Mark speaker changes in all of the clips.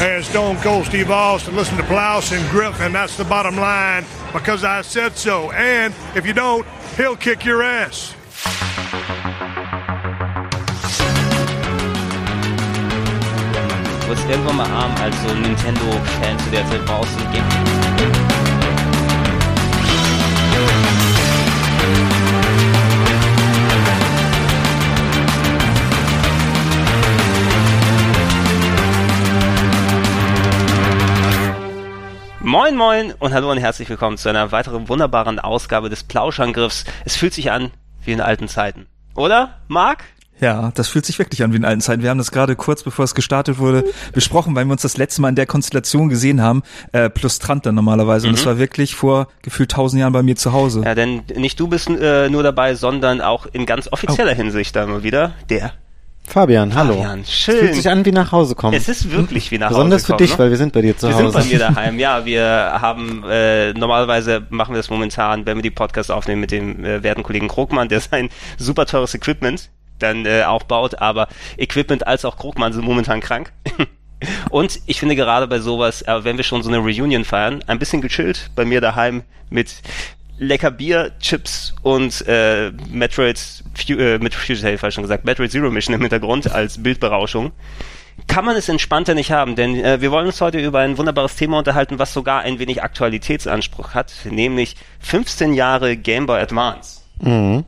Speaker 1: and Stone Cold Steve Austin. Listen to Plouse and Griffin. That's the bottom line because I said so. And if you don't, he'll kick your ass.
Speaker 2: Du wirst irgendwann mal arm als so Nintendo-Fan zu der Zeit brauchst und Game. Moin moin und hallo und herzlich willkommen zu einer weiteren wunderbaren Ausgabe des Plauschangriffs. Es fühlt sich an wie in alten Zeiten. Oder, Marc?
Speaker 3: Ja, das fühlt sich wirklich an wie in alten Zeiten. Wir haben das gerade kurz bevor es gestartet wurde besprochen, weil wir uns das letzte Mal in der Konstellation gesehen haben, plus Trant dann normalerweise. Und das war wirklich vor gefühlt 1000 Jahren bei mir zu Hause.
Speaker 2: Ja, denn nicht du bist nur dabei, sondern auch in ganz offizieller Hinsicht da mal wieder der
Speaker 4: Fabian, hallo.
Speaker 2: Fabian, schön.
Speaker 4: Es fühlt sich an wie nach Hause kommen.
Speaker 2: Es ist wirklich wie nach
Speaker 4: Besonders
Speaker 2: Hause kommen.
Speaker 4: Besonders für dich, ne? Weil wir sind bei dir zu Hause.
Speaker 2: Wir sind bei mir daheim, ja. Wir haben, normalerweise machen wir das momentan, wenn wir die Podcasts aufnehmen mit dem werten Kollegen Krogmann, der sein super teures Equipment dann auch baut, aber Equipment als auch Krogmann sind momentan krank. Und ich finde gerade bei sowas, wenn wir schon so eine Reunion feiern, ein bisschen gechillt bei mir daheim mit lecker Bier, Chips und Metroid Zero Mission im Hintergrund als Bildberauschung. Kann man es entspannter nicht haben, denn wir wollen uns heute über ein wunderbares Thema unterhalten, was sogar ein wenig Aktualitätsanspruch hat, nämlich 15 Jahre Game Boy Advance. Mhm.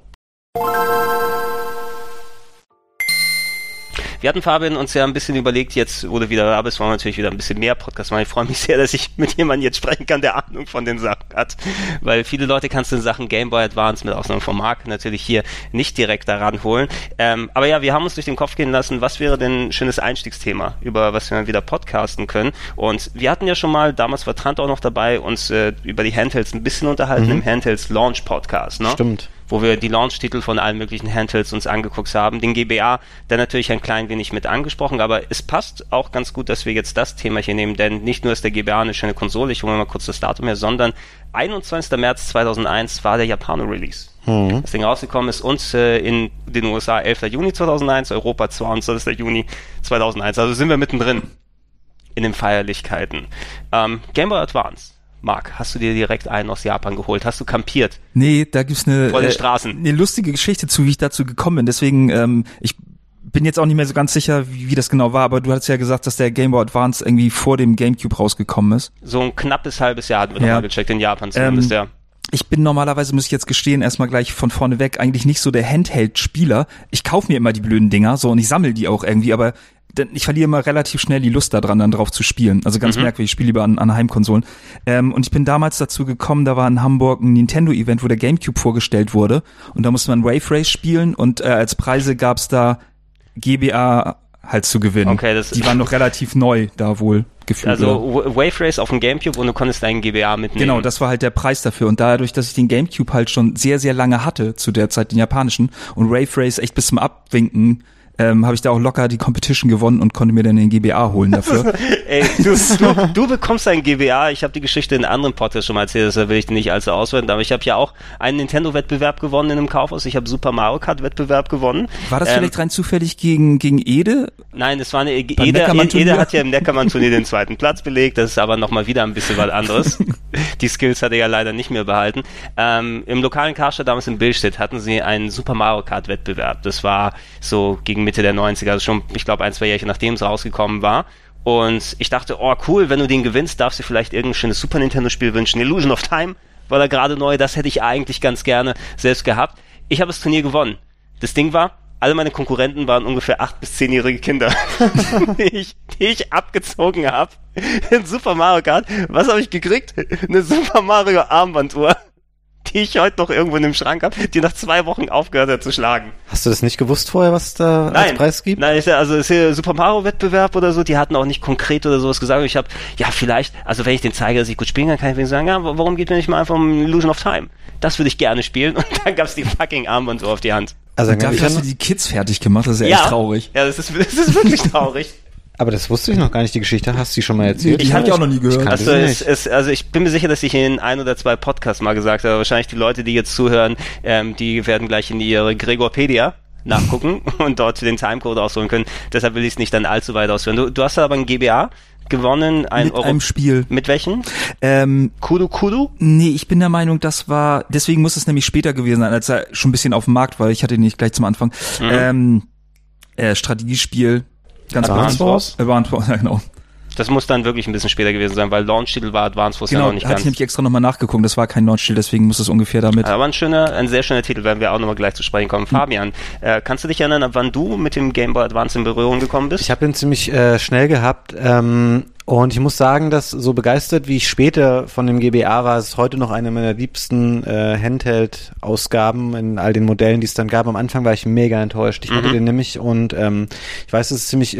Speaker 2: Wir hatten, Fabian, uns ja ein bisschen überlegt, jetzt, wo du wieder da bist, wollen wir natürlich wieder ein bisschen mehr Podcast machen. Ich freue mich sehr, dass ich mit jemandem jetzt sprechen kann, der Ahnung von den Sachen hat, weil viele Leute kannst du in Sachen Game Boy Advance, mit Ausnahme von Marc, natürlich hier nicht direkt daran holen. Aber ja, wir haben uns durch den Kopf gehen lassen, was wäre denn ein schönes Einstiegsthema, über was wir mal wieder podcasten können. Und wir hatten ja schon mal, damals war Trant auch noch dabei, uns über die Handhelds ein bisschen unterhalten im Handhelds Launch Podcast, ne?
Speaker 4: Stimmt.
Speaker 2: Wo wir die Launch-Titel von allen möglichen Handhelds uns angeguckt haben. Den GBA dann natürlich ein klein wenig mit angesprochen, aber es passt auch ganz gut, dass wir jetzt das Thema hier nehmen, denn nicht nur ist der GBA eine schöne Konsole, ich hole mal kurz das Datum her, sondern 21. März 2001 war der Japano-Release. Das Ding rausgekommen ist und in den USA 11. Juni 2001, Europa 22. Juni 2001. Also sind wir mittendrin in den Feierlichkeiten. Game Boy Advance. Marc, hast du dir direkt einen aus Japan geholt? Hast du kampiert?
Speaker 3: Nee, da gibt's eine lustige Geschichte zu, wie ich dazu gekommen bin. Deswegen, ich bin jetzt auch nicht mehr so ganz sicher, wie das genau war, aber du hattest ja gesagt, dass der Game Boy Advance irgendwie vor dem GameCube rausgekommen ist.
Speaker 2: So ein knappes halbes Jahr hatten wir nochmal gecheckt, in Japan zumindest, ja.
Speaker 3: Ich bin normalerweise, muss ich jetzt gestehen, erstmal gleich von vorne weg, eigentlich nicht so der Handheld-Spieler. Ich kaufe mir immer die blöden Dinger, so, und ich sammle die auch irgendwie, aber ich verliere immer relativ schnell die Lust daran, dann drauf zu spielen. Also ganz merkwürdig, ich spiele lieber an Heimkonsolen. Und ich bin damals dazu gekommen, da war in Hamburg ein Nintendo-Event, wo der GameCube vorgestellt wurde. Und da musste man Wave Race spielen und als Preise gab's da GBA halt zu gewinnen.
Speaker 2: Okay,
Speaker 3: die waren noch relativ neu da wohl gefühlt.
Speaker 2: Also Wave Race auf dem GameCube und du konntest deinen GBA mitnehmen.
Speaker 3: Genau, das war halt der Preis dafür. Und dadurch, dass ich den GameCube halt schon sehr, sehr lange hatte, zu der Zeit den japanischen, und Wave Race echt bis zum Abwinken, habe ich da auch locker die Competition gewonnen und konnte mir dann den GBA holen dafür.
Speaker 2: Ey, du bekommst einen GBA. Ich habe die Geschichte in anderen Podcasts schon mal erzählt, deshalb will ich die nicht allzu auswerten. Aber ich habe ja auch einen Nintendo-Wettbewerb gewonnen in einem Kaufhaus. Ich habe Super Mario Kart-Wettbewerb gewonnen.
Speaker 3: War das vielleicht rein zufällig gegen Ede?
Speaker 2: Nein, es war eine Ede hat ja im Neckermann-Turnier den zweiten Platz belegt. Das ist aber nochmal wieder ein bisschen was anderes. Die Skills hat er ja leider nicht mehr behalten. Im lokalen Karstadt damals in Billstedt hatten sie einen Super Mario Kart-Wettbewerb. Das war so gegen Mitte der 90er, also schon, ich glaube, 1-2 Jährchen nachdem es rausgekommen war. Und ich dachte, oh cool, wenn du den gewinnst, darfst du vielleicht irgendein schönes Super Nintendo-Spiel wünschen. Illusion of Time war da gerade neu, das hätte ich eigentlich ganz gerne selbst gehabt. Ich habe das Turnier gewonnen. Das Ding war, alle meine Konkurrenten waren ungefähr 8- bis 10-jährige Kinder, die ich abgezogen habe in Super Mario Kart. Was habe ich gekriegt? Eine Super Mario Armbanduhr, die ich heute noch irgendwo in dem Schrank habe, die nach 2 Wochen aufgehört hat zu schlagen.
Speaker 4: Hast du das nicht gewusst vorher, was da als Preis gibt?
Speaker 2: Nein, also es ist ja Super Mario Wettbewerb oder so, die hatten auch nicht konkret oder sowas gesagt. Ich habe, ja vielleicht, also wenn ich den zeige, dass ich gut spielen kann, kann ich mir sagen, ja, warum geht mir nicht mal einfach um Illusion of Time? Das würde ich gerne spielen. Und dann gab's die fucking Armbanduhr auf die Hand.
Speaker 3: Also dafür hast du die Kids fertig gemacht, das ist ja echt traurig.
Speaker 2: Ja, das ist wirklich traurig.
Speaker 4: Aber das wusste ich noch gar nicht, die Geschichte. Hast du die schon mal erzählt?
Speaker 3: Ich habe die auch noch nie gehört.
Speaker 2: Also ich bin mir sicher, dass ich in 1 oder 2 Podcasts mal gesagt habe. Wahrscheinlich die Leute, die jetzt zuhören, die werden gleich in ihre Gregorpedia nachgucken und dort den Timecode ausholen können. Deshalb will ich es nicht dann allzu weit ausführen. Du hast aber einen GBA, gewonnen.
Speaker 3: Mit einem Spiel.
Speaker 2: Mit welchem? Kudu?
Speaker 3: Nee, ich bin der Meinung, deswegen muss es nämlich später gewesen sein, als er schon ein bisschen auf dem Markt war. Ich hatte ihn nicht gleich zum Anfang. Strategiespiel. Ganz
Speaker 2: Advance Wars?
Speaker 3: Advance Wars, ja genau.
Speaker 2: Das muss dann wirklich ein bisschen später gewesen sein, weil Launch-Titel war Advance Wars ja noch nicht ganz.
Speaker 3: Hatte ich nämlich extra nochmal nachgeguckt, das war kein Launch-Titel, deswegen muss es ungefähr damit.
Speaker 2: Aber ein sehr schöner Titel, werden wir auch nochmal gleich zu sprechen kommen. Fabian, kannst du dich erinnern, ab wann du mit dem Game Boy Advance in Berührung gekommen bist?
Speaker 4: Ich habe ihn ziemlich schnell gehabt und ich muss sagen, dass so begeistert, wie ich später von dem GBA war, ist heute noch eine meiner liebsten Handheld-Ausgaben in all den Modellen, die es dann gab. Am Anfang war ich mega enttäuscht. Ich hatte den nämlich und ich weiß, es ist ziemlich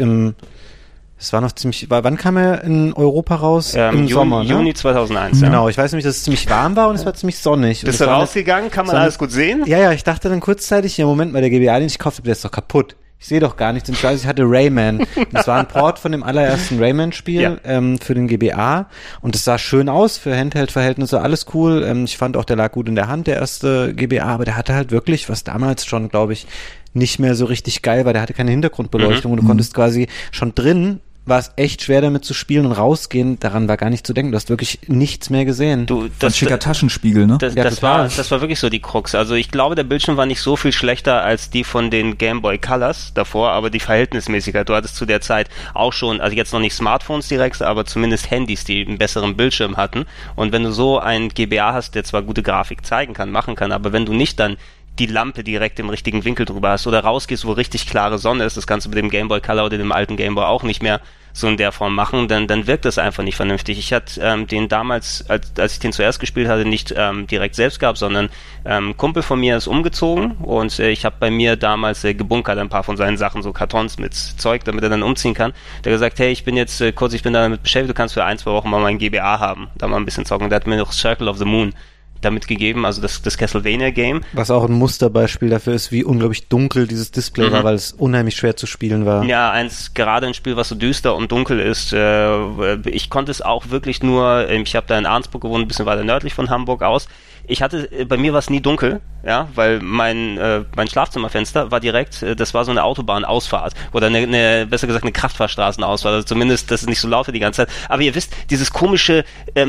Speaker 4: wann kam er in Europa raus? Im Sommer, ne?
Speaker 2: Juni 2001,
Speaker 4: Genau, ich weiß nämlich, dass es ziemlich warm war und es war ziemlich sonnig.
Speaker 2: Bist du rausgegangen? Kann man alles gut sehen?
Speaker 4: Ja, ich dachte dann kurzzeitig, ja Moment mal, der GBA, den ich gekauft habe, der ist doch kaputt. Ich sehe doch gar nichts und ich weiß, ich hatte Rayman. Das war ein Port von dem allerersten Rayman-Spiel für den GBA und es sah schön aus für Handheld-Verhältnisse, alles cool. Ich fand auch, der lag gut in der Hand, der erste GBA, aber der hatte halt wirklich, was damals schon, glaube ich, nicht mehr so richtig geil war, der hatte keine Hintergrundbeleuchtung und du konntest quasi schon drin, war es echt schwer damit zu spielen und rausgehen, daran war gar nicht zu denken, du hast wirklich nichts mehr gesehen.
Speaker 3: Das schicker Taschenspiegel, ne?
Speaker 2: Das war wirklich so die Krux. Also ich glaube, der Bildschirm war nicht so viel schlechter als die von den Game Boy Colors davor, aber die Verhältnismäßigkeit, du hattest zu der Zeit auch schon, also jetzt noch nicht Smartphones direkt, aber zumindest Handys, die einen besseren Bildschirm hatten und wenn du so einen GBA hast, der zwar gute Grafik zeigen kann, machen kann, aber wenn du nicht dann die Lampe direkt im richtigen Winkel drüber hast oder rausgehst, wo richtig klare Sonne ist, das kannst du mit dem Game Boy Color oder dem alten Game Boy auch nicht mehr so in der Form machen, dann wirkt das einfach nicht vernünftig. Ich hatte den damals, als ich den zuerst gespielt hatte, nicht direkt selbst gehabt, sondern ein Kumpel von mir ist umgezogen und ich habe bei mir damals gebunkert ein paar von seinen Sachen, so Kartons mit Zeug, damit er dann umziehen kann. Der hat gesagt, hey, ich bin da damit beschäftigt, du kannst für 1-2 Wochen mal mein GBA haben, da mal ein bisschen zocken. Und der hat mir noch Circle of the Moon damit gegeben, also das Castlevania-Game.
Speaker 4: Was auch ein Musterbeispiel dafür ist, wie unglaublich dunkel dieses Display war, weil es unheimlich schwer zu spielen war.
Speaker 2: Ja, gerade ein Spiel, was so düster und dunkel ist. Ich konnte es auch wirklich nur, ich habe da in Arnsburg gewohnt, ein bisschen weiter nördlich von Hamburg aus. Bei mir war es nie dunkel, ja, weil mein Schlafzimmerfenster war direkt, das war so eine Autobahnausfahrt oder besser gesagt eine Kraftfahrstraßenausfahrt, also zumindest, dass es nicht so laut wird die ganze Zeit. Aber ihr wisst, dieses komische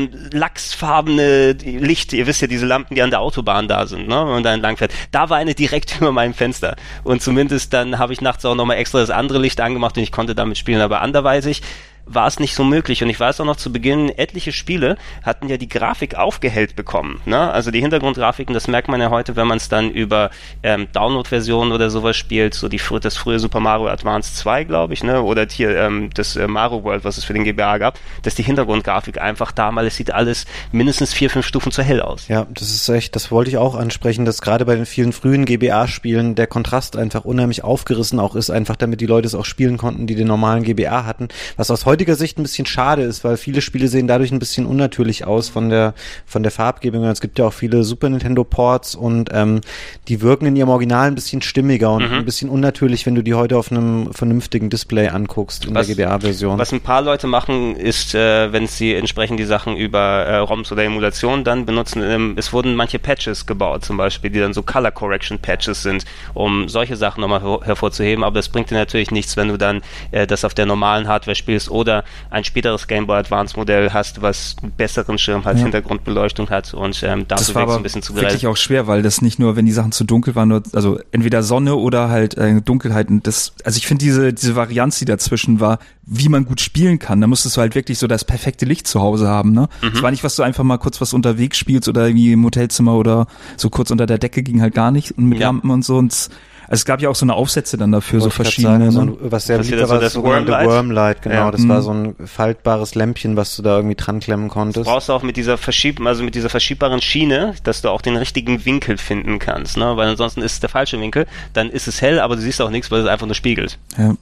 Speaker 2: lachsfarbene Licht, ihr wisst ja, diese Lampen, die an der Autobahn da sind, ne, wenn man da entlang fährt, da war eine direkt über meinem Fenster und zumindest dann habe ich nachts auch nochmal extra das andere Licht angemacht und ich konnte damit spielen, aber anderweitig war es nicht so möglich. Und ich weiß auch noch, zu Beginn, etliche Spiele hatten ja die Grafik aufgehellt bekommen. Ne? Also die Hintergrundgrafiken, das merkt man ja heute, wenn man es dann über Download-Versionen oder sowas spielt, so das frühe Super Mario Advance 2, glaube ich, ne? Oder hier das Mario World, was es für den GBA gab, dass die Hintergrundgrafik einfach damals, es sieht alles mindestens 4-5 Stufen zu hell aus.
Speaker 4: Ja, das wollte ich auch ansprechen, dass gerade bei den vielen frühen GBA-Spielen der Kontrast einfach unheimlich aufgerissen auch ist, einfach damit die Leute es auch spielen konnten, die den normalen GBA hatten, was aus heutiger Sicht ein bisschen schade ist, weil viele Spiele sehen dadurch ein bisschen unnatürlich aus von der Farbgebung. Es gibt ja auch viele Super Nintendo Ports und die wirken in ihrem Original ein bisschen stimmiger und ein bisschen unnatürlich, wenn du die heute auf einem vernünftigen Display anguckst in der GBA-Version.
Speaker 2: Was ein paar Leute machen, ist, wenn sie entsprechend die Sachen über ROMs oder Emulationen dann benutzen, es wurden manche Patches gebaut, zum Beispiel, die dann so Color Correction Patches sind, um solche Sachen nochmal hervorzuheben, aber das bringt dir natürlich nichts, wenn du dann das auf der normalen Hardware spielst oder ein späteres Game Boy Advance Modell hast, was einen besseren Schirm hat, Hintergrundbeleuchtung hat und dazu
Speaker 3: war aber ein bisschen zu grell. Wirklich auch schwer, weil das nicht nur, wenn die Sachen zu dunkel waren, also entweder Sonne oder halt Dunkelheit und also ich finde diese Varianz, die dazwischen war, wie man gut spielen kann, da musstest du halt wirklich so das perfekte Licht zu Hause haben, ne? Es war nicht, was du einfach mal kurz was unterwegs spielst oder irgendwie im Hotelzimmer oder so kurz unter der Decke ging halt gar nicht und mit Lampen und so und es gab ja auch so eine Aufsätze dann dafür, so verschiedene.
Speaker 4: Sagen, was sehr beliebt war, das sogenannte Wormlight, genau. Ja. Das war so ein faltbares Lämpchen, was du da irgendwie dran klemmen konntest.
Speaker 2: Das brauchst du auch mit dieser verschiebbaren Schiene, dass du auch den richtigen Winkel finden kannst, ne? Weil ansonsten ist es der falsche Winkel, dann ist es hell, aber du siehst auch nichts, weil es einfach nur spiegelt. Ja.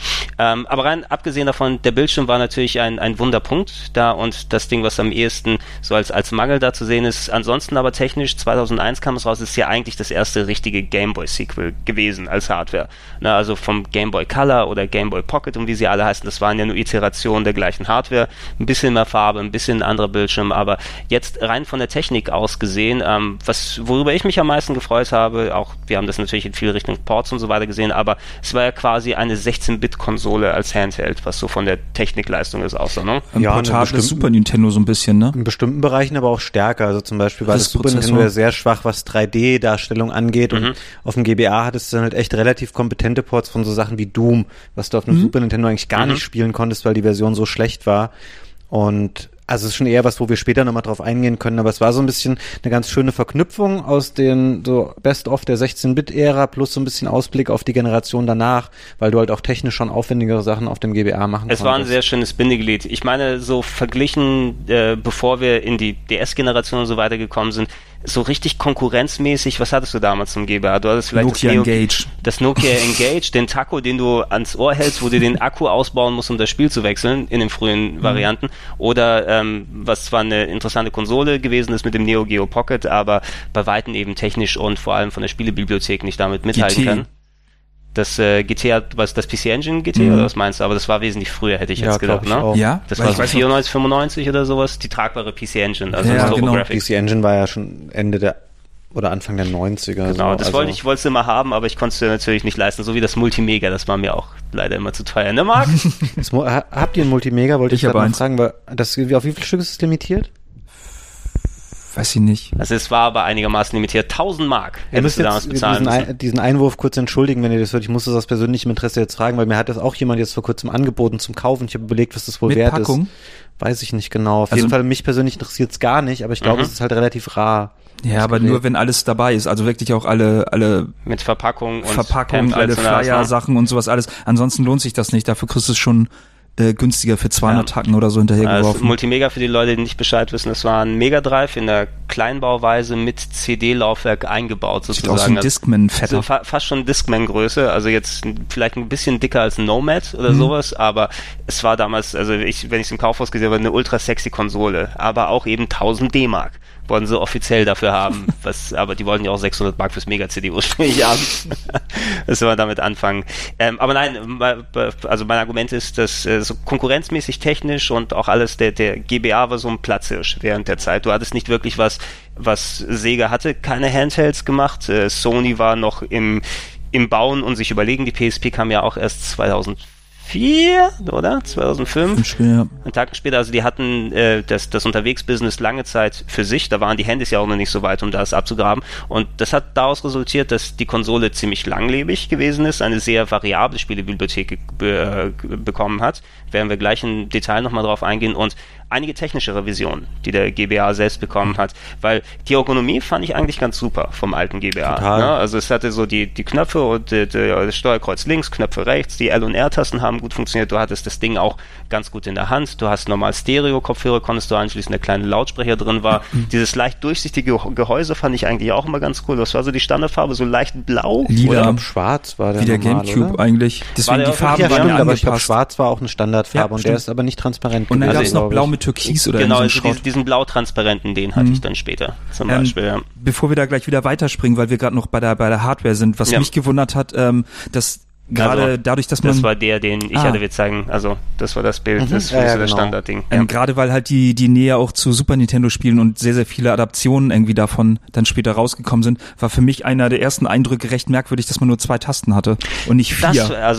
Speaker 2: Aber rein abgesehen davon, der Bildschirm war natürlich ein Wunderpunkt da und das Ding, was am ehesten so als Mangel da zu sehen ist. Ansonsten aber technisch, 2001 kam es raus, ist ja eigentlich das erste richtige Game Boy Sequel gewesen als Hardware. Na, also vom Game Boy Color oder Game Boy Pocket, um wie sie alle heißen, das waren ja nur Iterationen der gleichen Hardware. Ein bisschen mehr Farbe, ein bisschen anderer Bildschirm, aber jetzt rein von der Technik aus gesehen, worüber ich mich am meisten gefreut habe, auch wir haben das natürlich in viele Richtungen Ports und so weiter gesehen, aber es war ja quasi eine 16-Bit 16-Bit-Konsole als Handheld, was so von der Technikleistung ist auch so, ne?
Speaker 3: Ein portables Super Nintendo so ein bisschen, ne?
Speaker 4: In bestimmten Bereichen aber auch stärker. Also zum Beispiel war das Super Nintendo ja sehr schwach, was 3D-Darstellung angeht. Und auf dem GBA hattest du dann halt echt relativ kompetente Ports von so Sachen wie Doom, was du auf dem Super Nintendo eigentlich gar nicht spielen konntest, weil die Version so schlecht war. Und also es ist schon eher was, wo wir später nochmal drauf eingehen können, aber es war so ein bisschen eine ganz schöne Verknüpfung aus den so Best-of der 16-Bit-Ära plus so ein bisschen Ausblick auf die Generation danach, weil du halt auch technisch schon aufwendigere Sachen auf dem GBA machen konntest.
Speaker 2: Es war ein sehr schönes Bindeglied. Ich meine, so verglichen, bevor wir in die DS-Generation und so weiter gekommen sind, so richtig konkurrenzmäßig, was hattest du damals zum GBA? Du hattest vielleicht das Nokia Engage, den Taco, den du ans Ohr hältst, wo du den Akku ausbauen musst, um das Spiel zu wechseln, in den frühen Varianten. Oder was zwar eine interessante Konsole gewesen ist mit dem Neo Geo Pocket, aber bei Weitem eben technisch und vor allem von der Spielebibliothek nicht damit mithalten kann. Das GT hat, was das PC Engine GT oder was meinst du? Aber das war wesentlich früher, hätte ich jetzt gedacht, ne?
Speaker 3: Ja?
Speaker 2: Das war so 94, 95 oder sowas, die tragbare PC Engine, also das
Speaker 4: TurboGrafx. PC Engine war ja schon Ende der oder Anfang der 90er.
Speaker 2: Genau,
Speaker 4: so.
Speaker 2: das wollte ich immer haben, aber ich konnte es natürlich nicht leisten, so wie das Multimega, das war mir auch leider immer zu teuer, ne Marc?
Speaker 4: Habt ihr ein Multimega, wollte ich gerade mal fragen, weil auf wie viele Stück ist es limitiert?
Speaker 3: Weiß ich nicht.
Speaker 2: Also es war aber einigermaßen limitiert. 1000 Mark hättest du damals bezahlen müssen.
Speaker 4: Diesen Einwurf kurz entschuldigen, wenn ihr das hört. Ich musste das aus persönlichem Interesse jetzt fragen, weil mir hat das auch jemand jetzt vor kurzem angeboten zum Kaufen. Ich habe überlegt, was das wohl
Speaker 3: mit
Speaker 4: wert
Speaker 3: Packung?
Speaker 4: ist. Weiß ich nicht genau. Auf jeden Fall, mich persönlich interessiert es gar nicht, aber ich glaube, es ist halt relativ rar.
Speaker 3: Ja, aber nur wenn alles dabei ist. Also wirklich auch alle
Speaker 2: mit Verpackung,
Speaker 3: alle Flyer-Sachen und sowas alles. Ansonsten lohnt sich das nicht. Dafür kriegst du es schon günstiger für 200 Tacken oder so hinterhergeworfen.
Speaker 2: Also Multimega, für die Leute, die nicht Bescheid wissen, das war ein Mega Drive in der Kleinbauweise mit CD-Laufwerk eingebaut sozusagen.
Speaker 3: Sieht aus wie ein Discman-Fetter.
Speaker 2: Also fast schon Discman-Größe, also jetzt vielleicht ein bisschen dicker als ein Nomad oder sowas, aber es war damals, also wenn ich es im Kaufhaus gesehen habe, eine ultra sexy Konsole, aber auch eben 1000 D-Mark wollten sie offiziell dafür haben, aber die wollten ja auch 600 Mark fürs Mega-CD ursprünglich haben. Das soll man damit anfangen. Aber nein, also mein Argument ist, dass so konkurrenzmäßig technisch und auch alles, der GBA war so ein Platzhirsch während der Zeit. Du hattest nicht wirklich was Sega hatte, keine Handhelds gemacht. Sony war noch im Bauen und sich überlegen. Die PSP kam ja auch erst 2004, oder? 2005?
Speaker 3: Ja.
Speaker 2: Einen Tag später, also die hatten das Unterwegsbusiness lange Zeit für sich, da waren die Handys ja auch noch nicht so weit, um das abzugraben, und das hat daraus resultiert, dass die Konsole ziemlich langlebig gewesen ist, eine sehr variable Spielebibliothek bekommen hat, werden wir gleich im Detail nochmal drauf eingehen, und einige technische Revisionen, die der GBA selbst bekommen hat, weil die Ergonomie fand ich eigentlich ganz super vom alten GBA. Ne? Also es hatte so die Knöpfe und das Steuerkreuz links, Knöpfe rechts, die L- und R-Tasten haben gut funktioniert, du hattest das Ding auch ganz gut in der Hand, du hast normal Stereo-Kopfhörer, konntest du anschließen, der kleine Lautsprecher drin war. Dieses leicht durchsichtige Gehäuse fand ich eigentlich auch immer ganz cool. Das war so die Standardfarbe, so leicht blau.
Speaker 3: Lila.
Speaker 4: Oder schwarz war der
Speaker 3: wie der
Speaker 4: normal,
Speaker 3: GameCube
Speaker 4: oder?
Speaker 3: eigentlich. Deswegen die Farben waren ja
Speaker 4: aber ich glaube,
Speaker 3: angepasst.
Speaker 4: schwarz war auch eine Standardfarbe und der ist aber nicht transparent.
Speaker 3: Und dann
Speaker 4: gewesen,
Speaker 3: gab es noch blau mit Türkis oder
Speaker 2: genau,
Speaker 3: so
Speaker 2: also diesen blau-transparenten, den hatte ich dann später zum Beispiel. Ja.
Speaker 3: Bevor wir da gleich wieder weiterspringen, weil wir gerade noch bei der Hardware sind, was mich gewundert hat, dass gerade dadurch, dass man...
Speaker 2: Das war den ich hatte wir zeigen, also das war das Bild, das ist das Standardding.
Speaker 3: Gerade weil halt die Nähe auch zu Super Nintendo spielen und sehr, sehr viele Adaptionen irgendwie davon dann später rausgekommen sind, war für mich einer der ersten Eindrücke recht merkwürdig, dass man nur 2 Tasten hatte und nicht 4.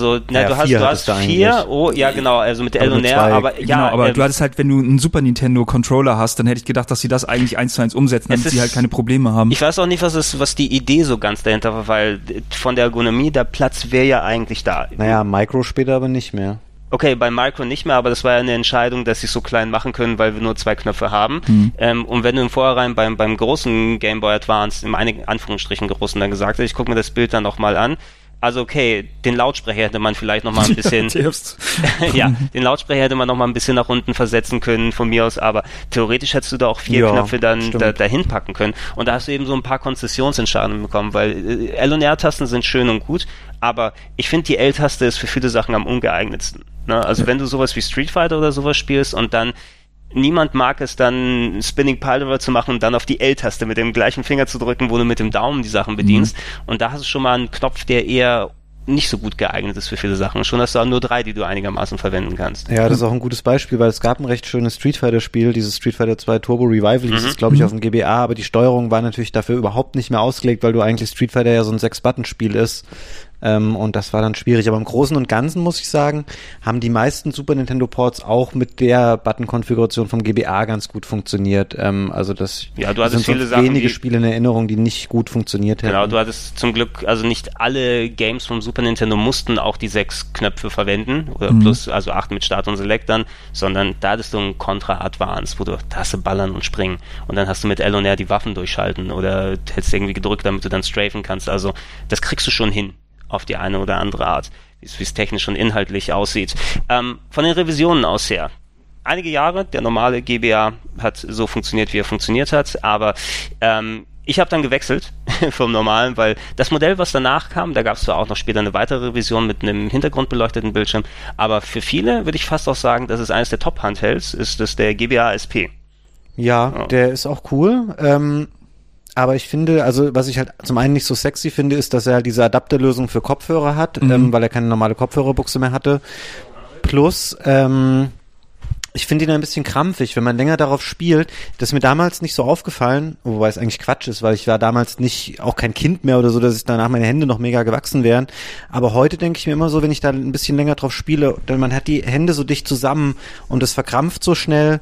Speaker 2: Du hast 4, genau, also mit L und R, aber
Speaker 3: aber du hattest halt, wenn du einen Super Nintendo Controller hast, dann hätte ich gedacht, dass sie das eigentlich 1:1 umsetzen, damit sie halt keine Probleme haben.
Speaker 2: Ich weiß auch nicht, was die Idee so ganz dahinter war, weil von der Ergonomie, der Platz wäre ja eigentlich da.
Speaker 4: Naja, Micro später aber nicht mehr.
Speaker 2: Okay, bei Micro nicht mehr, aber das war ja eine Entscheidung, dass sie es so klein machen können, weil wir nur 2 Knöpfe haben. Und wenn du im Vorhinein beim großen Game Boy Advance, in einigen Anführungsstrichen großen, dann gesagt hast, ich gucke mir das Bild dann nochmal an, also okay, den Lautsprecher hätte man vielleicht noch mal ein bisschen den Lautsprecher hätte man noch mal ein bisschen nach unten versetzen können von mir aus, aber theoretisch hättest du da auch 4 Knöpfe dann dahin packen können, und da hast du eben so ein paar Konzessionsentscheidungen bekommen, weil L- und R-Tasten sind schön und gut, aber ich finde, die L-Taste ist für viele Sachen am ungeeignetsten. Ne? Also wenn du sowas wie Street Fighter oder sowas spielst und dann niemand mag es dann, Spinning Pile zu machen und dann auf die L-Taste mit dem gleichen Finger zu drücken, wo du mit dem Daumen die Sachen bedienst. Und da hast du schon mal einen Knopf, der eher nicht so gut geeignet ist für viele Sachen. Schon hast du auch nur 3, die du einigermaßen verwenden kannst.
Speaker 4: Ja, das ist auch ein gutes Beispiel, weil es gab ein recht schönes Street Fighter Spiel, dieses Street Fighter 2 Turbo Revival hieß es, glaube ich, auf dem GBA, aber die Steuerung war natürlich dafür überhaupt nicht mehr ausgelegt, weil du eigentlich Street Fighter ja so ein 6-Button-Spiel ist, Und das war dann schwierig. Aber im Großen und Ganzen, muss ich sagen, haben die meisten Super Nintendo Ports auch mit der Button-Konfiguration vom GBA ganz gut funktioniert. Also das
Speaker 2: sind viele Sachen,
Speaker 4: wenige Spiele in Erinnerung, die nicht gut funktioniert hätten.
Speaker 2: Genau, du hattest zum Glück, also nicht alle Games vom Super Nintendo mussten auch die 6 Knöpfe verwenden, oder plus, also 8 mit Start und Select dann, sondern da hattest du ein Contra Advance, wo du da hast du ballern und springen und dann hast du mit L und R die Waffen durchschalten oder hättest irgendwie gedrückt, damit du dann strafen kannst. Also das kriegst du schon hin auf die eine oder andere Art, wie es technisch und inhaltlich aussieht. Von den Revisionen aus her, einige Jahre, der normale GBA hat so funktioniert, wie er funktioniert hat, aber ich habe dann gewechselt vom normalen, weil das Modell, was danach kam, da gab es zwar auch noch später eine weitere Revision mit einem hintergrundbeleuchteten Bildschirm, aber für viele würde ich fast auch sagen, dass es eines der Top-Handhelds ist, das der GBA SP.
Speaker 4: Ja, der ist auch cool. Aber ich finde, also was ich halt zum einen nicht so sexy finde, ist, dass er halt diese Adapterlösung für Kopfhörer hat, weil er keine normale Kopfhörerbuchse mehr hatte. Plus, ich finde ihn ein bisschen krampfig, wenn man länger darauf spielt. Das ist mir damals nicht so aufgefallen, wobei es eigentlich Quatsch ist, weil ich war damals auch kein Kind mehr oder so, dass danach meine Hände noch mega gewachsen wären. Aber heute denke ich mir immer so, wenn ich da ein bisschen länger drauf spiele, denn man hat die Hände so dicht zusammen und es verkrampft so schnell.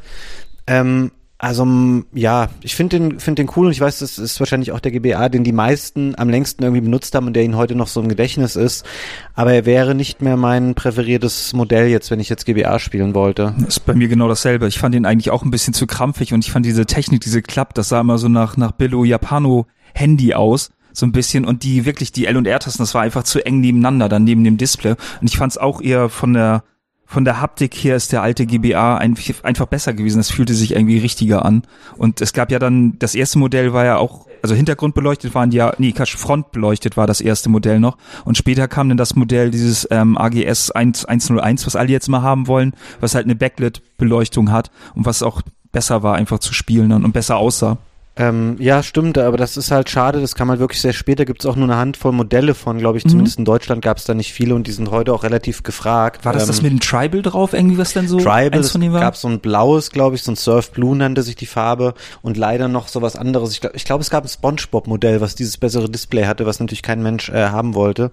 Speaker 4: Also ja, ich finde den cool und ich weiß, das ist wahrscheinlich auch der GBA, den die meisten am längsten irgendwie benutzt haben und der ihnen heute noch so im Gedächtnis ist. Aber er wäre nicht mehr mein präferiertes Modell jetzt, wenn ich jetzt GBA spielen wollte.
Speaker 3: Das ist bei mir genau dasselbe. Ich fand ihn eigentlich auch ein bisschen zu krampfig und ich fand diese Technik, diese Klapp, das sah immer so nach Billo Japano Handy aus. So ein bisschen und die L- und R-Tasten, das war einfach zu eng nebeneinander, dann neben dem Display. Und ich fand es auch eher von der Haptik her ist der alte GBA einfach besser gewesen. Das fühlte sich irgendwie richtiger an. Und es gab ja dann, das erste Modell war ja auch, also hintergrundbeleuchtet frontbeleuchtet war das erste Modell noch. Und später kam dann das Modell, dieses AGS 101, was alle jetzt mal haben wollen, was halt eine Backlit-Beleuchtung hat und was auch besser war, einfach zu spielen dann und besser aussah.
Speaker 4: Ja, stimmt, aber das ist halt schade, das kam halt wirklich sehr spät, da gibt's auch nur eine Handvoll Modelle von, glaube ich, zumindest in Deutschland gab's da nicht viele und die sind heute auch relativ gefragt.
Speaker 3: War das mit dem Tribal drauf, irgendwie, was denn so
Speaker 4: Tribal,
Speaker 3: eins von denen war?
Speaker 4: Gab so ein blaues, glaube ich, so ein Surf Blue nannte sich die Farbe und leider noch so was anderes. Ich glaube, es gab ein SpongeBob-Modell, was dieses bessere Display hatte, was natürlich kein Mensch haben wollte.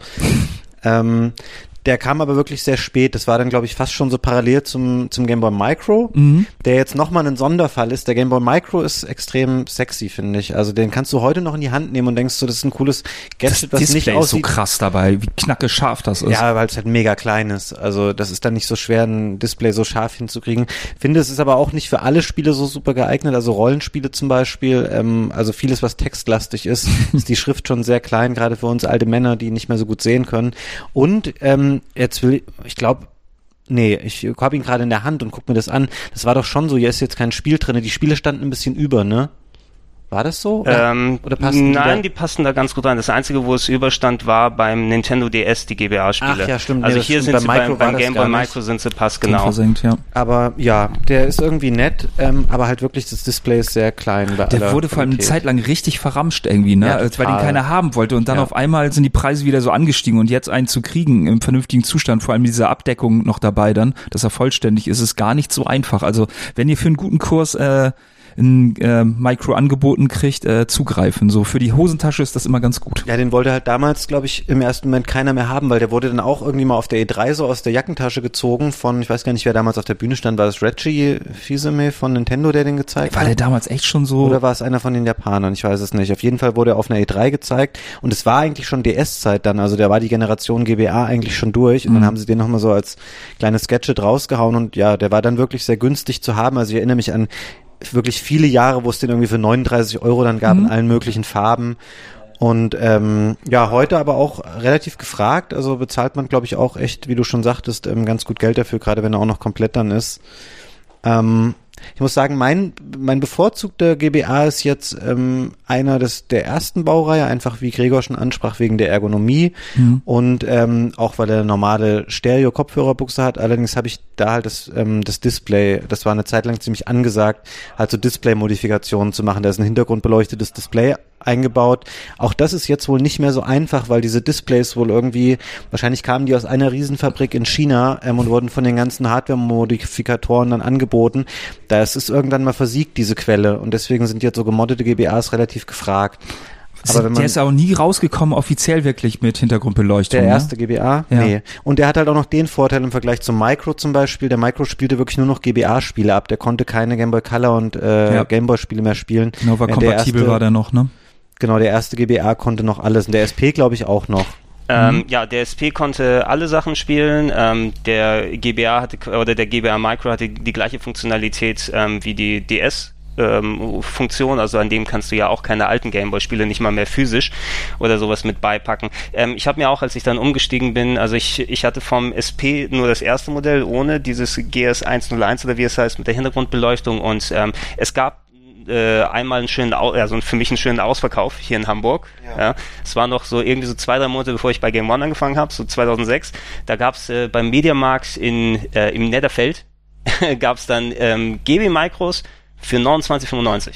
Speaker 4: Der kam aber wirklich sehr spät. Das war dann, glaube ich, fast schon so parallel zum Game Boy Micro, der jetzt nochmal ein Sonderfall ist. Der Game Boy Micro ist extrem sexy, finde ich. Also den kannst du heute noch in die Hand nehmen und denkst so, das ist ein cooles Gadget,
Speaker 3: was
Speaker 4: Display
Speaker 3: nicht aussieht. Das ist so krass dabei, wie knacke scharf das ist.
Speaker 4: Ja, weil es halt mega klein ist. Also das ist dann nicht so schwer, ein Display so scharf hinzukriegen. Ich finde, es ist aber auch nicht für alle Spiele so super geeignet. Also Rollenspiele zum Beispiel, also vieles, was textlastig ist, ist die Schrift schon sehr klein, gerade für uns alte Männer, die nicht mehr so gut sehen können. Und jetzt ich habe ihn gerade in der Hand und guck mir das an. Das war doch schon so, hier ist jetzt kein Spiel drin. Die Spiele standen ein bisschen über, ne? War das so? Oder passen
Speaker 2: nein, die passen da ganz gut rein. Das Einzige, wo es überstand, war beim Nintendo DS die GBA-Spiele.
Speaker 4: Ach ja, stimmt.
Speaker 2: Also hier sind sie beim Game Boy Micro sind sie passgenau.
Speaker 3: Versenkt, ja.
Speaker 4: Aber ja, der ist irgendwie nett, aber halt wirklich das Display ist sehr klein.
Speaker 3: Der wurde vor allem eine Zeit lang richtig verramscht irgendwie, ne?
Speaker 4: Ja,
Speaker 3: weil den keiner haben wollte und dann auf einmal sind die Preise wieder so angestiegen und jetzt einen zu kriegen im vernünftigen Zustand, vor allem diese Abdeckung noch dabei dann, dass er vollständig ist, ist gar nicht so einfach. Also wenn ihr für einen guten Kurs ein Micro angeboten kriegt, zugreifen. So für die Hosentasche ist das immer ganz gut.
Speaker 4: Ja, den wollte halt damals, glaube ich, im ersten Moment keiner mehr haben, weil der wurde dann auch irgendwie mal auf der E3 so aus der Jackentasche gezogen von, ich weiß gar nicht, wer damals auf der Bühne stand, war das Reggie Fils-Aimé von Nintendo, der den gezeigt hat?
Speaker 3: War der damals echt schon so?
Speaker 4: Oder war es einer von den Japanern? Ich weiß es nicht. Auf jeden Fall wurde er auf einer E3 gezeigt und es war eigentlich schon DS-Zeit dann, also da war die Generation GBA eigentlich schon durch und dann haben sie den nochmal so als kleines Gadget rausgehauen und ja, der war dann wirklich sehr günstig zu haben. Also ich erinnere mich an wirklich viele Jahre, wo es den irgendwie für 39 € dann gab in allen möglichen Farben. Und heute aber auch relativ gefragt. Also bezahlt man, glaube ich, auch echt, wie du schon sagtest, ganz gut Geld dafür, gerade wenn er auch noch komplett dann ist. Ich muss sagen, mein bevorzugter GBA ist jetzt einer der ersten Baureihe, einfach wie Gregor schon ansprach, wegen der Ergonomie und auch weil er eine normale Stereo-Kopfhörerbuchse hat. Allerdings habe ich da halt das Display, das war eine Zeit lang ziemlich angesagt, halt so Display-Modifikationen zu machen. Da ist ein hintergrundbeleuchtetes Display eingebaut. Auch das ist jetzt wohl nicht mehr so einfach, weil diese Displays wohl irgendwie, wahrscheinlich kamen die aus einer Riesenfabrik in China und wurden von den ganzen Hardware-Modifikatoren dann angeboten. Da ist es irgendwann mal versiegt, diese Quelle. Und deswegen sind jetzt so gemoddete GBAs relativ gefragt.
Speaker 3: Aber der ist auch nie rausgekommen offiziell wirklich mit Hintergrundbeleuchtung.
Speaker 4: Der erste GBA? Ja. Nee. Und der hat halt auch noch den Vorteil im Vergleich zum Micro zum Beispiel. Der Micro spielte wirklich nur noch GBA-Spiele ab. Der konnte keine Game Boy Color und Game Boy Spiele mehr spielen.
Speaker 3: Genau, war kompatibel war der noch, ne?
Speaker 4: Genau, der erste GBA konnte noch alles. Und der SP glaube ich auch noch.
Speaker 2: Ja, der SP konnte alle Sachen spielen. Der GBA der GBA Micro hatte die gleiche Funktionalität wie die DS. Funktion, also an dem kannst du ja auch keine alten Gameboy-Spiele nicht mal mehr physisch oder sowas mit beipacken. Ich habe mir auch, als ich dann umgestiegen bin, also ich hatte vom SP nur das erste Modell ohne dieses GS 101 oder wie es heißt, mit der Hintergrundbeleuchtung und es gab einmal einen schönen, für mich einen schönen Ausverkauf hier in Hamburg. Ja. Es war noch so irgendwie so 2-3 Monate, bevor ich bei Game One angefangen habe, so 2006. Da gab es beim Mediamarkt im Netherfeld gab es dann GB-Micros für 29,95.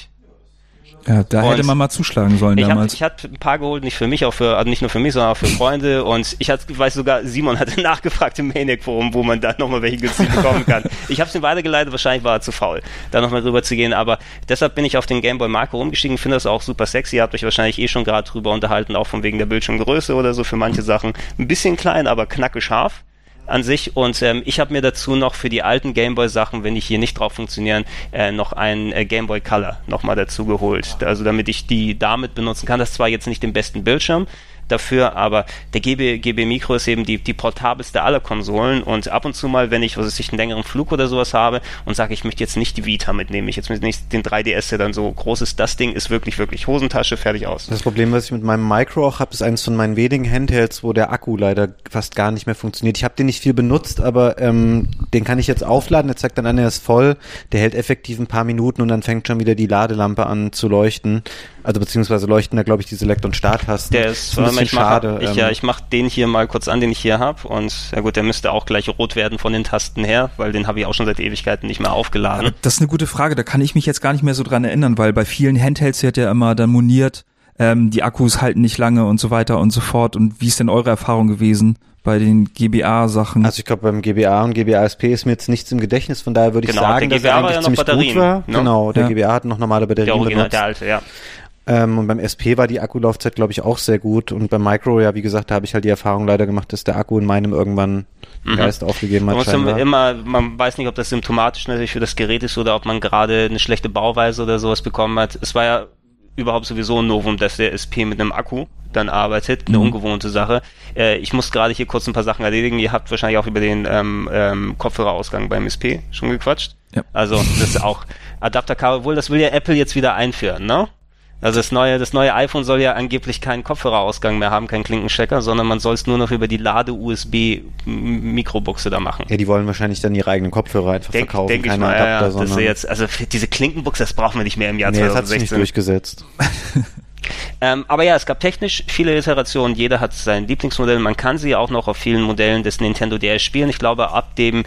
Speaker 3: Ja, da hätte man mal zuschlagen sollen damals.
Speaker 2: Ich hatte ein paar geholt, nicht für mich, also nicht nur für mich, sondern auch für Freunde. Und ich weiß sogar, Simon hatte nachgefragt im Maniac-Forum, wo man da nochmal welche günstig bekommen kann. Ich habe es ihm weitergeleitet, wahrscheinlich war er zu faul, da nochmal drüber zu gehen. Aber deshalb bin ich auf den Game Boy Micro umgestiegen, finde das auch super sexy. Ihr habt euch wahrscheinlich schon gerade drüber unterhalten, auch von wegen der Bildschirmgröße oder so für manche Sachen. Ein bisschen klein, aber knacke scharf an sich und ich habe mir dazu noch für die alten Gameboy-Sachen, wenn die hier nicht drauf funktionieren, noch einen Gameboy Color nochmal dazu geholt. Also damit ich die damit benutzen kann. Das ist zwar jetzt nicht den besten Bildschirm dafür, aber der GB Micro ist eben die portabelste aller Konsolen und ab und zu mal, wenn ich einen längeren Flug oder sowas habe und sage, ich möchte jetzt nicht die Vita mitnehmen, ich jetzt nicht den 3DS, der dann so groß ist, das Ding ist wirklich, wirklich Hosentasche, fertig aus.
Speaker 4: Das Problem, was ich mit meinem Micro auch habe, ist eines von meinen wenigen Handhelds, wo der Akku leider fast gar nicht mehr funktioniert. Ich habe den nicht viel benutzt, aber den kann ich jetzt aufladen, der zeigt dann an, er ist voll, der hält effektiv ein paar Minuten und dann fängt schon wieder die Ladelampe an zu leuchten. Also beziehungsweise leuchten da, glaube ich, die Select- und Starttasten.
Speaker 2: Der ist ein bisschen schade. Ich mache den hier mal kurz an, den ich hier habe. Und ja gut, der müsste auch gleich rot werden von den Tasten her, weil den habe ich auch schon seit Ewigkeiten nicht mehr aufgeladen.
Speaker 3: Aber das ist eine gute Frage, da kann ich mich jetzt gar nicht mehr so dran erinnern, weil bei vielen Handhelds wird ja immer dann moniert, die Akkus halten nicht lange und so weiter und so fort. Und wie ist denn eure Erfahrung gewesen bei den GBA-Sachen?
Speaker 4: Also ich glaube, beim GBA und GBA SP ist mir jetzt nichts im Gedächtnis, von daher würde ich sagen, dass er eigentlich ziemlich gut war.
Speaker 2: Ne?
Speaker 4: Genau, der GBA hat noch normale Batterien benutzt.
Speaker 2: Der alte, ja.
Speaker 4: Und beim SP war die Akkulaufzeit, glaube ich, auch sehr gut. Und beim Micro, ja, wie gesagt, da habe ich halt die Erfahrung leider gemacht, dass der Akku in meinem irgendwann den Geist aufgegeben hat.
Speaker 2: Man weiß nicht, ob das symptomatisch natürlich für das Gerät ist oder ob man gerade eine schlechte Bauweise oder sowas bekommen hat. Es war ja überhaupt sowieso ein Novum, dass der SP mit einem Akku dann arbeitet, eine ungewohnte Sache. Ich muss gerade hier kurz ein paar Sachen erledigen. Ihr habt wahrscheinlich auch über den Kopfhörerausgang beim SP schon gequatscht. Ja. Also das ist auch Adapterkabel, wohl, das will ja Apple jetzt wieder einführen, ne? Also das neue iPhone soll ja angeblich keinen Kopfhörerausgang mehr haben, keinen Klinkenstecker, sondern man soll es nur noch über die Lade-USB-Mikrobuchse da machen.
Speaker 4: Ja, die wollen wahrscheinlich dann ihre eigenen Kopfhörer einfach verkaufen,
Speaker 2: keine Adapter, sondern... Also für diese Klinkenbuchse, das brauchen wir nicht mehr im Jahr 2016.
Speaker 4: Das hat sich nicht durchgesetzt.
Speaker 2: Aber ja, es gab technisch viele Iterationen, jeder hat sein Lieblingsmodell, man kann sie auch noch auf vielen Modellen des Nintendo DS spielen. Ich glaube, ab dem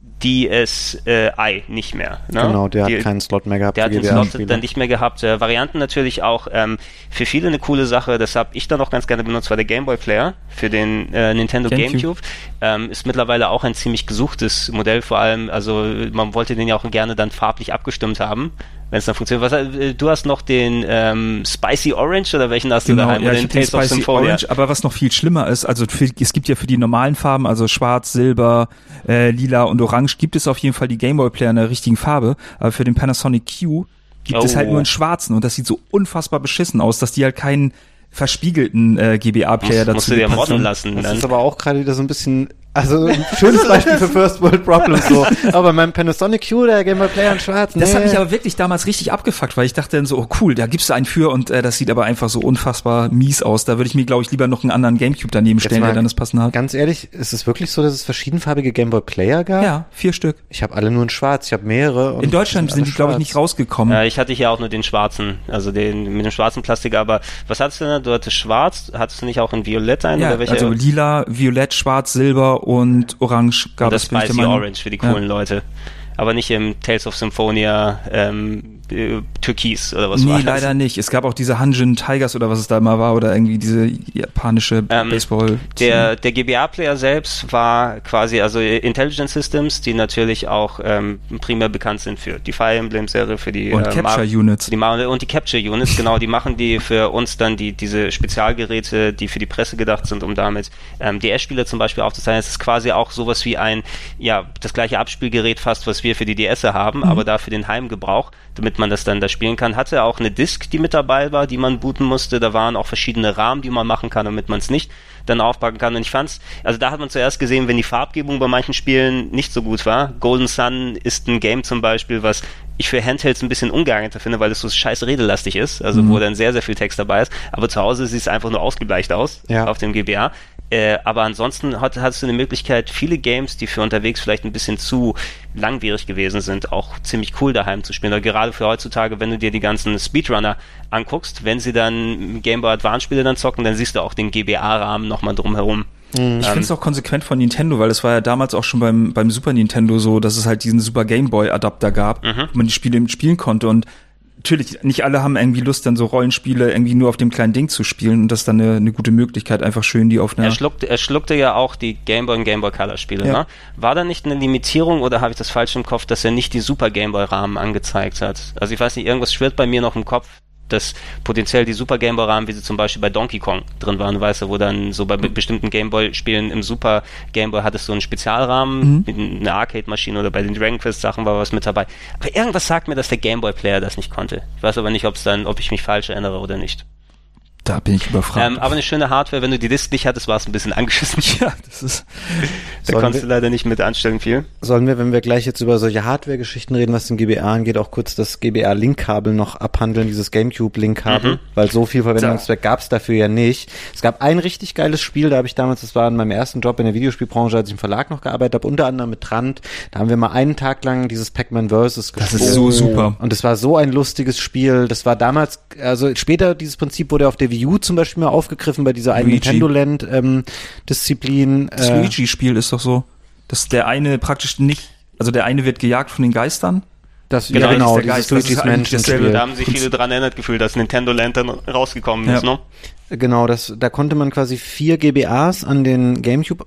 Speaker 2: DSi nicht mehr. Ne?
Speaker 4: Genau, der hat keinen Slot mehr gehabt.
Speaker 2: Der hat den Slot dann nicht mehr gehabt. Varianten natürlich auch für viele eine coole Sache, das habe ich dann auch ganz gerne benutzt, war der Game Boy Player für den Nintendo GameCube. Ist mittlerweile auch ein ziemlich gesuchtes Modell, vor allem, also man wollte den ja auch gerne dann farblich abgestimmt haben, wenn es dann funktioniert. Du hast noch den Spicy Orange oder welchen hast du daheim?
Speaker 3: Ja, den Tales of Symphonia. Orange, aber was noch viel schlimmer ist, also es gibt ja für die normalen Farben, also schwarz, silber, lila und orange, gibt es auf jeden Fall die Game Boy Player in der richtigen Farbe, aber für den Panasonic Q gibt es halt nur einen schwarzen und das sieht so unfassbar beschissen aus, dass die halt keinen verspiegelten GBA-Player dazu
Speaker 2: musst du dir modden lassen.
Speaker 4: Das ist aber auch gerade wieder so ein bisschen, also ein schönes Beispiel für First World Problems so. Aber mein Panasonic Q, der Game Boy Player in schwarz.
Speaker 3: Das hat mich aber wirklich damals richtig abgefuckt, weil ich dachte dann so, oh cool, da gibst du einen für und das sieht aber einfach so unfassbar mies aus. Da würde ich mir, glaube ich, lieber noch einen anderen Gamecube daneben stellen, der dann das passende hat.
Speaker 4: Ganz ehrlich, ist es wirklich so, dass es verschiedenfarbige Game Boy Player gab?
Speaker 3: Ja, 4 Stück.
Speaker 4: Ich habe alle nur in schwarz, ich habe mehrere. Und
Speaker 3: in Deutschland sind die, glaube ich, nicht rausgekommen.
Speaker 2: Ja, ich hatte hier auch nur den schwarzen, also den mit dem schwarzen Plastik, aber was hattest du denn? Du hattest schwarz, hattest du nicht auch in Violett einen?
Speaker 3: Ja,
Speaker 2: oder welche?
Speaker 3: Also lila, Violett, schwarz, silber und orange gab
Speaker 2: es. Und das Spicy Orange für die coolen Leute. Aber nicht im Tales of Symphonia, Türkis oder was war das?
Speaker 3: Nee, leider nicht. Es gab auch diese Hanjin Tigers oder was es da mal war oder irgendwie diese japanische Baseball.
Speaker 2: Der GBA-Player selbst war quasi, also Intelligent Systems, die natürlich auch primär bekannt sind für die Fire Emblem-Serie, für die
Speaker 3: und Capture Units.
Speaker 2: Und die Capture Units, genau, die machen die für uns dann diese Spezialgeräte, die für die Presse gedacht sind, um damit DS-Spiele zum Beispiel aufzuzeichnen. Es ist quasi auch sowas wie das gleiche Abspielgerät fast, was wir für die DS haben, aber da für den Heimgebrauch, damit man das dann da spielen kann. Hatte auch eine Disk, die mit dabei war, die man booten musste. Da waren auch verschiedene Rahmen, die man machen kann, damit man es nicht dann aufpacken kann. Und ich fand's, also da hat man zuerst gesehen, wenn die Farbgebung bei manchen Spielen nicht so gut war. Golden Sun ist ein Game zum Beispiel, was ich für Handhelds ein bisschen ungeeigneter finde, weil es so scheiß redelastig ist, also wo dann sehr, sehr viel Text dabei ist. Aber zu Hause sieht es einfach nur ausgebleicht aus auf dem GBA. Aber ansonsten hattest du eine Möglichkeit, viele Games, die für unterwegs vielleicht ein bisschen zu langwierig gewesen sind, auch ziemlich cool daheim zu spielen. Oder gerade für heutzutage, wenn du dir die ganzen Speedrunner anguckst, wenn sie dann Game Boy Advance Spiele dann zocken, dann siehst du auch den GBA-Rahmen nochmal drumherum.
Speaker 3: Ich finde es auch konsequent von Nintendo, weil es war ja damals auch schon beim Super Nintendo so, dass es halt diesen Super Game Boy Adapter gab, wo man die Spiele eben spielen konnte. Und natürlich, nicht alle haben irgendwie Lust, dann so Rollenspiele irgendwie nur auf dem kleinen Ding zu spielen, und das ist dann eine gute Möglichkeit, einfach schön die auf einer...
Speaker 2: Er schluckte ja auch die Game Boy und Game Boy Color Spiele, ne? War da nicht eine Limitierung, oder habe ich das falsch im Kopf, dass er nicht die Super Game Boy Rahmen angezeigt hat? Also ich weiß nicht, irgendwas schwirrt bei mir noch im Kopf, dass potenziell die Super Game Boy Rahmen, wie sie zum Beispiel bei Donkey Kong drin waren, weißt du, wo dann so bei bestimmten Game Boy Spielen im Super Game Boy hattest du einen Spezialrahmen mit einer Arcade-Maschine, oder bei den Dragon Quest Sachen war was mit dabei. Aber irgendwas sagt mir, dass der Game Boy Player das nicht konnte. Ich weiß aber nicht, ob ich mich falsch erinnere oder nicht.
Speaker 3: Da bin ich überfragt.
Speaker 2: Aber eine schöne Hardware, wenn du die Disk nicht hattest, war es ein bisschen angeschissen. Ja, das ist... Da konntest du leider nicht mit anstellen viel.
Speaker 4: Sollen wir, wenn wir gleich jetzt über solche Hardware-Geschichten reden, was den GBA angeht, auch kurz das GBA-Link-Kabel noch abhandeln, dieses GameCube-Link-Kabel, weil so viel Verwendungszweck gab es dafür ja nicht. Es gab ein richtig geiles Spiel, da habe ich damals, das war in meinem ersten Job in der Videospielbranche, als ich im Verlag noch gearbeitet habe, unter anderem mit Trant, da haben wir mal einen Tag lang dieses Pac-Man Versus gespielt.
Speaker 3: Das ist so super.
Speaker 4: Und es war so ein lustiges Spiel. Das war damals, also später, dieses Prinzip wurde auf der Wii U zum Beispiel mal aufgegriffen bei dieser einen Nintendo Land Disziplin.
Speaker 3: Das Luigi-Spiel ist doch so, dass der eine praktisch nicht, also der eine wird gejagt von den Geistern.
Speaker 4: Genau, dieses Luigi's Mansion Spiel.
Speaker 2: Da haben sich viele dran erinnert gefühlt, dass Nintendo Land dann rausgekommen ist, ne?
Speaker 4: Genau, da konnte man quasi 4 GBAs an den GameCube,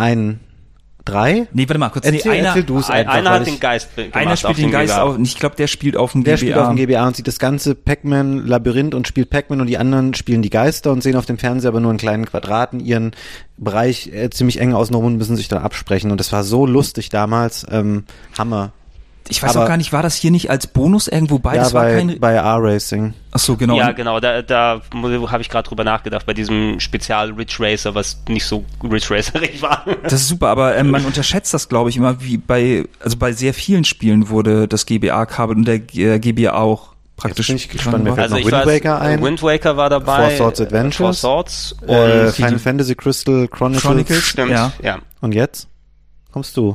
Speaker 4: drei?
Speaker 3: Nee, warte mal kurz.
Speaker 2: Einer hat den Geist gemacht.
Speaker 3: Einer spielt den Geist auf, ich glaube, der spielt auf dem GBA.
Speaker 4: Der spielt auf dem GBA und sieht das ganze Pac-Man-Labyrinth und spielt Pac-Man, und die anderen spielen die Geister und sehen auf dem Fernseher aber nur in kleinen Quadraten ihren Bereich ziemlich eng außenrum und müssen sich dann absprechen. Und das war so lustig damals. Hammer.
Speaker 3: Ich weiß auch gar nicht, war das hier nicht als Bonus irgendwo bei?
Speaker 4: Ja,
Speaker 3: das war kein
Speaker 4: bei R-Racing.
Speaker 3: Ach so, genau.
Speaker 2: Ja, genau, da habe ich gerade drüber nachgedacht, bei diesem Spezial Ridge Racer, was nicht so Ridge Racerig war.
Speaker 3: Das ist super, aber man unterschätzt das, glaube ich, immer, wie bei sehr vielen Spielen wurde das GBA-Kabel und der GBA auch praktisch.
Speaker 4: Jetzt bin ich gespannt, mir fällt noch
Speaker 2: Wind Waker ein. Wind Waker war dabei.
Speaker 4: Four Swords Adventures.
Speaker 2: Four Swords und
Speaker 4: Final Fantasy Crystal Chronicles.
Speaker 2: Stimmt, ja.
Speaker 4: Und jetzt kommst du.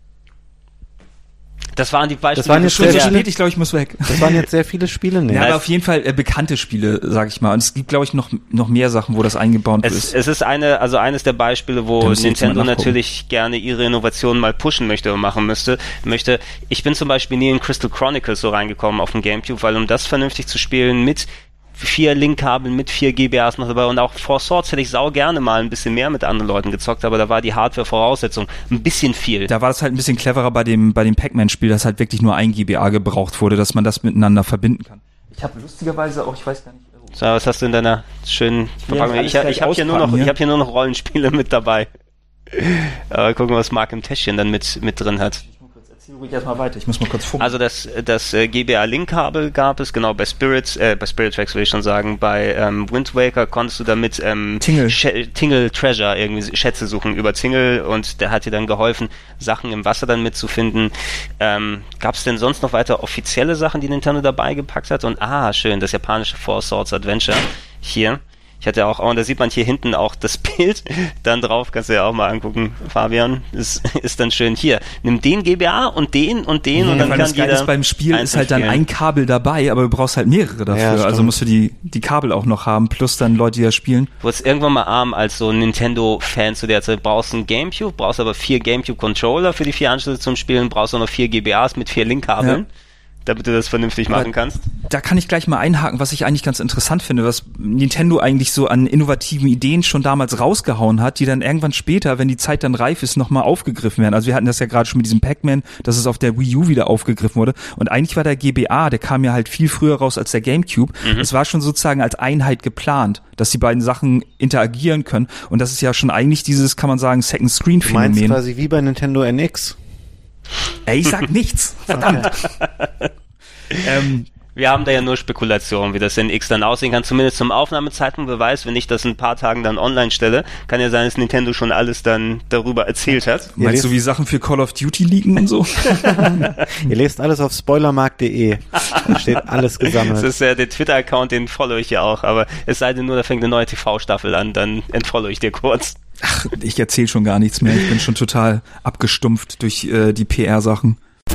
Speaker 2: Das waren die Beispiele.
Speaker 4: Das waren jetzt
Speaker 3: sehr spät, ich glaube, ich muss weg.
Speaker 4: Das waren jetzt sehr viele Spiele, ne?
Speaker 3: Ja, aber auf jeden Fall bekannte Spiele, sag ich mal. Und es gibt, glaube ich, noch mehr Sachen, wo das eingebaut ist.
Speaker 2: Es ist eines der Beispiele, wo Nintendo natürlich gerne ihre Innovationen mal pushen möchte und machen möchte. Ich bin zum Beispiel nie in Crystal Chronicles so reingekommen auf dem GameCube, weil um das vernünftig zu spielen mit 4 Link-Kabeln, mit 4 GBAs noch dabei, und auch Four Swords hätte ich gerne mal ein bisschen mehr mit anderen Leuten gezockt, aber da war die Hardware-Voraussetzung ein bisschen viel.
Speaker 3: Da war das halt ein bisschen cleverer bei dem Pac-Man-Spiel, dass halt wirklich nur ein GBA gebraucht wurde, dass man das miteinander verbinden kann. Ich habe lustigerweise auch, ich weiß gar nicht...
Speaker 2: So, was hast du in deiner schönen Verpackung? Ich habe hier nur noch Rollenspiele mit dabei. Aber gucken, was Marc im Täschchen dann mit drin hat.
Speaker 3: Ruhig erstmal weiter, ich muss mal kurz funken.
Speaker 2: Also das GBA-Link-Kabel gab es, genau, bei Spirit Tracks will ich schon sagen, bei Wind Waker konntest du damit Tingle Treasure, irgendwie Schätze suchen über Tingle, und der hat dir dann geholfen, Sachen im Wasser dann mitzufinden. Gab es denn sonst noch weiter offizielle Sachen, die Nintendo dabei gepackt hat? Und schön, das japanische Four Swords Adventure hier. Ich hatte auch, und da sieht man hier hinten auch das Bild dann drauf, kannst du ja auch mal angucken, Fabian, ist dann schön hier. Nimm den GBA und den und den, und dann kann
Speaker 3: das Geile ist, beim Spiel ist halt dann ein Kabel dabei, aber du brauchst halt mehrere dafür, ja, also musst du die Kabel auch noch haben, plus dann Leute, die das spielen.
Speaker 2: Du wurdest irgendwann mal arm als so Nintendo-Fan zu der Zeit, brauchst einen Gamecube, brauchst aber 4 Gamecube-Controller für die 4 Anschlüsse zum Spielen, brauchst auch noch 4 GBAs mit 4 Link-Kabeln. Ja. damit du das vernünftig machen kannst.
Speaker 3: Da kann ich gleich mal einhaken, was ich eigentlich ganz interessant finde, was Nintendo eigentlich so an innovativen Ideen schon damals rausgehauen hat, die dann irgendwann später, wenn die Zeit dann reif ist, nochmal aufgegriffen werden. Also wir hatten das ja gerade schon mit diesem Pac-Man, dass es auf der Wii U wieder aufgegriffen wurde. Und eigentlich war der GBA, der kam ja halt viel früher raus als der GameCube. Es war schon sozusagen als Einheit geplant, dass die beiden Sachen interagieren können. Und das ist ja schon eigentlich dieses, kann man sagen, Second-Screen-Phänomen.
Speaker 4: Du meinst quasi wie bei Nintendo NX?
Speaker 3: Ey, ich sag nichts. Verdammt.
Speaker 2: Wir haben da ja nur Spekulationen, wie das in X dann aussehen kann, zumindest zum Aufnahmezeitpunkt. Wer weiß, wenn ich das in ein paar Tagen dann online stelle, kann ja sein, dass Nintendo schon alles dann darüber erzählt hat.
Speaker 3: Meinst du, wie Sachen für Call of Duty liegen und so?
Speaker 4: Ihr lest alles auf spoilermarkt.de. Da steht alles gesammelt.
Speaker 2: Das ist ja der Twitter-Account, den follow ich ja auch, aber es sei denn nur, da fängt eine neue TV-Staffel an, dann entfollow ich dir kurz.
Speaker 3: Ach, ich erzähle schon gar nichts mehr. Ich bin schon total abgestumpft durch die PR-Sachen.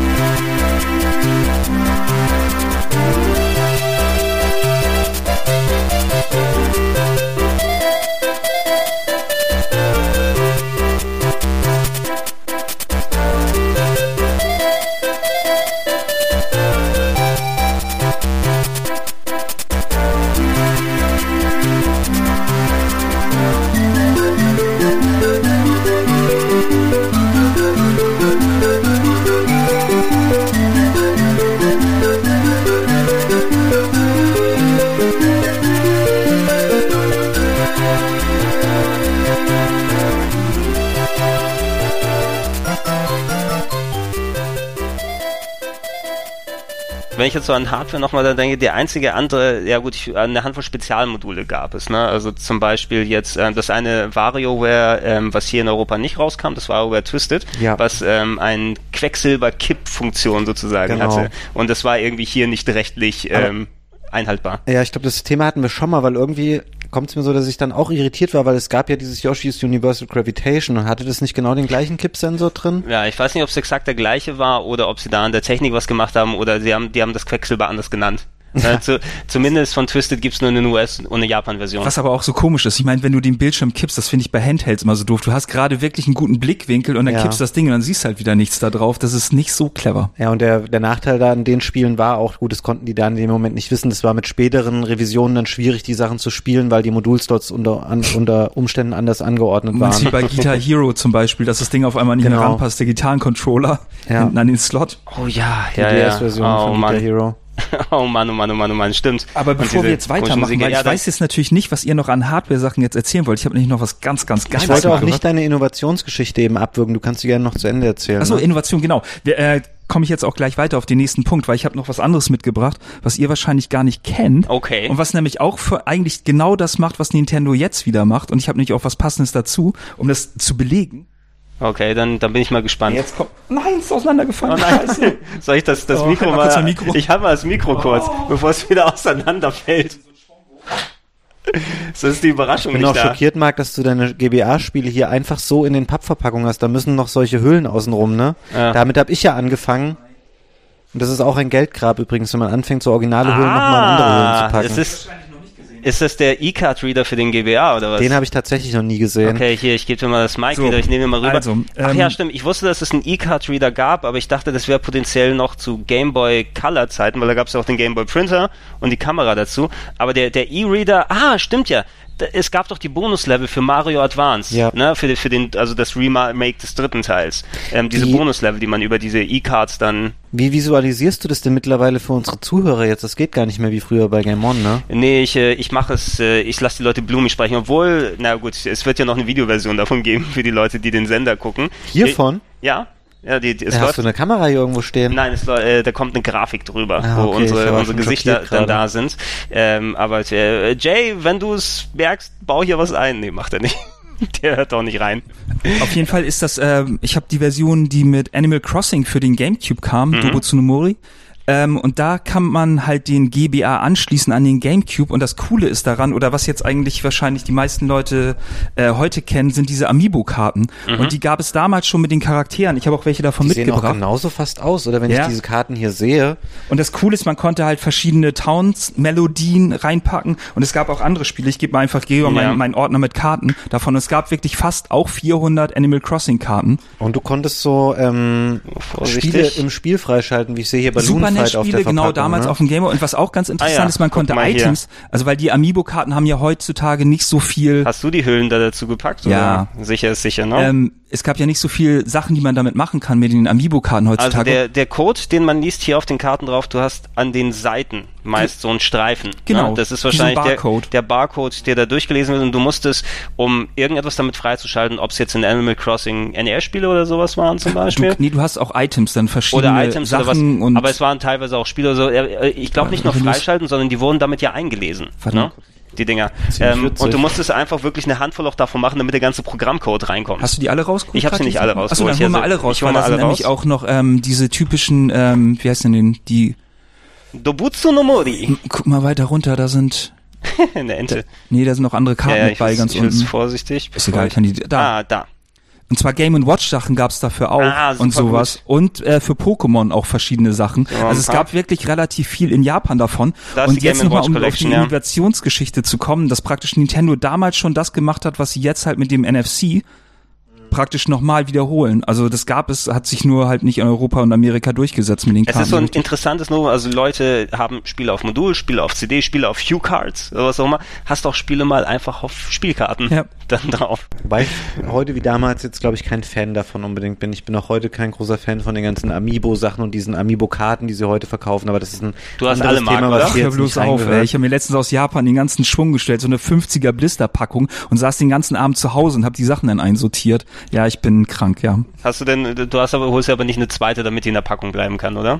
Speaker 2: Wenn ich jetzt so an Hardware nochmal da denke, die einzige andere, ja gut, eine Handvoll Spezialmodule gab es, ne? Also zum Beispiel jetzt das eine WarioWare, was hier in Europa nicht rauskam, das WarioWare Twisted, was ein Quecksilber-Kipp-Funktion sozusagen hatte. Und das war irgendwie hier nicht rechtlich einhaltbar.
Speaker 4: Ja, ich glaube, das Thema hatten wir schon mal, weil irgendwie kommt es mir so, dass ich dann auch irritiert war, weil es gab ja dieses Yoshi's Universal Gravitation und hatte das nicht genau den gleichen Kippsensor drin?
Speaker 2: Ja, ich weiß nicht, ob es exakt der gleiche war oder ob sie da an der Technik was gemacht haben oder die haben das Quecksilber anders genannt. Zumindest von Twisted gibt's nur eine US- und eine Japan-Version.
Speaker 3: Was aber auch so komisch ist. Ich meine, wenn du den Bildschirm kippst, das finde ich bei Handhelds immer so doof. Du hast gerade wirklich einen guten Blickwinkel und dann kippst das Ding und dann siehst halt wieder nichts da drauf. Das ist nicht so clever.
Speaker 4: Ja, und der Nachteil da in den Spielen war auch, gut, das konnten die da in dem Moment nicht wissen, das war mit späteren Revisionen dann schwierig, die Sachen zu spielen, weil die Modulslots unter Umständen anders angeordnet waren.
Speaker 3: Wie bei Guitar Hero zum Beispiel, dass das Ding auf einmal nicht mehr ranpasst, der Gitarrencontroller hinten an den Slot.
Speaker 2: Oh ja,
Speaker 4: die DS-Version von Guitar Hero.
Speaker 2: Oh Mann, stimmt.
Speaker 3: Aber bevor wir jetzt weitermachen, weil ich weiß jetzt natürlich nicht, was ihr noch an Hardware-Sachen jetzt erzählen wollt. Ich habe nämlich noch was ganz Geiles.
Speaker 4: Ich wollte auch nicht deine Innovationsgeschichte eben abwürgen. Du kannst sie gerne noch zu Ende erzählen.
Speaker 3: Achso, Innovation, genau. Komme ich jetzt auch gleich weiter auf den nächsten Punkt, weil ich habe noch was anderes mitgebracht, was ihr wahrscheinlich gar nicht kennt.
Speaker 2: Okay.
Speaker 3: Und was nämlich auch für eigentlich genau das macht, was Nintendo jetzt wieder macht. Und ich habe nämlich auch was Passendes dazu, um das zu belegen.
Speaker 2: Okay, dann bin ich mal gespannt.
Speaker 3: Jetzt kommt. Nein, ist auseinandergefallen.
Speaker 2: Oh nein. Soll ich das Mikro mal?
Speaker 3: Mikro.
Speaker 2: Ich habe mal das Mikro kurz, bevor es wieder auseinanderfällt. So ist die Überraschung
Speaker 4: nicht da. Ich bin auch schockiert, Marc, dass du deine GBA-Spiele hier einfach so in den Pappverpackungen hast. Da müssen noch solche Hüllen außenrum, ne? Ja. Damit habe ich ja angefangen. Und das ist auch ein Geldgrab übrigens, wenn man anfängt, so originale Hüllen nochmal in andere Hüllen zu packen.
Speaker 2: Ist das der E-Card-Reader für den GBA oder was?
Speaker 4: Den habe ich tatsächlich noch nie gesehen.
Speaker 2: Okay, hier, ich gebe dir mal das Mic wieder, ich nehme ihn mal rüber. Also, ach ja, stimmt, ich wusste, dass es einen E-Card-Reader gab, aber ich dachte, das wäre potenziell noch zu Game Boy Color-Zeiten, weil da gab es ja auch den Game Boy Printer und die Kamera dazu. Aber der E-Reader, stimmt ja. Es gab doch die Bonuslevel für Mario Advance, ne, für den, also das Remake des dritten Teils. Diese Bonuslevel, die man über diese E-Cards dann...
Speaker 4: Wie visualisierst du das denn mittlerweile für unsere Zuhörer jetzt? Das geht gar nicht mehr wie früher bei Game On, ne?
Speaker 2: Nee, ich mache es, ich lasse die Leute blumig sprechen, obwohl, na gut, es wird ja noch eine Videoversion davon geben für die Leute, die den Sender gucken.
Speaker 4: Hiervon?
Speaker 2: Ja. Ja,
Speaker 4: hast du eine Kamera hier irgendwo stehen?
Speaker 2: Nein, da kommt eine Grafik drüber, wo unsere Gesichter dann da sind. Aber Jay, wenn du es merkst, bau hier was ein. Nee, macht er nicht. Der hört doch nicht rein.
Speaker 3: Auf jeden Fall ist das, ich habe die Version, die mit Animal Crossing für den GameCube kam, Dobo Tsunomori. Und da kann man halt den GBA anschließen an den GameCube und das Coole ist daran, oder was jetzt eigentlich wahrscheinlich die meisten Leute heute kennen, sind diese Amiibo-Karten. Und die gab es damals schon mit den Charakteren. Ich habe auch welche davon mitgebracht. Die sehen auch
Speaker 4: genauso fast aus, oder wenn ich diese Karten hier sehe.
Speaker 3: Und das Coole ist, man konnte halt verschiedene Melodien reinpacken und es gab auch andere Spiele. Ich gebe mal einfach meinen Ordner mit Karten davon. Und es gab wirklich fast auch 400 Animal Crossing-Karten.
Speaker 4: Und du konntest so Spiele im Spiel freischalten, wie ich sehe hier bei Super
Speaker 3: NES-Spiele, genau, damals auf dem Game Boy. Und was auch ganz interessant ist, man konnte Items, also weil die Amiibo-Karten haben ja heutzutage nicht so viel...
Speaker 2: Hast du die Hüllen da dazu gepackt?
Speaker 3: Ja.
Speaker 2: Oder? Sicher ist sicher, ne?
Speaker 3: Es gab ja nicht so viel Sachen, die man damit machen kann mit den Amiibo-Karten heutzutage.
Speaker 2: Also der Code, den man liest hier auf den Karten drauf, du hast an den Seiten meist so einen Streifen.
Speaker 3: Genau.
Speaker 2: Ne? Das ist wahrscheinlich der Barcode, der da durchgelesen wird und du musstest, um irgendetwas damit freizuschalten, ob es jetzt in Animal Crossing NES-Spiele oder sowas waren zum Beispiel.
Speaker 3: Du hast auch Items, dann verschiedene
Speaker 2: oder Items
Speaker 3: Sachen.
Speaker 2: Oder was, aber es waren teilweise auch Spiele oder so. Ich glaube nicht nur freischalten, sondern die wurden damit ja eingelesen. Ne? Die Dinger. Und du musstest einfach wirklich eine Handvoll auch davon machen, damit der ganze Programmcode reinkommt.
Speaker 3: Hast du die alle rausgeholt?
Speaker 2: Ich habe sie nicht alle rausgeholt.
Speaker 3: Achso, dann hol mal alle raus, weil da sind nämlich auch noch diese typischen, wie heißt denn die?
Speaker 2: Dobutsu no Mori.
Speaker 3: Guck mal weiter runter, da sind...
Speaker 2: Eine Ente.
Speaker 3: Da sind noch andere Karten mit bei, ganz unten.
Speaker 2: Ich bin vorsichtig.
Speaker 3: Ist egal, kann die... Da.
Speaker 2: Da.
Speaker 3: Und zwar Game & Watch Sachen gab's dafür auch und sowas. Gut. Und für Pokémon auch verschiedene Sachen. Ja, also es gab wirklich relativ viel in Japan davon. Und jetzt nochmal, um auf die Innovationsgeschichte zu kommen, dass praktisch Nintendo damals schon das gemacht hat, was sie jetzt halt mit dem NFC praktisch nochmal wiederholen. Also das hat sich nur halt nicht in Europa und Amerika durchgesetzt mit den Karten.
Speaker 2: Es ist so ein interessantes Novum, also Leute haben Spiele auf Modul, Spiele auf CD, Spiele auf View-Cards oder was auch immer. Hast auch Spiele mal einfach auf Spielkarten dann drauf.
Speaker 4: Wobei ich heute wie damals jetzt, glaube ich, kein Fan davon unbedingt bin. Ich bin auch heute kein großer Fan von den ganzen Amiibo-Sachen und diesen Amiibo-Karten, die sie heute verkaufen, aber das ist ein anderes Thema, was hier jetzt nicht reingehört.
Speaker 3: Ich habe mir letztens aus Japan den ganzen Schwung gestellt, so eine 50er Blisterpackung und saß den ganzen Abend zu Hause und habe die Sachen dann einsortiert. Ja, ich bin krank, ja.
Speaker 2: Holst ja aber nicht eine zweite, damit die in der Packung bleiben kann, oder?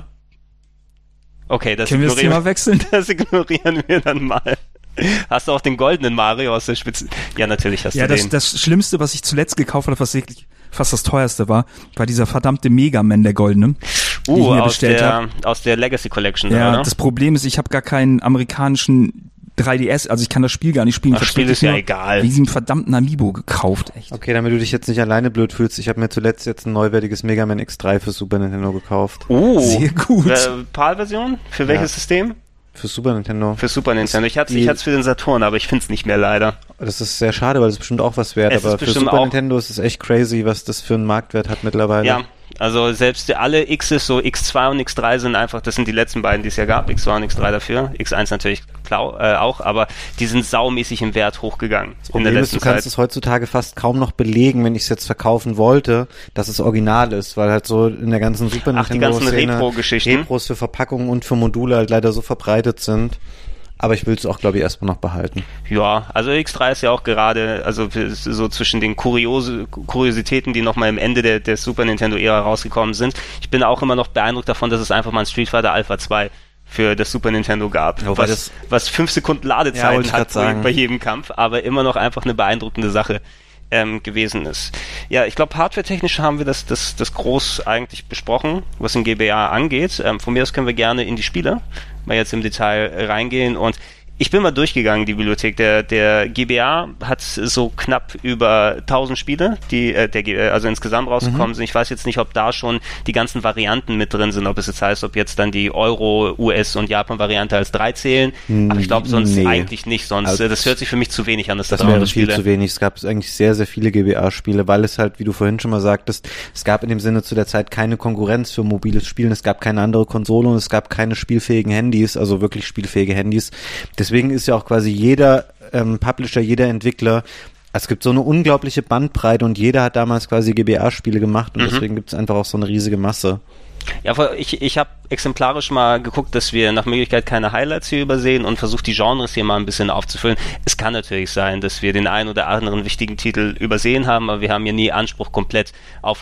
Speaker 2: Okay,
Speaker 3: können wir das Thema wechseln?
Speaker 2: Das ignorieren wir dann mal. Hast du auch den goldenen Mario aus der Spitze? Ja, natürlich hast du den. Ja,
Speaker 3: das Schlimmste, was ich zuletzt gekauft habe, was wirklich fast das teuerste war dieser verdammte Mega Man, der goldene, den ich mir bestellt habe.
Speaker 2: Aus der Legacy Collection,
Speaker 3: ja,
Speaker 2: oder?
Speaker 3: Das Problem ist, ich habe gar keinen amerikanischen 3DS, also ich kann das Spiel gar nicht spielen.
Speaker 2: Das Spiel ist ja egal.
Speaker 3: Wegen diesem verdammten Amiibo gekauft, echt.
Speaker 4: Okay, damit du dich jetzt nicht alleine blöd fühlst, ich habe mir zuletzt jetzt ein neuwertiges Mega Man X3 für Super Nintendo gekauft.
Speaker 3: Oh, sehr gut.
Speaker 2: PAL-Version? Für welches System?
Speaker 4: Für Super Nintendo.
Speaker 2: Für Super Nintendo. Ich hatte es für den Saturn, aber ich find's nicht mehr leider.
Speaker 4: Das ist sehr schade, weil es bestimmt auch was wert. Aber für Super Nintendo ist es echt crazy, was das für einen Marktwert hat mittlerweile.
Speaker 2: Ja, also selbst alle X's, so X2 und X3 sind einfach, das sind die letzten beiden, die es ja gab. X2 und X3 dafür. X1 natürlich auch, aber die sind saumäßig im Wert hochgegangen.
Speaker 4: Das Problem ist, du kannst es heutzutage fast kaum noch belegen, wenn ich es jetzt verkaufen wollte, dass es original ist, weil halt so in der ganzen Super Nintendo-Szene
Speaker 2: Retro-Geschichten.
Speaker 4: Retros für Verpackungen und für Module halt leider so verbreitet sind. Aber ich will es auch, glaube ich, erstmal noch behalten.
Speaker 2: Ja, also X3 ist ja auch gerade, also so zwischen den Kuriositäten, die nochmal im Ende der Super Nintendo-Ära rausgekommen sind. Ich bin auch immer noch beeindruckt davon, dass es einfach mal ein Street Fighter Alpha 2 für das Super Nintendo gab, was 5 Sekunden Ladezeit hat bei jedem Kampf, aber immer noch einfach eine beeindruckende Sache gewesen ist. Ja, ich glaube, hardware-technisch haben wir das groß eigentlich besprochen, was in GBA angeht. Von mir aus können wir gerne in die Spiele mal jetzt im Detail reingehen und ich bin mal durchgegangen, die Bibliothek. Der GBA hat so knapp über 1000 Spiele, die also insgesamt rausgekommen sind. Ich weiß jetzt nicht, ob da schon die ganzen Varianten mit drin sind, ob es jetzt heißt, ob jetzt dann die Euro, US und Japan-Variante als 3 zählen. Aber ich glaube sonst eigentlich nicht. Sonst also das hört sich für mich zu wenig an.
Speaker 4: Das wäre viel zu wenig. Es gab eigentlich sehr, sehr viele GBA-Spiele, weil es halt, wie du vorhin schon mal sagtest, es gab in dem Sinne zu der Zeit keine Konkurrenz für mobiles Spielen. Es gab keine andere Konsole und es gab keine spielfähigen Handys, also wirklich spielfähige Handys. Deswegen ist ja auch quasi jeder Publisher, jeder Entwickler, es gibt so eine unglaubliche Bandbreite und jeder hat damals quasi GBA-Spiele gemacht und deswegen gibt es einfach auch so eine riesige Masse.
Speaker 2: Ja, ich habe exemplarisch mal geguckt, dass wir nach Möglichkeit keine Highlights hier übersehen und versucht, die Genres hier mal ein bisschen aufzufüllen. Es kann natürlich sein, dass wir den einen oder anderen wichtigen Titel übersehen haben, aber wir haben ja nie Anspruch komplett auf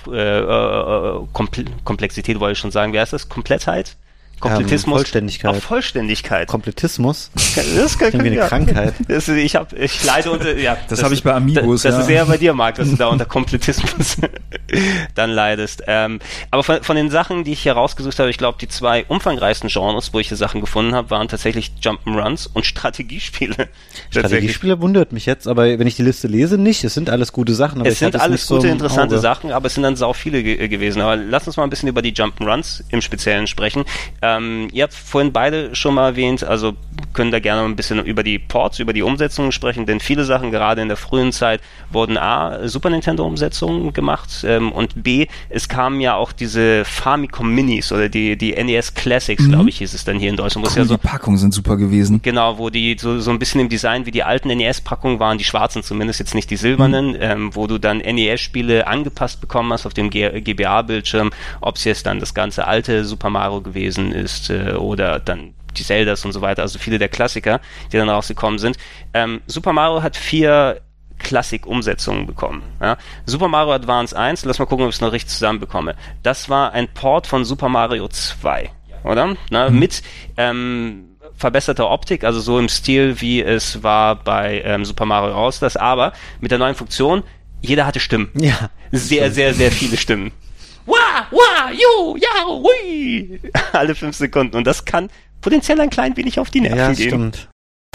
Speaker 2: Komplexität, wollte ich schon sagen. Wie heißt das? Komplettheit? Komplettismus.
Speaker 4: Vollständigkeit.
Speaker 2: Auf Vollständigkeit.
Speaker 4: Komplettismus?
Speaker 2: Das ist irgendwie eine Krankheit. Ich leide unter, ja.
Speaker 3: Das habe ich bei Amiibos,
Speaker 2: Das ist eher bei dir, Marc, dass du da unter Komplettismus dann leidest. Aber von den Sachen, die ich hier rausgesucht habe, ich glaube, die 2 umfangreichsten Genres, wo ich hier Sachen gefunden habe, waren tatsächlich Jump'n'Runs und Strategiespiele.
Speaker 4: Strategiespiele wundert mich jetzt, aber wenn ich die Liste lese, nicht. Es sind alles gute Sachen. Aber
Speaker 2: es sind alles gute, interessante Sachen, aber es sind dann sau viele gewesen. Aber lass uns mal ein bisschen über die Jump'n'Runs im Speziellen sprechen. Ihr habt vorhin beide schon mal erwähnt, also können da gerne ein bisschen über die Ports, über die Umsetzungen sprechen, denn viele Sachen, gerade in der frühen Zeit, wurden A, Super Nintendo-Umsetzungen gemacht und B, es kamen ja auch diese Famicom Minis oder die NES Classics, glaube ich, hieß es dann hier in Deutschland.
Speaker 3: Cool, die Packungen sind super gewesen.
Speaker 2: Genau, wo die so ein bisschen im Design wie die alten NES-Packungen waren, die schwarzen zumindest, jetzt nicht die silbernen, wo du dann NES-Spiele angepasst bekommen hast auf dem GBA-Bildschirm, ob es jetzt dann das ganze alte Super Mario gewesen ist oder dann die Zeldas und so weiter, also viele der Klassiker, die dann rausgekommen sind. Super Mario hat 4 Klassik-Umsetzungen bekommen. Ja? Super Mario Advance 1, lass mal gucken, ob ich es noch richtig zusammenbekomme. Das war ein Port von Super Mario 2, oder? Mit verbesserter Optik, also so im Stil, wie es war bei Super Mario All-Stars, aber mit der neuen Funktion, jeder hatte Stimmen.
Speaker 4: Ja.
Speaker 2: Sehr, sehr, sehr viele Stimmen. Wah, wah, ju, ja, hui. Alle 5 Sekunden. Und das kann potenziell ein klein wenig auf die Nerven gehen.
Speaker 4: Stimmt.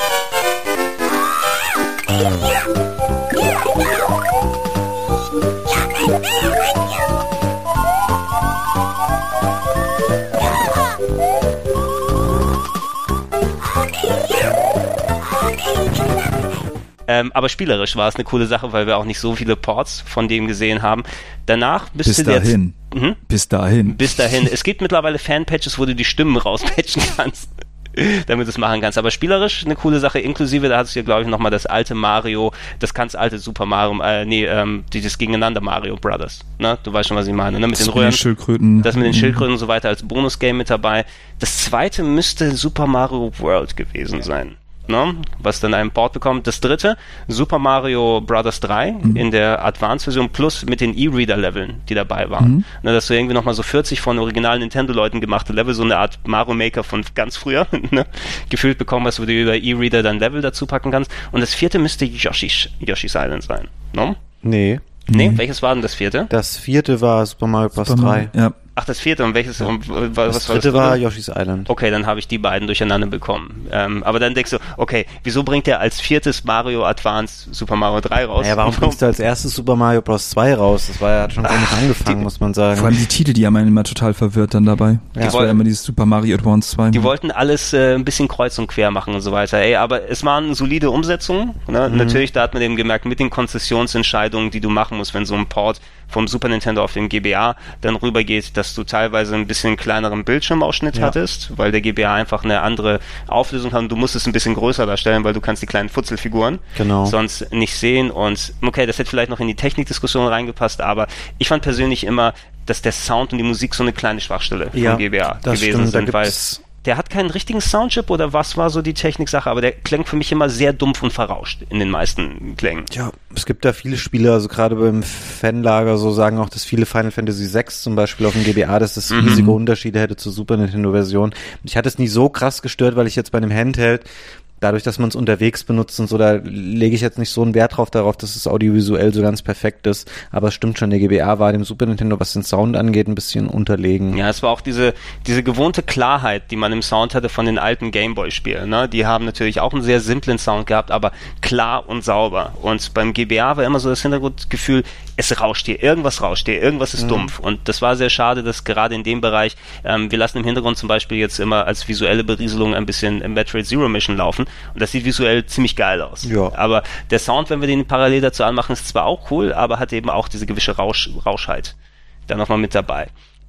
Speaker 2: Aber spielerisch war es eine coole Sache, weil wir auch nicht so viele Ports von dem gesehen haben. Danach
Speaker 3: bis dahin. Bis dahin. Es gibt mittlerweile
Speaker 2: Fan-Patches, wo du die Stimmen rauspatchen kannst, damit du es machen kannst. Aber spielerisch eine coole Sache, inklusive, da hast du ja, glaube ich, nochmal das alte Mario, das ganz alte Super Mario, dieses Gegeneinander Mario Brothers. Ne? Du weißt schon, was ich meine. Ne? Mit den Röhren.
Speaker 3: Schildkröten.
Speaker 2: Das mit den Schildkröten und so weiter als Bonusgame mit dabei. Das zweite müsste Super Mario World gewesen sein. Ne, was dann einen Port bekommt. Das dritte, Super Mario Bros. 3 in der Advanced-Version plus mit den E-Reader-Leveln, die dabei waren. Ne, dass du irgendwie nochmal so 40 von originalen Nintendo-Leuten gemachte Level, so eine Art Mario Maker von ganz früher, ne, gefühlt bekommen hast, wo du über E-Reader dann Level dazu packen kannst. Und das vierte müsste Yoshi's Island sein. No?
Speaker 4: Nee,
Speaker 2: welches war denn das vierte?
Speaker 4: Das vierte war Super Mario Bros. 3.
Speaker 2: Ja. Ach, das vierte, und welches? Und
Speaker 4: das dritte war Yoshi's Island.
Speaker 2: Okay, dann habe ich die beiden durcheinander bekommen. Aber dann denkst du, okay, wieso bringt er als viertes Mario Advance Super Mario 3 raus?
Speaker 4: Naja, warum bringst du als erstes Super Mario Bros. 2 raus? Das war ja schon gar nicht angefangen, muss man sagen.
Speaker 3: Vor allem die Titel, die haben einen immer total verwirrt dann dabei. Ja. Das war ja immer dieses Super Mario Advance 2.
Speaker 2: Die wollten alles ein bisschen kreuz und quer machen und so weiter. Aber es waren solide Umsetzungen. Ne? Natürlich, da hat man eben gemerkt, mit den Konzessionsentscheidungen, die du machen musst, wenn so ein Port vom Super Nintendo auf den GBA dann rübergeht, dass du teilweise ein bisschen kleineren Bildschirmausschnitt hattest, weil der GBA einfach eine andere Auflösung hat und du musst es ein bisschen größer darstellen, weil du kannst die kleinen Futzelfiguren sonst nicht sehen und okay, das hätte vielleicht noch in die Technikdiskussion reingepasst, aber ich fand persönlich immer, dass der Sound und die Musik so eine kleine Schwachstelle vom GBA gewesen sind, weil der hat keinen richtigen Soundchip oder was war so die Techniksache, aber der klingt für mich immer sehr dumpf und verrauscht in den meisten Klängen.
Speaker 4: Ja, es gibt da viele Spiele, also gerade beim Fanlager so sagen auch, dass viele Final Fantasy VI zum Beispiel auf dem GBA, dass das riesige Unterschiede hätte zur Super Nintendo-Version. Ich hatte es nicht so krass gestört, weil ich jetzt bei einem Handheld dadurch, dass man es unterwegs benutzt und so, da lege ich jetzt nicht so einen Wert darauf, dass es audiovisuell so ganz perfekt ist. Aber es stimmt schon, der GBA war dem Super Nintendo, was den Sound angeht, ein bisschen unterlegen.
Speaker 2: Ja, es war auch diese gewohnte Klarheit, die man im Sound hatte von den alten Gameboy-Spielen. Ne? Die haben natürlich auch einen sehr simplen Sound gehabt, aber klar und sauber. Und beim GBA war immer so das Hintergrundgefühl, es rauscht hier, irgendwas ist dumpf. Und das war sehr schade, dass gerade in dem Bereich, wir lassen im Hintergrund zum Beispiel jetzt immer als visuelle Berieselung ein bisschen Metroid Zero Mission laufen. Und das sieht visuell ziemlich geil aus. Ja. Aber der Sound, wenn wir den parallel dazu anmachen, ist zwar auch cool, aber hat eben auch diese gewisse Rauschheit da nochmal mit dabei.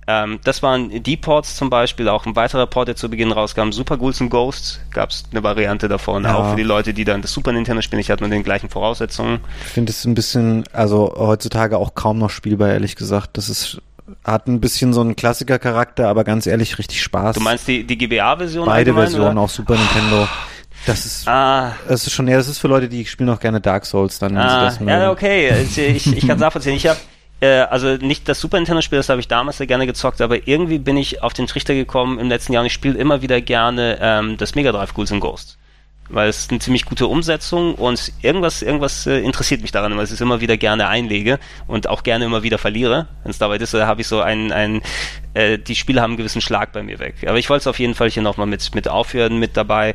Speaker 2: Das waren die Ports zum Beispiel, auch ein weiterer Port, der zu Beginn rauskam, Super Ghouls and Ghosts, gab es eine Variante davon, auch für die Leute, die dann das Super Nintendo-Spiel nicht hatten und den gleichen Voraussetzungen.
Speaker 4: Ich finde es ein bisschen, also heutzutage auch kaum noch spielbar, ehrlich gesagt. Das ist hat ein bisschen so einen Klassiker-Charakter, aber ganz ehrlich, richtig Spaß.
Speaker 2: Du meinst die GBA-Version?
Speaker 4: Beide Versionen, auch Super Nintendo. Das ist ist schon, das ist für Leute, die spielen auch gerne Dark Souls dann.
Speaker 2: Ja, okay, ich kann es nachvollziehen. Ich habe also nicht das Super Nintendo-Spiel, das habe ich damals sehr gerne gezockt, aber irgendwie bin ich auf den Trichter gekommen im letzten Jahr und ich spiele immer wieder gerne das Mega Drive Ghouls and Ghosts. Weil es eine ziemlich gute Umsetzung und irgendwas interessiert mich daran, weil ich es immer wieder gerne einlege und auch gerne immer wieder verliere. Wenn es dabei ist, da habe ich so die Spiele haben einen gewissen Schlag bei mir weg. Aber ich wollte es auf jeden Fall hier nochmal mit aufhören, mit dabei.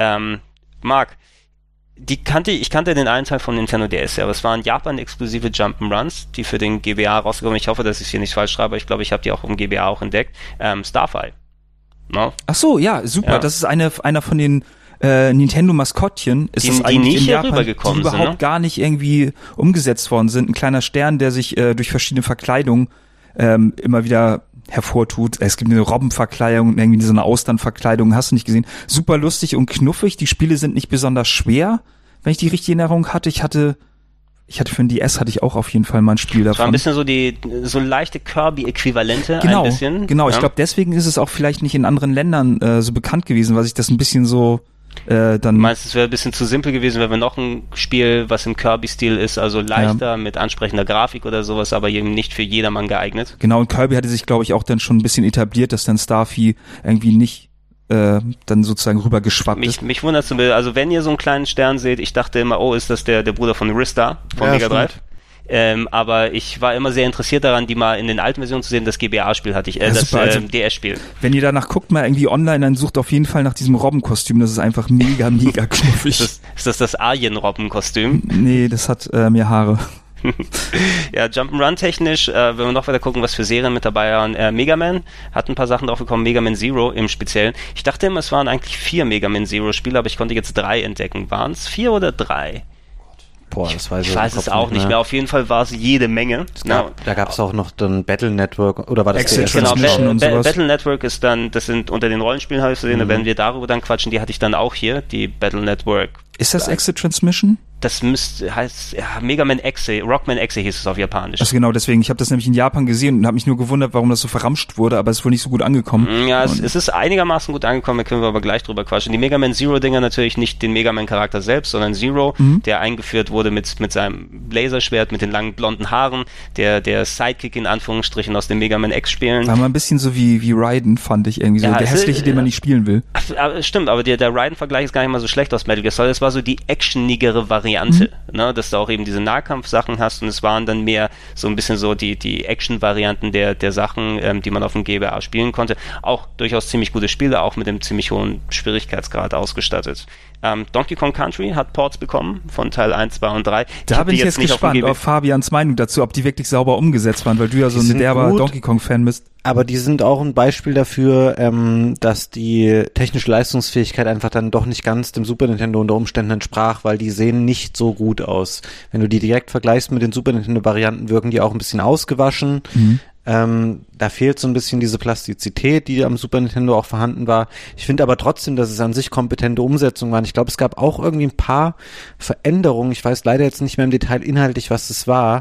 Speaker 2: Marc, ich kannte den einen Teil von Nintendo DS, ja, aber es waren Japan-exklusive Jump'n'Runs, die für den GBA rausgekommen. Ich hoffe, dass ich es hier nicht falsch schreibe, aber ich glaube, ich habe die auch im GBA auch entdeckt. Starfire. No?
Speaker 3: Ach so, ja, super. Ja. Das ist einer von den Nintendo-Maskottchen ist es eigentlich in Japan, die überhaupt gar nicht irgendwie umgesetzt worden sind. Ein kleiner Stern, der sich durch verschiedene Verkleidungen immer wieder hervortut. Es gibt eine Robbenverkleidung und irgendwie so eine Austernverkleidung, hast du nicht gesehen. Super lustig und knuffig. Die Spiele sind nicht besonders schwer, wenn ich die richtige Erinnerung hatte. Ich hatte für den DS hatte ich auch auf jeden Fall mal ein Spiel davon.
Speaker 2: Das war ein bisschen so leichte Kirby-Äquivalente.
Speaker 3: Genau,
Speaker 2: ein bisschen.
Speaker 3: Genau. Ja. Ich glaube, deswegen ist es auch vielleicht nicht in anderen Ländern so bekannt gewesen, weil sich das ein bisschen so dann... Du
Speaker 2: meinst, es wäre ein bisschen zu simpel gewesen, wenn wir noch ein Spiel, was im Kirby-Stil ist, also leichter, mit ansprechender Grafik oder sowas, aber eben nicht für jedermann geeignet.
Speaker 3: Genau, und Kirby hatte sich, glaube ich, auch dann schon ein bisschen etabliert, dass dann Starfy irgendwie nicht dann sozusagen rübergeschwappt ist.
Speaker 2: Mich wundert es, also wenn ihr so einen kleinen Stern seht, ich dachte immer, oh, ist das der Bruder von Ristar von Mega Drive? Aber ich war immer sehr interessiert daran, die mal in den alten Versionen zu sehen. Das GBA-Spiel hatte ich, das DS-Spiel.
Speaker 3: Wenn ihr danach guckt, mal irgendwie online, dann sucht auf jeden Fall nach diesem Robbenkostüm. Das ist einfach mega, mega knuffig.
Speaker 2: Ist das Alien-Robbenkostüm?
Speaker 3: Nee, das hat mehr Haare.
Speaker 2: Ja, Jump'n'Run technisch, wenn wir noch weiter gucken, was für Serien mit dabei waren, Mega Man hat ein paar Sachen drauf bekommen, Mega Man Zero im Speziellen. Ich dachte immer, es waren eigentlich 4 Mega Man Zero Spiele, aber ich konnte jetzt 3 entdecken. Waren es 4 oder 3?
Speaker 4: Boah, das weiß
Speaker 2: ich weiß es auch nicht mehr. Auf jeden Fall war es jede Menge.
Speaker 4: Da gab es auch noch dann Battle Network, oder war das
Speaker 3: Exit Transmission und sowas?
Speaker 2: Battle Network ist dann, das sind unter den Rollenspielen habe ich gesehen, da werden wir darüber dann quatschen, die hatte ich dann auch hier, die Battle Network.
Speaker 3: Ist das Exit Transmission?
Speaker 2: Das heißt Mega Man X, Rockman X hieß es auf Japanisch.
Speaker 3: Also genau, deswegen. Ich habe das nämlich in Japan gesehen und habe mich nur gewundert, warum das so verramscht wurde, aber es ist wohl nicht so gut angekommen.
Speaker 2: Ja, es ist einigermaßen gut angekommen, da können wir aber gleich drüber quatschen. Die Mega Man Zero-Dinger natürlich nicht den Mega Man-Charakter selbst, sondern Zero, der eingeführt wurde mit seinem Laserschwert, mit den langen blonden Haaren, der Sidekick in Anführungsstrichen aus den Mega Man X-Spielen.
Speaker 3: War mal ein bisschen so wie Raiden, fand ich irgendwie so. Der hässliche, den man nicht spielen will.
Speaker 2: Stimmt, aber der Raiden-Vergleich ist gar nicht mal so schlecht aus Metal Gear Solid. Das war so die actionigere Variante, ne? Dass du auch eben diese Nahkampfsachen hast und es waren dann mehr so ein bisschen so die Action-Varianten der Sachen, die man auf dem GBA spielen konnte. Auch durchaus ziemlich gute Spiele, auch mit einem ziemlich hohen Schwierigkeitsgrad ausgestattet. Donkey Kong Country hat Ports bekommen von Teil 1, 2 und 3.
Speaker 3: Da bin ich jetzt gespannt auf Fabians Meinung dazu, ob die wirklich sauber umgesetzt waren, weil du ja so ein derber Donkey Kong-Fan bist.
Speaker 4: Aber die sind auch ein Beispiel dafür, dass die technische Leistungsfähigkeit einfach dann doch nicht ganz dem Super Nintendo unter Umständen entsprach, weil die sehen nicht so gut aus. Wenn du die direkt vergleichst mit den Super Nintendo-Varianten, wirken die auch ein bisschen ausgewaschen. Da fehlt so ein bisschen diese Plastizität, die am Super Nintendo auch vorhanden war. Ich finde aber trotzdem, dass es an sich kompetente Umsetzungen waren. Ich glaube, es gab auch irgendwie ein paar Veränderungen. Ich weiß leider jetzt nicht mehr im Detail inhaltlich, was das war.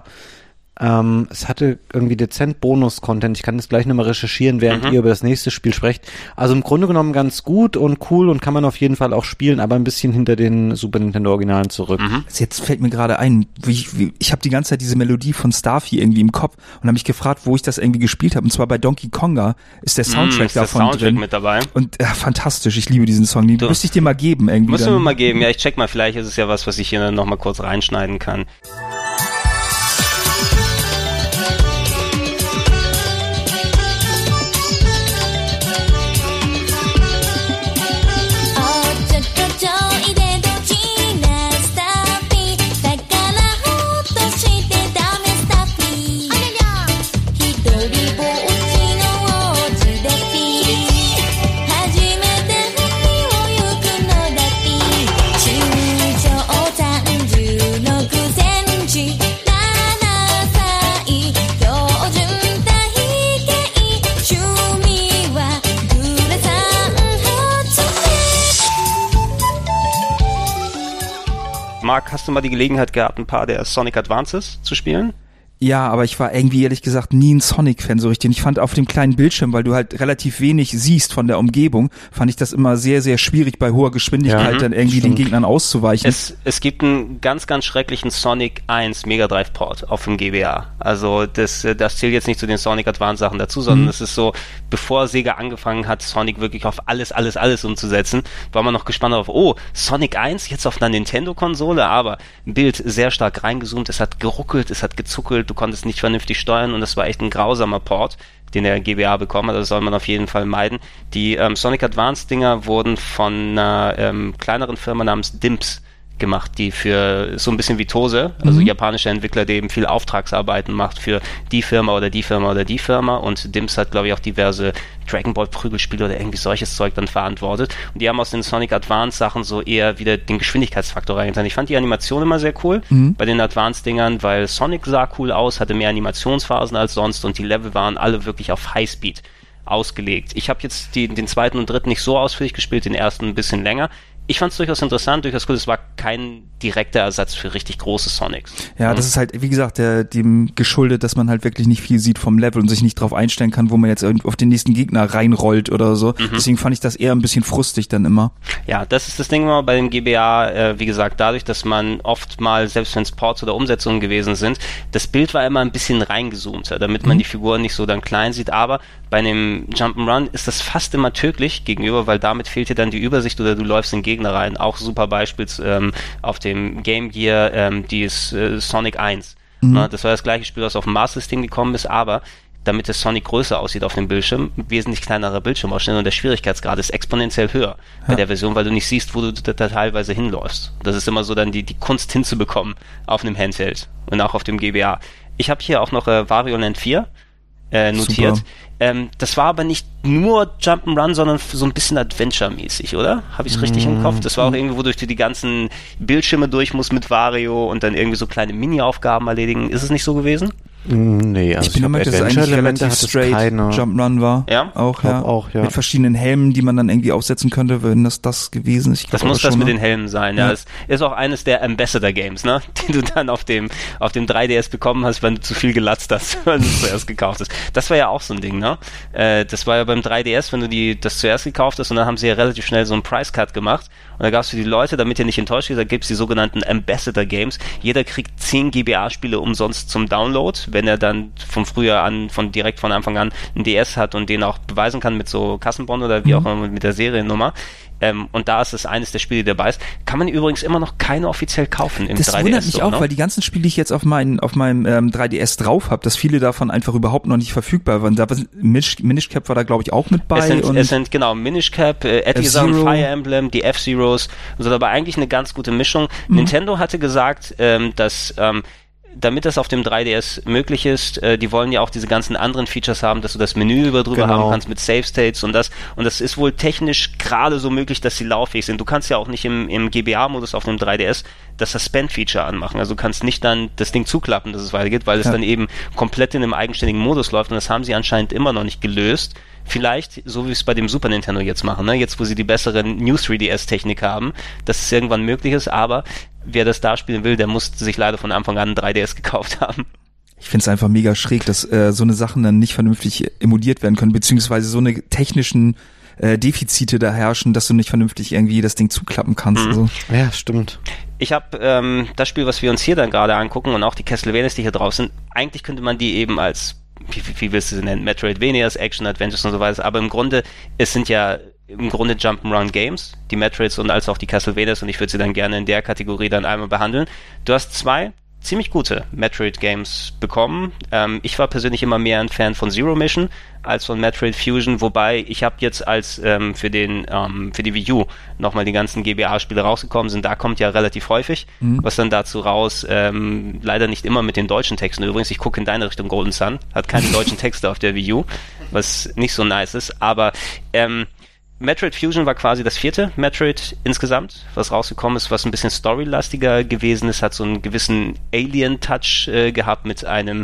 Speaker 4: Es hatte irgendwie dezent Bonus-Content. Ich kann das gleich nochmal recherchieren, während ihr über das nächste Spiel sprecht. Also im Grunde genommen ganz gut und cool und kann man auf jeden Fall auch spielen, aber ein bisschen hinter den Super Nintendo-Originalen zurück.
Speaker 3: Jetzt fällt mir gerade ein, ich habe die ganze Zeit diese Melodie von Starfy irgendwie im Kopf und habe mich gefragt, wo ich das irgendwie gespielt habe. Und zwar bei Donkey Konga ist der Soundtrack davon
Speaker 2: der Soundtrack
Speaker 3: drin.
Speaker 2: Mit dabei.
Speaker 3: Und fantastisch, ich liebe diesen Song. Den müsste ich dir mal geben irgendwie.
Speaker 2: Musst du mir mal geben. Ja, ich check mal, vielleicht ist es ja was ich hier nochmal kurz reinschneiden kann. Marc, hast du mal die Gelegenheit gehabt, ein paar der Sonic Advances zu spielen?
Speaker 3: Ja, aber ich war irgendwie ehrlich gesagt nie ein Sonic-Fan so richtig. Ich fand auf dem kleinen Bildschirm, weil du halt relativ wenig siehst von der Umgebung, fand ich das immer sehr, sehr schwierig bei hoher Geschwindigkeit dann irgendwie den Gegnern auszuweichen.
Speaker 2: Es gibt einen ganz, ganz schrecklichen Sonic 1 Mega Drive Port auf dem GBA. Also das zählt jetzt nicht zu den Sonic Advance Sachen dazu, sondern es ist so, bevor Sega angefangen hat, Sonic wirklich auf alles umzusetzen, war man noch gespannt auf, Sonic 1 jetzt auf einer Nintendo-Konsole, aber Bild sehr stark reingezoomt, es hat geruckelt, es hat gezuckelt, du konntest nicht vernünftig steuern und das war echt ein grausamer Port, den der GBA bekommen hat, das soll man auf jeden Fall meiden. Die Sonic Advance Dinger wurden von einer kleineren Firma namens Dimps gemacht, die für so ein bisschen wie Tose, also japanische Entwickler, der eben viel Auftragsarbeiten macht für die Firma oder die Firma oder die Firma, und Dims hat, glaube ich, auch diverse Dragon Ball Prügelspiele oder irgendwie solches Zeug dann verantwortet, und die haben aus den Sonic Advance Sachen so eher wieder den Geschwindigkeitsfaktor reingetan. Ich fand die Animation immer sehr cool bei den Advance Dingern, weil Sonic sah cool aus, hatte mehr Animationsphasen als sonst, und die Level waren alle wirklich auf Highspeed ausgelegt. Ich habe jetzt den zweiten und dritten nicht so ausführlich gespielt, den ersten ein bisschen länger. Ich fand es durchaus interessant, durchaus cool. Es war kein direkter Ersatz für richtig große Sonics.
Speaker 3: Ja, das ist halt, wie gesagt, dem geschuldet, dass man halt wirklich nicht viel sieht vom Level und sich nicht drauf einstellen kann, wo man jetzt auf den nächsten Gegner reinrollt oder so. Deswegen fand ich das eher ein bisschen frustig dann immer.
Speaker 2: Ja, das ist das Ding immer bei dem GBA, wie gesagt, dadurch, dass man oft mal, selbst wenn es Ports oder Umsetzungen gewesen sind, das Bild war immer ein bisschen reingezoomter, damit man die Figuren nicht so dann klein sieht, aber bei einem Jump'n'Run ist das fast immer tödlich gegenüber, weil damit fehlt dir dann die Übersicht oder du läufst in Gegner rein. Auch super Beispiel auf dem Game Gear, die ist Sonic 1. Das war das gleiche Spiel, das auf dem Master System gekommen ist, aber damit das Sonic größer aussieht auf dem Bildschirm, wesentlich kleinerer Bildschirmausschnitt, und der Schwierigkeitsgrad ist exponentiell höher bei der Version, weil du nicht siehst, wo du da teilweise hinläufst. Das ist immer so dann die Kunst hinzubekommen auf einem Handheld und auch auf dem GBA. Ich habe hier auch noch Wario Land 4 notiert. Das war aber nicht nur Jump'n'Run, sondern so ein bisschen Adventure-mäßig, oder? Habe ich es richtig im Kopf? Das war auch irgendwie, wodurch du die ganzen Bildschirme durch musst mit Wario und dann irgendwie so kleine Mini-Aufgaben erledigen. Ist es nicht so gewesen?
Speaker 4: Nee, also
Speaker 3: ich bin damit, dass es eigentlich relativ straight Jump'n'Run war.
Speaker 2: Ja?
Speaker 3: Auch, ja.
Speaker 4: Auch, ja.
Speaker 3: Mit verschiedenen Helmen, die man dann irgendwie aufsetzen könnte, wenn das gewesen ist.
Speaker 2: Das muss das mit den Helmen sein, ja. Das ist auch eines der Ambassador-Games, ne? Die du dann auf dem 3DS bekommen hast, wenn du zu viel gelatzt hast, wenn du es zuerst gekauft hast. Das war ja auch so ein Ding, ne? Das war ja beim 3DS, wenn du das zuerst gekauft hast, und dann haben sie ja relativ schnell so einen Price-Cut gemacht, und da gab es für die Leute, damit ihr nicht enttäuscht seid, da gibt es die sogenannten Ambassador-Games. Jeder kriegt 10 GBA-Spiele umsonst zum Download, wenn er dann direkt von Anfang an einen DS hat und den auch beweisen kann mit so Kassenbon oder wie auch immer mit der Seriennummer. Und da ist es eines der Spiele, die dabei ist. Kann man übrigens immer noch keine offiziell kaufen im 3DS.
Speaker 3: Das wundert mich auch, weil die ganzen Spiele, die ich jetzt auf meinem 3DS drauf habe, dass viele davon einfach überhaupt noch nicht verfügbar waren. Da Minish Cap war da, glaube ich, auch mit bei.
Speaker 2: Es sind genau Minish Cap, etliche Sachen, Fire Emblem, die F-Zeros, also aber eigentlich eine ganz gute Mischung. Nintendo hatte gesagt, dass damit das auf dem 3DS möglich ist, die wollen ja auch diese ganzen anderen Features haben, dass du das Menü drüber haben kannst mit Save States und das ist wohl technisch gerade so möglich, dass sie lauffähig sind. Du kannst ja auch nicht im GBA-Modus auf dem 3DS das Suspend-Feature anmachen, also du kannst nicht dann das Ding zuklappen, dass es weitergeht, weil es dann eben komplett in einem eigenständigen Modus läuft, und das haben sie anscheinend immer noch nicht gelöst. Vielleicht, so wie es bei dem Super Nintendo jetzt machen, ne? Jetzt, wo sie die bessere New 3DS-Technik haben, dass es irgendwann möglich ist, aber wer das da spielen will, der muss sich leider von Anfang an ein 3DS gekauft haben.
Speaker 3: Ich finde es einfach mega schräg, dass so eine Sachen dann nicht vernünftig emuliert werden können, beziehungsweise so eine technischen Defizite da herrschen, dass du nicht vernünftig irgendwie das Ding zuklappen kannst. So.
Speaker 4: Ja, stimmt.
Speaker 2: Ich habe das Spiel, was wir uns hier dann gerade angucken, und auch die Castlevanias, die hier drauf sind, eigentlich könnte man die eben als, wie willst du sie nennen, Metroidvanias, Action-Adventures und so weiter, aber im Grunde sind ja Jump'n'Run-Games, die Metroids und als auch die Castlevanias, und ich würde sie dann gerne in der Kategorie dann einmal behandeln. Du hast 2 ziemlich gute Metroid-Games bekommen. Ich war persönlich immer mehr ein Fan von Zero Mission als von Metroid Fusion, wobei ich habe jetzt als für die Wii U nochmal die ganzen GBA-Spiele rausgekommen sind. Da kommt ja relativ häufig was dann dazu raus. Leider nicht immer mit den deutschen Texten. Übrigens, ich gucke in deine Richtung, Golden Sun. Hat keine deutschen Texte auf der Wii U, was nicht so nice ist. Aber Metroid Fusion war quasi das 4. Metroid insgesamt, was rausgekommen ist, was ein bisschen storylastiger gewesen ist, hat so einen gewissen Alien-Touch gehabt mit einem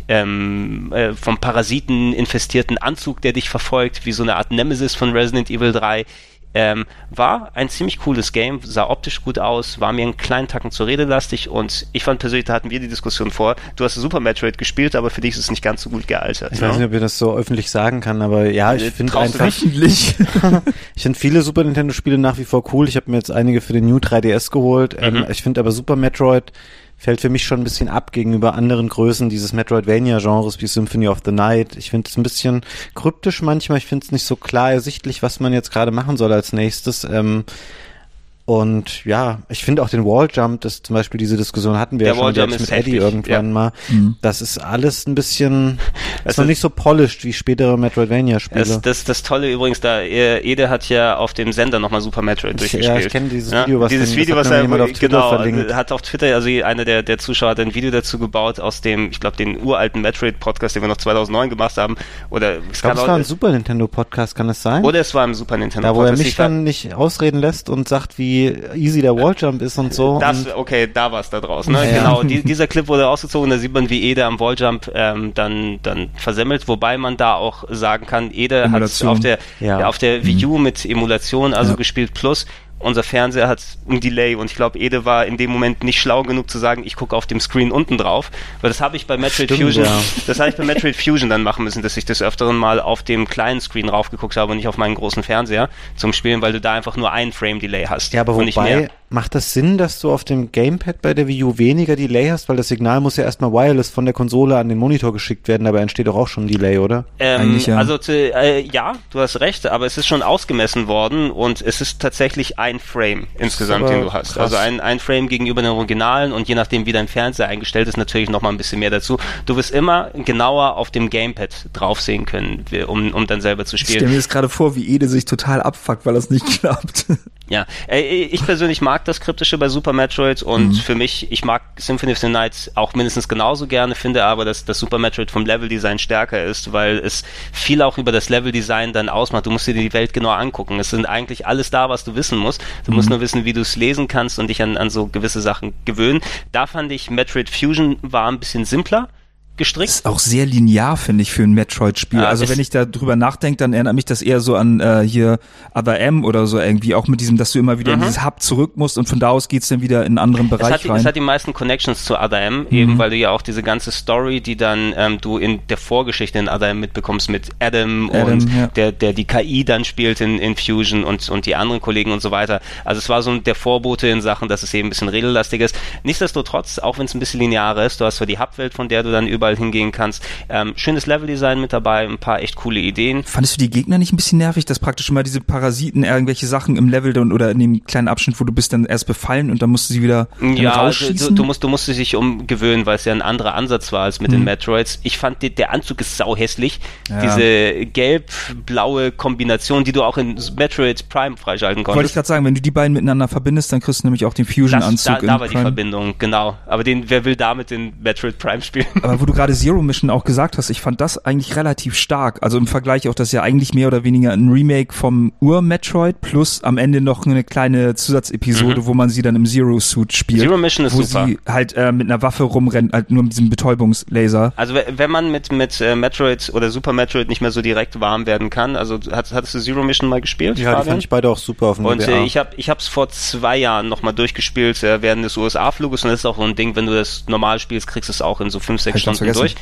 Speaker 2: vom Parasiten infestierten Anzug, der dich verfolgt, wie so eine Art Nemesis von Resident Evil 3. War ein ziemlich cooles Game, sah optisch gut aus, war mir einen kleinen Tacken zu redelastig, und ich fand persönlich, da hatten wir die Diskussion vor, du hast Super Metroid gespielt, aber für dich ist es nicht ganz so gut gealtert.
Speaker 4: Ich weiß nicht, ob ich das so öffentlich sagen kann, aber ja, ich finde einfach... ich finde viele Super Nintendo-Spiele nach wie vor cool. Ich habe mir jetzt einige für den New 3DS geholt. Ich finde aber Super Metroid fällt für mich schon ein bisschen ab gegenüber anderen Größen dieses Metroidvania-Genres wie Symphony of the Night. Ich finde es ein bisschen kryptisch manchmal. Ich finde es nicht so klar ersichtlich, was man jetzt gerade machen soll als nächstes. Und ja, ich finde auch den Walljump, das zum Beispiel diese Diskussion hatten wir ja schon jetzt mit Eddie irgendwann mal. Das ist alles ein bisschen, ist noch nicht so polished wie spätere Metroidvania-Spiele.
Speaker 2: Das Tolle übrigens, Ede hat ja auf dem Sender nochmal Super Metroid durchgespielt. Ja,
Speaker 4: ich kenne dieses Video,
Speaker 2: was er auf Twitter verlinkt. Hat auf Twitter, also einer der Zuschauer hat ein Video dazu gebaut aus dem, ich glaube, den uralten Metroid-Podcast, den wir noch 2009 gemacht haben. Oder
Speaker 4: ich glaube, es war ein Super Nintendo-Podcast, kann es sein?
Speaker 2: Oder es war ein Super Nintendo-Podcast.
Speaker 4: Da, wo er mich dann nicht ausreden lässt und sagt, wie easy der Walljump ist und so.
Speaker 2: Okay, da war es da draußen. Ne? Ja. Genau, dieser Clip wurde ausgezogen, da sieht man, wie Ede am Walljump dann versemmelt, wobei man da auch sagen kann, Ede hat auf der Wii U mit Emulation gespielt, plus unser Fernseher hat ein Delay und ich glaube, Ede war in dem Moment nicht schlau genug zu sagen, ich gucke auf dem Screen unten drauf, weil das habe ich bei Metroid Fusion dann machen müssen, dass ich des Öfteren mal auf dem kleinen Screen raufgeguckt habe und nicht auf meinen großen Fernseher zum Spielen, weil du da einfach nur ein Frame-Delay hast.
Speaker 4: Ja, aber wobei, macht das Sinn, dass du auf dem Gamepad bei der Wii U weniger Delay hast, weil das Signal muss ja erstmal wireless von der Konsole an den Monitor geschickt werden, dabei entsteht doch auch schon ein Delay, oder?
Speaker 3: Eigentlich ja.
Speaker 2: Also ja, du hast recht, aber es ist schon ausgemessen worden und es ist tatsächlich ein Frame insgesamt, den du hast. Krass. Also ein Frame gegenüber den Originalen und je nachdem, wie dein Fernseher eingestellt ist, natürlich nochmal ein bisschen mehr dazu. Du wirst immer genauer auf dem Gamepad drauf sehen können, um dann selber zu spielen. Ich
Speaker 3: stelle mir jetzt gerade vor, wie Ede sich total abfuckt, weil das nicht klappt.
Speaker 2: Ja, ich persönlich mag das Kryptische bei Super Metroid und für mich, ich mag Symphony of the Night auch mindestens genauso gerne, finde aber, dass das Super Metroid vom Leveldesign stärker ist, weil es viel auch über das Leveldesign dann ausmacht. Du musst dir die Welt genau angucken. Es sind eigentlich alles da, was du wissen musst. Du musst nur wissen, wie du es lesen kannst und dich an so gewisse Sachen gewöhnen. Da fand ich, Metroid Fusion war ein bisschen simpler gestrickt.
Speaker 3: Ist auch sehr linear, finde ich, für ein Metroid-Spiel. Ja, also wenn ich da drüber nachdenke, dann erinnert mich das eher so an hier Other M oder so irgendwie, auch mit diesem, dass du immer wieder in dieses Hub zurück musst und von da aus geht's dann wieder in einen anderen Bereich rein.
Speaker 2: Es hat die meisten Connections zu Other M, eben weil du ja auch diese ganze Story, die dann du in der Vorgeschichte in Other M mitbekommst mit Adam und der die KI dann spielt in Fusion und die anderen Kollegen und so weiter. Also es war so der Vorbote in Sachen, dass es eben ein bisschen regellastig ist. Nichtsdestotrotz, auch wenn es ein bisschen linearer ist, du hast zwar die Hubwelt, von der du dann überall hingehen kannst. Schönes Leveldesign mit dabei, ein paar echt coole Ideen.
Speaker 3: Fandest du die Gegner nicht ein bisschen nervig, dass praktisch immer diese Parasiten irgendwelche Sachen im Level oder in dem kleinen Abschnitt, wo du bist, dann erst befallen und dann musst du sie wieder rausschießen?
Speaker 2: Du musst dich umgewöhnen, weil es ja ein anderer Ansatz war als mit den Metroids. Ich fand, der Anzug ist sau hässlich. Ja. Diese gelb-blaue Kombination, die du auch in Metroid Prime freischalten konntest.
Speaker 3: Wollte ich gerade sagen, wenn du die beiden miteinander verbindest, dann kriegst du nämlich auch den Fusion-Anzug.
Speaker 2: Da war die Verbindung, genau. Aber wer will damit den Metroid Prime spielen?
Speaker 3: Aber wo du gerade Zero Mission auch gesagt hast, ich fand das eigentlich relativ stark. Also im Vergleich auch, das ist ja eigentlich mehr oder weniger ein Remake vom Ur-Metroid plus am Ende noch eine kleine Zusatzepisode, wo man sie dann im Zero-Suit spielt.
Speaker 2: Zero Mission ist
Speaker 3: wo
Speaker 2: super.
Speaker 3: Wo sie halt mit einer Waffe rumrennt, halt nur mit diesem Betäubungslaser.
Speaker 2: Also wenn man mit Metroid oder Super Metroid nicht mehr so direkt warm werden kann, also hattest du Zero Mission mal gespielt?
Speaker 4: Ja, die fand ich beide auch super auf dem
Speaker 2: Und ich hab's vor 2 Jahren nochmal durchgespielt während des USA-Fluges und das ist auch so ein Ding, wenn du das normal spielst, kriegst du es auch in so 5-6 Stunden durch.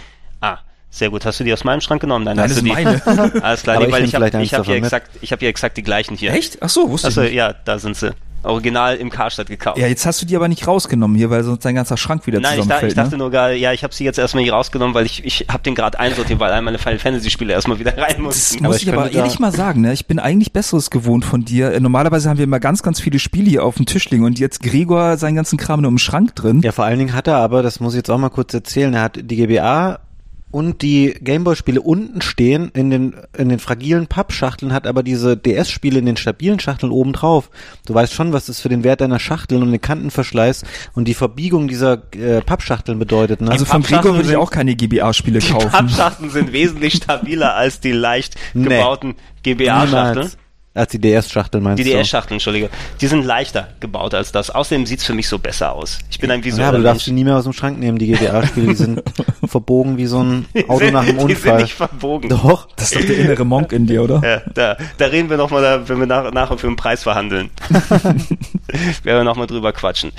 Speaker 2: Sehr gut. Hast du die aus meinem Schrank genommen? Nein, hast du die? Meine. Alles klar, weil ich hab hier exakt die gleichen hier.
Speaker 3: Echt? Ach so, wusste ich nicht.
Speaker 2: Ja, da sind sie. Original im Karstadt gekauft.
Speaker 3: Ja, jetzt hast du die aber nicht rausgenommen hier, weil sonst dein ganzer Schrank wieder zusammenfällt.
Speaker 2: Ich dachte nur gerade, ich habe sie jetzt erstmal hier rausgenommen, weil ich habe den gerade einsortiert, weil all meine Final Fantasy Spiele erstmal wieder rein mussten.
Speaker 3: Das muss ich aber ehrlich mal sagen, ne? Ich bin eigentlich Besseres gewohnt von dir. Normalerweise haben wir immer ganz, ganz viele Spiele hier auf dem Tisch liegen und jetzt Gregor seinen ganzen Kram nur im Schrank drin.
Speaker 4: Ja, vor allen Dingen hat er aber, das muss ich jetzt auch mal kurz erzählen, er hat die GBA und die Gameboy-Spiele unten stehen in den fragilen Pappschachteln, hat aber diese DS-Spiele in den stabilen Schachteln oben drauf. Du weißt schon, was das für den Wert deiner Schachteln und den Kantenverschleiß und die Verbiegung dieser Pappschachteln bedeutet. Ne?
Speaker 3: Also von Gregor würde ich auch keine GBA-Spiele kaufen.
Speaker 2: Die Pappschachteln sind wesentlich stabiler als die leicht gebauten GBA-Schachteln.
Speaker 4: Als die DS-Schachteln meinst du?
Speaker 2: Die DS-Schachteln, Entschuldige. Die sind leichter gebaut als das. Außerdem sieht's für mich so besser aus. Ich bin ein visueller
Speaker 4: aber du darfst die nie mehr aus dem Schrank nehmen, die GBA-Spiele. Die sind verbogen wie so ein Auto nach einem Unfall. Die sind
Speaker 2: nicht verbogen.
Speaker 3: Doch. Das ist doch der innere Monk in dir, oder?
Speaker 2: Ja, da reden wir nochmal, wenn wir nachher für einen Preis verhandeln. Werden wir nochmal drüber quatschen.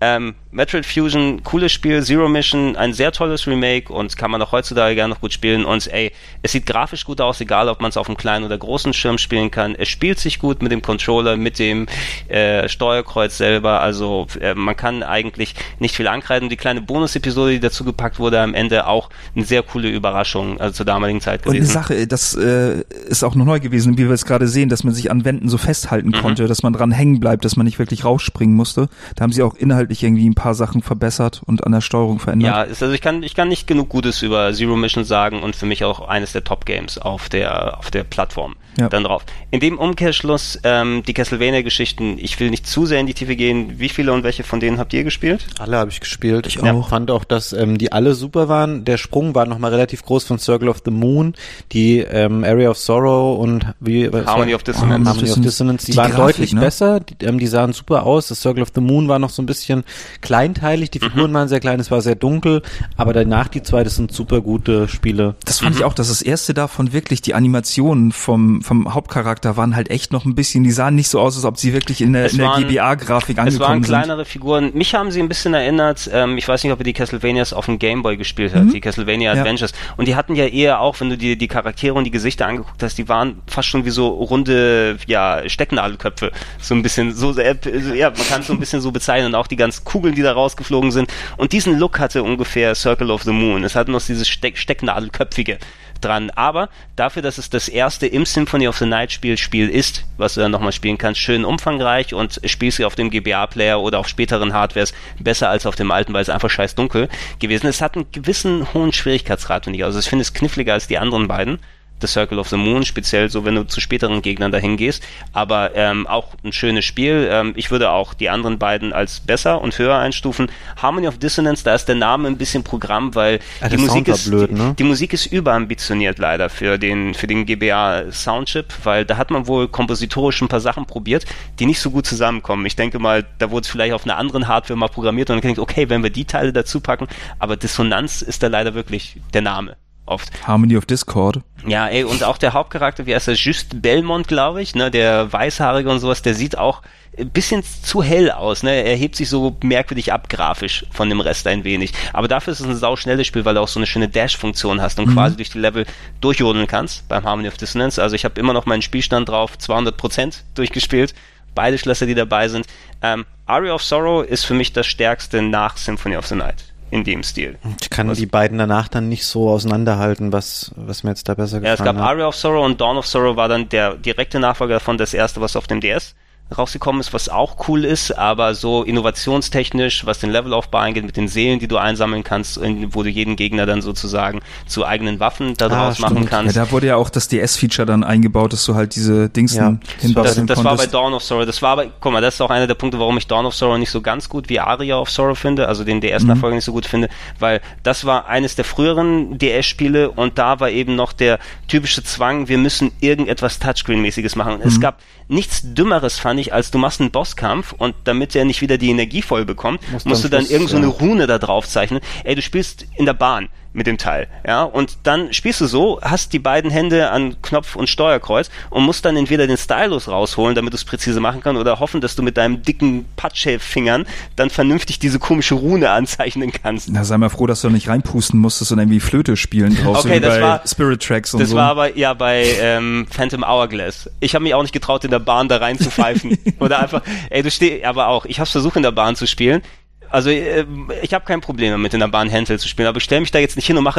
Speaker 2: Metroid Fusion, cooles Spiel, Zero Mission, ein sehr tolles Remake und kann man auch heutzutage gerne noch gut spielen und es sieht grafisch gut aus, egal ob man es auf einem kleinen oder großen Schirm spielen kann. Es spielt sich gut mit dem Controller, mit dem Steuerkreuz selber, also man kann eigentlich nicht viel ankreiden. Die kleine Bonus-Episode, die dazu gepackt wurde, am Ende auch eine sehr coole Überraschung, also zur damaligen Zeit gewesen.
Speaker 3: Und eine Sache, das ist auch noch neu gewesen, wie wir es gerade sehen, dass man sich an Wänden so festhalten konnte, dass man dran hängen bleibt, dass man nicht wirklich rausspringen musste. Da haben sie auch inhaltlich irgendwie ein paar Sachen verbessert und an der Steuerung verändert.
Speaker 2: Ja, also ich kann nicht genug Gutes über Zero Mission sagen und für mich auch eines der Top-Games auf der Plattform dann drauf. In dem Umkehrschluss, die Castlevania-Geschichten, ich will nicht zu sehr in die Tiefe gehen. Wie viele und welche von denen habt ihr gespielt?
Speaker 4: Alle habe ich gespielt.
Speaker 3: Ich auch.
Speaker 4: Fand auch, dass die alle super waren. Der Sprung war nochmal relativ groß von Circle of the Moon, die Area of Sorrow und
Speaker 2: Harmony of Dissonance.
Speaker 4: Die waren Grafik, deutlich besser. Die sahen super aus. Das Circle of the Moon war noch so ein bisschen kleinteilig. Die Figuren waren sehr klein, es war sehr dunkel. Aber danach die zwei, das sind super gute Spiele.
Speaker 3: Das fand ich auch, dass das erste davon wirklich, die Animationen vom Hauptcharakter waren halt echt noch ein bisschen, die sahen nicht so aus, als ob sie wirklich in der GBA-Grafik angekommen sind.
Speaker 2: Es waren kleinere Figuren. Mich haben sie ein bisschen erinnert, ich weiß nicht, ob ihr die Castlevanias auf dem Gameboy gespielt habt, die Castlevania Adventures. Und die hatten ja eher auch, wenn du dir die Charaktere und die Gesichter angeguckt hast, die waren fast schon wie so runde, Stecknadelköpfe. So ein bisschen, man kann es so ein bisschen so bezeichnen. Und auch die ganzen Kugeln, die da rausgeflogen sind. Und diesen Look hatte ungefähr Circle of the Moon. Es hatte noch dieses Stecknadelköpfige dran, aber dafür, dass es das erste im Symphony of the Night Spiel ist, was du dann nochmal spielen kannst, schön umfangreich und spielst du auf dem GBA-Player oder auf späteren Hardwares besser als auf dem alten, weil es einfach scheiß dunkel gewesen ist. Es hat einen gewissen hohen Schwierigkeitsgrad, finde ich. Also ich finde es kniffliger als die anderen beiden. The Circle of the Moon, speziell so, wenn du zu späteren Gegnern dahin gehst, aber auch ein schönes Spiel. Ich würde auch die anderen beiden als besser und höher einstufen. Harmony of Dissonance, da ist der Name ein bisschen Programm, weil die Musik ist blöd, ne? Die Musik ist überambitioniert leider für den GBA Soundchip, weil da hat man wohl kompositorisch ein paar Sachen probiert, die nicht so gut zusammenkommen. Ich denke mal, da wurde es vielleicht auf einer anderen Hardware mal programmiert und dann denkt, okay, wenn wir die Teile dazu packen, aber Dissonanz ist da leider wirklich der Name. Oft.
Speaker 3: Harmony of Discord.
Speaker 2: Ja, und auch der Hauptcharakter, wie heißt der? Just Belmont, glaube ich, ne, der Weißhaarige und sowas, der sieht auch ein bisschen zu hell aus, ne, er hebt sich so merkwürdig ab grafisch von dem Rest ein wenig, aber dafür ist es ein sauschnelles Spiel, weil du auch so eine schöne Dash-Funktion hast und quasi durch die Level durchjodeln kannst beim Harmony of Dissonance, also ich habe immer noch meinen Spielstand drauf, 200% durchgespielt, beide Schlösser, die dabei sind. Aria of Sorrow ist für mich das stärkste nach Symphony of the Night. In dem Stil.
Speaker 4: Ich kann die beiden danach dann nicht so auseinanderhalten, was mir jetzt da besser gefallen hat.
Speaker 2: Ja, es gab Aria of Sorrow und Dawn of Sorrow war dann der direkte Nachfolger davon, das erste, was auf dem DS rausgekommen ist, was auch cool ist, aber so innovationstechnisch, was den Levelaufbau angeht, mit den Seelen, die du einsammeln kannst, wo du jeden Gegner dann sozusagen zu eigenen Waffen daraus machen kannst.
Speaker 3: Ja, da wurde ja auch das DS-Feature dann eingebaut, dass du halt diese Dingsen
Speaker 2: hinbauen Das war bei Dawn of Sorrow. Das war aber, guck mal, das ist auch einer der Punkte, warum ich Dawn of Sorrow nicht so ganz gut wie Aria of Sorrow finde, also den DS-Nachfolger nicht so gut finde, weil das war eines der früheren DS-Spiele und da war eben noch der typische Zwang, wir müssen irgendetwas Touchscreen-mäßiges machen. Es gab nichts Dümmeres, fand ich, als du machst einen Bosskampf und damit er nicht wieder die Energie voll bekommt, musst du dann irgend so eine Rune da drauf zeichnen. Du spielst in der Bahn mit dem Teil, ja, und dann spielst du so, hast die beiden Hände an Knopf und Steuerkreuz und musst dann entweder den Stylus rausholen, damit du es präzise machen kannst, oder hoffen, dass du mit deinem dicken Patschefingern dann vernünftig diese komische Rune anzeichnen kannst.
Speaker 3: Na, sei mal froh, dass du nicht reinpusten musstest und irgendwie Flöte spielen drauf,
Speaker 2: okay,
Speaker 3: so wie bei Spirit Tracks und so.
Speaker 2: Das war aber ja bei Phantom Hourglass. Ich habe mich auch nicht getraut, in der Bahn da rein zu pfeifen. Oder einfach, aber auch, ich habe versucht, in der Bahn zu spielen. Also ich habe kein Problem damit, in der Bahn Handheld zu spielen, aber ich stelle mich da jetzt nicht hin und mache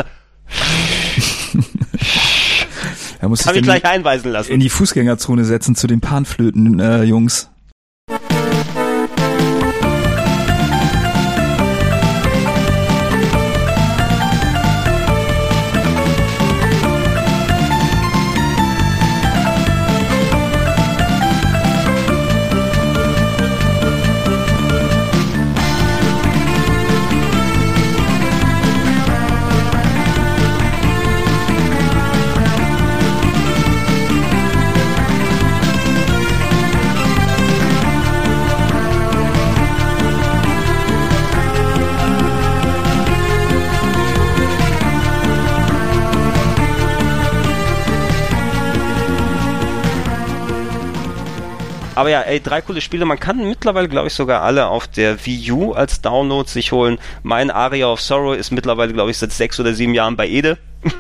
Speaker 3: kann mich
Speaker 2: gleich einweisen lassen.
Speaker 3: In die Fußgängerzone setzen zu den Panflöten, Jungs.
Speaker 2: Aber ja, 3 coole Spiele. Man kann mittlerweile, glaube ich, sogar alle auf der Wii U als Download sich holen. Mein Aria of Sorrow ist mittlerweile, glaube ich, seit 6 oder 7 Jahren bei Ede.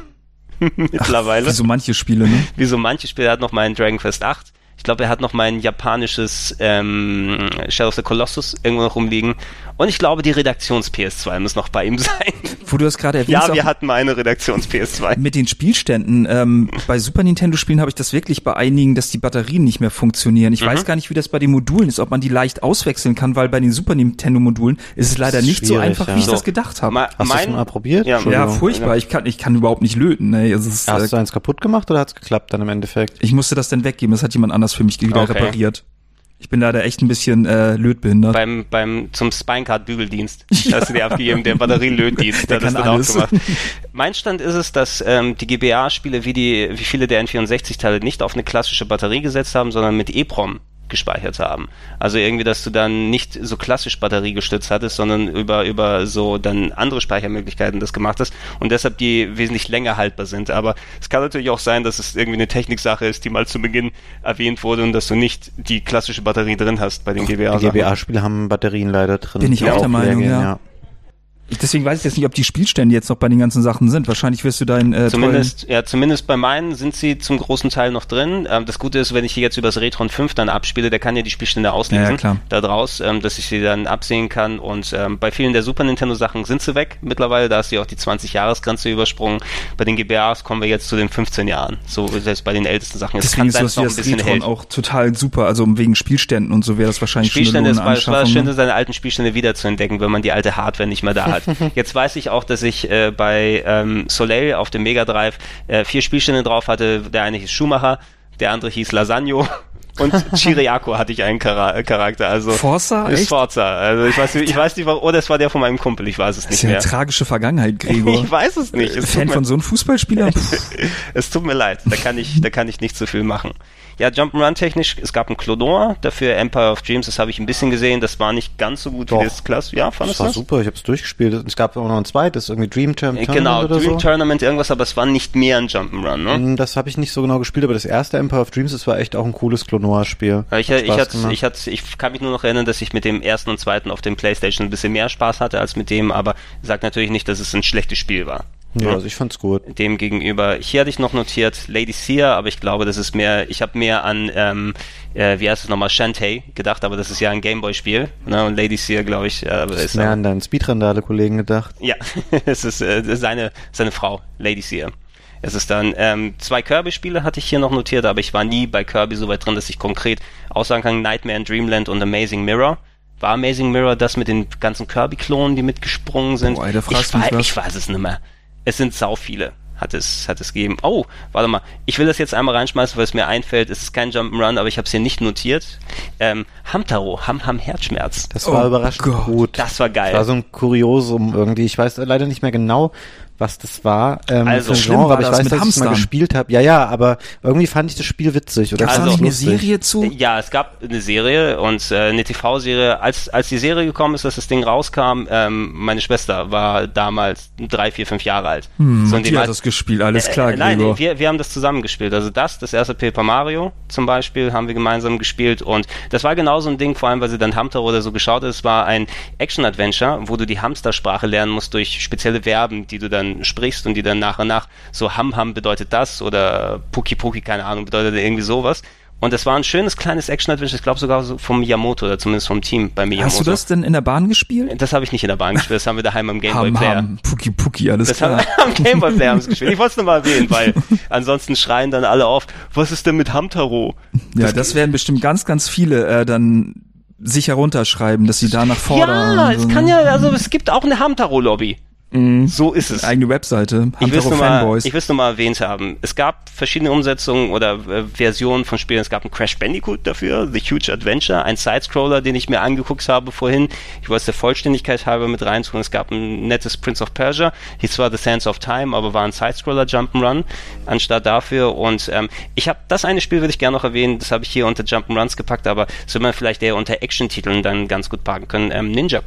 Speaker 2: Mittlerweile.
Speaker 3: Wie so manche Spiele, ne?
Speaker 2: Wie so manche Spiele. Er hat noch meinen Dragon Quest 8. Ich glaube, er hat noch mein japanisches Shadow of the Colossus irgendwo noch rumliegen. Und ich glaube, die Redaktions-PS2 muss noch bei ihm sein.
Speaker 3: Wo du das gerade erwähnst.
Speaker 2: Ja, wir hatten mal eine Redaktions-PS2.
Speaker 3: Mit den Spielständen. Bei Super Nintendo-Spielen habe ich das wirklich bei einigen, dass die Batterien nicht mehr funktionieren. Ich weiß gar nicht, wie das bei den Modulen ist, ob man die leicht auswechseln kann, weil bei den Super Nintendo-Modulen ist es leider nicht so einfach, wie ich das gedacht habe.
Speaker 4: Hast du das schon mal probiert?
Speaker 3: Ja, furchtbar. Ich kann überhaupt nicht löten. Ne?
Speaker 4: Hast du eins kaputt gemacht oder hat es geklappt dann im Endeffekt?
Speaker 3: Ich musste das dann weggeben. Das hat jemand anders für mich wieder repariert. Ich bin leider echt ein bisschen lötbehindert.
Speaker 2: Zum Spinecard-Bügeldienst hast du dir abgegeben, der Batterielötdienst, der hat das dann auch gemacht. Mein Stand ist es, dass die GBA-Spiele wie viele der N64-Teile nicht auf eine klassische Batterie gesetzt haben, sondern mit EEPROM gespeichert haben. Also irgendwie, dass du dann nicht so klassisch batteriegestützt hattest, sondern über so dann andere Speichermöglichkeiten das gemacht hast und deshalb die wesentlich länger haltbar sind. Aber es kann natürlich auch sein, dass es irgendwie eine Techniksache ist, die mal zu Beginn erwähnt wurde und dass du nicht die klassische Batterie drin hast bei den GBA-Sachen.
Speaker 4: Die GBA-Spiele haben Batterien leider drin.
Speaker 3: Bin ich auch der Meinung, ja. Deswegen weiß ich jetzt nicht, ob die Spielstände jetzt noch bei den ganzen Sachen sind. Wahrscheinlich wirst du deinen
Speaker 2: zumindest bei meinen sind sie zum großen Teil noch drin. Das Gute ist, wenn ich hier jetzt über das Retron 5 dann abspiele, der kann ja die Spielstände auslesen da draus, dass ich sie dann absehen kann. Und bei vielen der Super Nintendo Sachen sind sie weg mittlerweile. Da ist sie auch die 20-Jahres-Grenze übersprungen. Bei den GBAs kommen wir jetzt zu den 15 Jahren. So selbst bei den ältesten Sachen.
Speaker 3: Deswegen ist das Retron auch total super. Also wegen Spielständen und so wäre das wahrscheinlich
Speaker 2: Spielstände schon eine Anschaffung. Es war schön, seine alten Spielstände wiederzuentdecken, wenn man die alte Hardware nicht mehr da hat. Jetzt weiß ich auch, dass ich bei Soleil auf dem Mega Drive 4 Spielstände drauf hatte. Der eine hieß Schumacher, der andere hieß Lasagno und Chiriaco hatte ich einen Charakter. Also
Speaker 3: Forza?
Speaker 2: Ist Forza. Also ich weiß nicht, oder es war der von meinem Kumpel, ich weiß es nicht mehr.
Speaker 3: Das ist eine tragische Vergangenheit, Gregor.
Speaker 2: Ich weiß es nicht.
Speaker 3: Fan von so einem Fußballspieler?
Speaker 2: Es tut mir leid, da kann ich nicht so viel machen. Ja, Jump'n'Run-technisch, es gab ein Clonor, dafür Empire of Dreams, das habe ich ein bisschen gesehen, das war nicht ganz so gut wie das Klasse. Ja, fandest du das?
Speaker 4: Das war super, ich habe es durchgespielt. Es gab auch noch ein zweites, irgendwie Dream Tournament
Speaker 2: genau,
Speaker 4: oder
Speaker 2: Dream
Speaker 4: so.
Speaker 2: Tournament irgendwas, aber es war nicht mehr ein Jump'n'Run, ne?
Speaker 4: Das habe ich nicht so genau gespielt, aber das erste Empire of Dreams, das war echt auch ein cooles Clonor-Spiel.
Speaker 2: Ich kann mich nur noch erinnern, dass ich mit dem ersten und zweiten auf dem PlayStation ein bisschen mehr Spaß hatte als mit dem, aber sagt natürlich nicht, dass es ein schlechtes Spiel war.
Speaker 4: Ja, also ich fand's gut.
Speaker 2: Dem gegenüber, hier hatte ich noch notiert Lady Seer, aber ich glaube, das ist mehr, ich habe mehr an, wie heißt es nochmal, Shantae gedacht, aber das ist ja ein Gameboy-Spiel, ne? Und Lady Seer, glaube ich,
Speaker 4: ist mehr an deinen Speedrandale-Kollegen gedacht.
Speaker 2: Ja, es ist seine Frau, Lady Seer. Es ist dann 2 Kirby-Spiele hatte ich hier noch notiert, aber ich war nie bei Kirby so weit drin, dass ich konkret aussagen kann, Nightmare in Dreamland und Amazing Mirror. War Amazing Mirror das mit den ganzen Kirby-Klonen, die mitgesprungen sind?
Speaker 3: Oh, Alter,
Speaker 2: ich weiß es nicht mehr. Es sind sau viele, hat es gegeben. Oh, warte mal, ich will das jetzt einmal reinschmeißen, weil es mir einfällt. Es ist kein Jump'n'Run, aber ich habe es hier nicht notiert. Hamtaro, Ham Herzschmerz.
Speaker 4: Das war überraschend gut.
Speaker 2: Das war geil.
Speaker 4: Das war so ein Kuriosum irgendwie. Ich weiß leider nicht mehr genau, was das war.
Speaker 2: Also
Speaker 4: für ein Genre, aber ich weiß, dass ich es mal gespielt habe. Ja, aber irgendwie fand ich das Spiel witzig. Oder
Speaker 3: gab es nicht eine Serie zu?
Speaker 2: Ja, es gab eine Serie und eine TV-Serie. Als die Serie gekommen ist, dass das Ding rauskam, meine Schwester war damals 3, 4, 5 Jahre alt.
Speaker 3: Die hat das gespielt, alles klar, Gregor.
Speaker 2: Nein, wir haben das zusammen gespielt. Also das erste Paper Mario zum Beispiel haben wir gemeinsam gespielt und das war genau so ein Ding, vor allem, weil sie dann Hamtaro oder so geschaut hat. Es war ein Action-Adventure, wo du die Hamstersprache lernen musst durch spezielle Verben, die du dann sprichst und die dann nach und nach so Ham bedeutet das oder Puki, keine Ahnung, bedeutet irgendwie sowas. Und das war ein schönes kleines Action-Adventure, ich glaube sogar so vom Miyamoto oder zumindest vom Team bei Miyamoto.
Speaker 3: Hast du das denn in der Bahn gespielt?
Speaker 2: Das habe ich nicht in der Bahn gespielt, das haben wir daheim am Gameboy Player.
Speaker 3: Puki, alles klar.
Speaker 2: Das haben wir am Gameboy Player haben gespielt. Ich wollte es nur mal erwähnen, weil ansonsten schreien dann alle auf, was ist denn mit Hamtaro?
Speaker 3: Ja, das werden bestimmt ganz, ganz viele dann sich herunterschreiben, dass sie danach fordern.
Speaker 2: Ja, es kann ja, also es gibt auch eine Hamtaro-Lobby. So ist es.
Speaker 3: Eigene Webseite.
Speaker 2: Ich will es nur mal erwähnt haben. Es gab verschiedene Umsetzungen oder Versionen von Spielen. Es gab einen Crash Bandicoot dafür, The Huge Adventure, ein Sidescroller, den ich mir angeguckt habe vorhin. Ich wollte es der Vollständigkeit halber mit reinzuholen. Es gab ein nettes Prince of Persia. Hieß zwar The Sands of Time, aber war ein Sidescroller Jump'n'Run anstatt dafür. Und ich habe das eine Spiel, würde ich gerne noch erwähnen. Das habe ich hier unter Jump'n'Runs gepackt, aber das würde man vielleicht eher unter Action-Titeln dann ganz gut packen können. Ninja Cop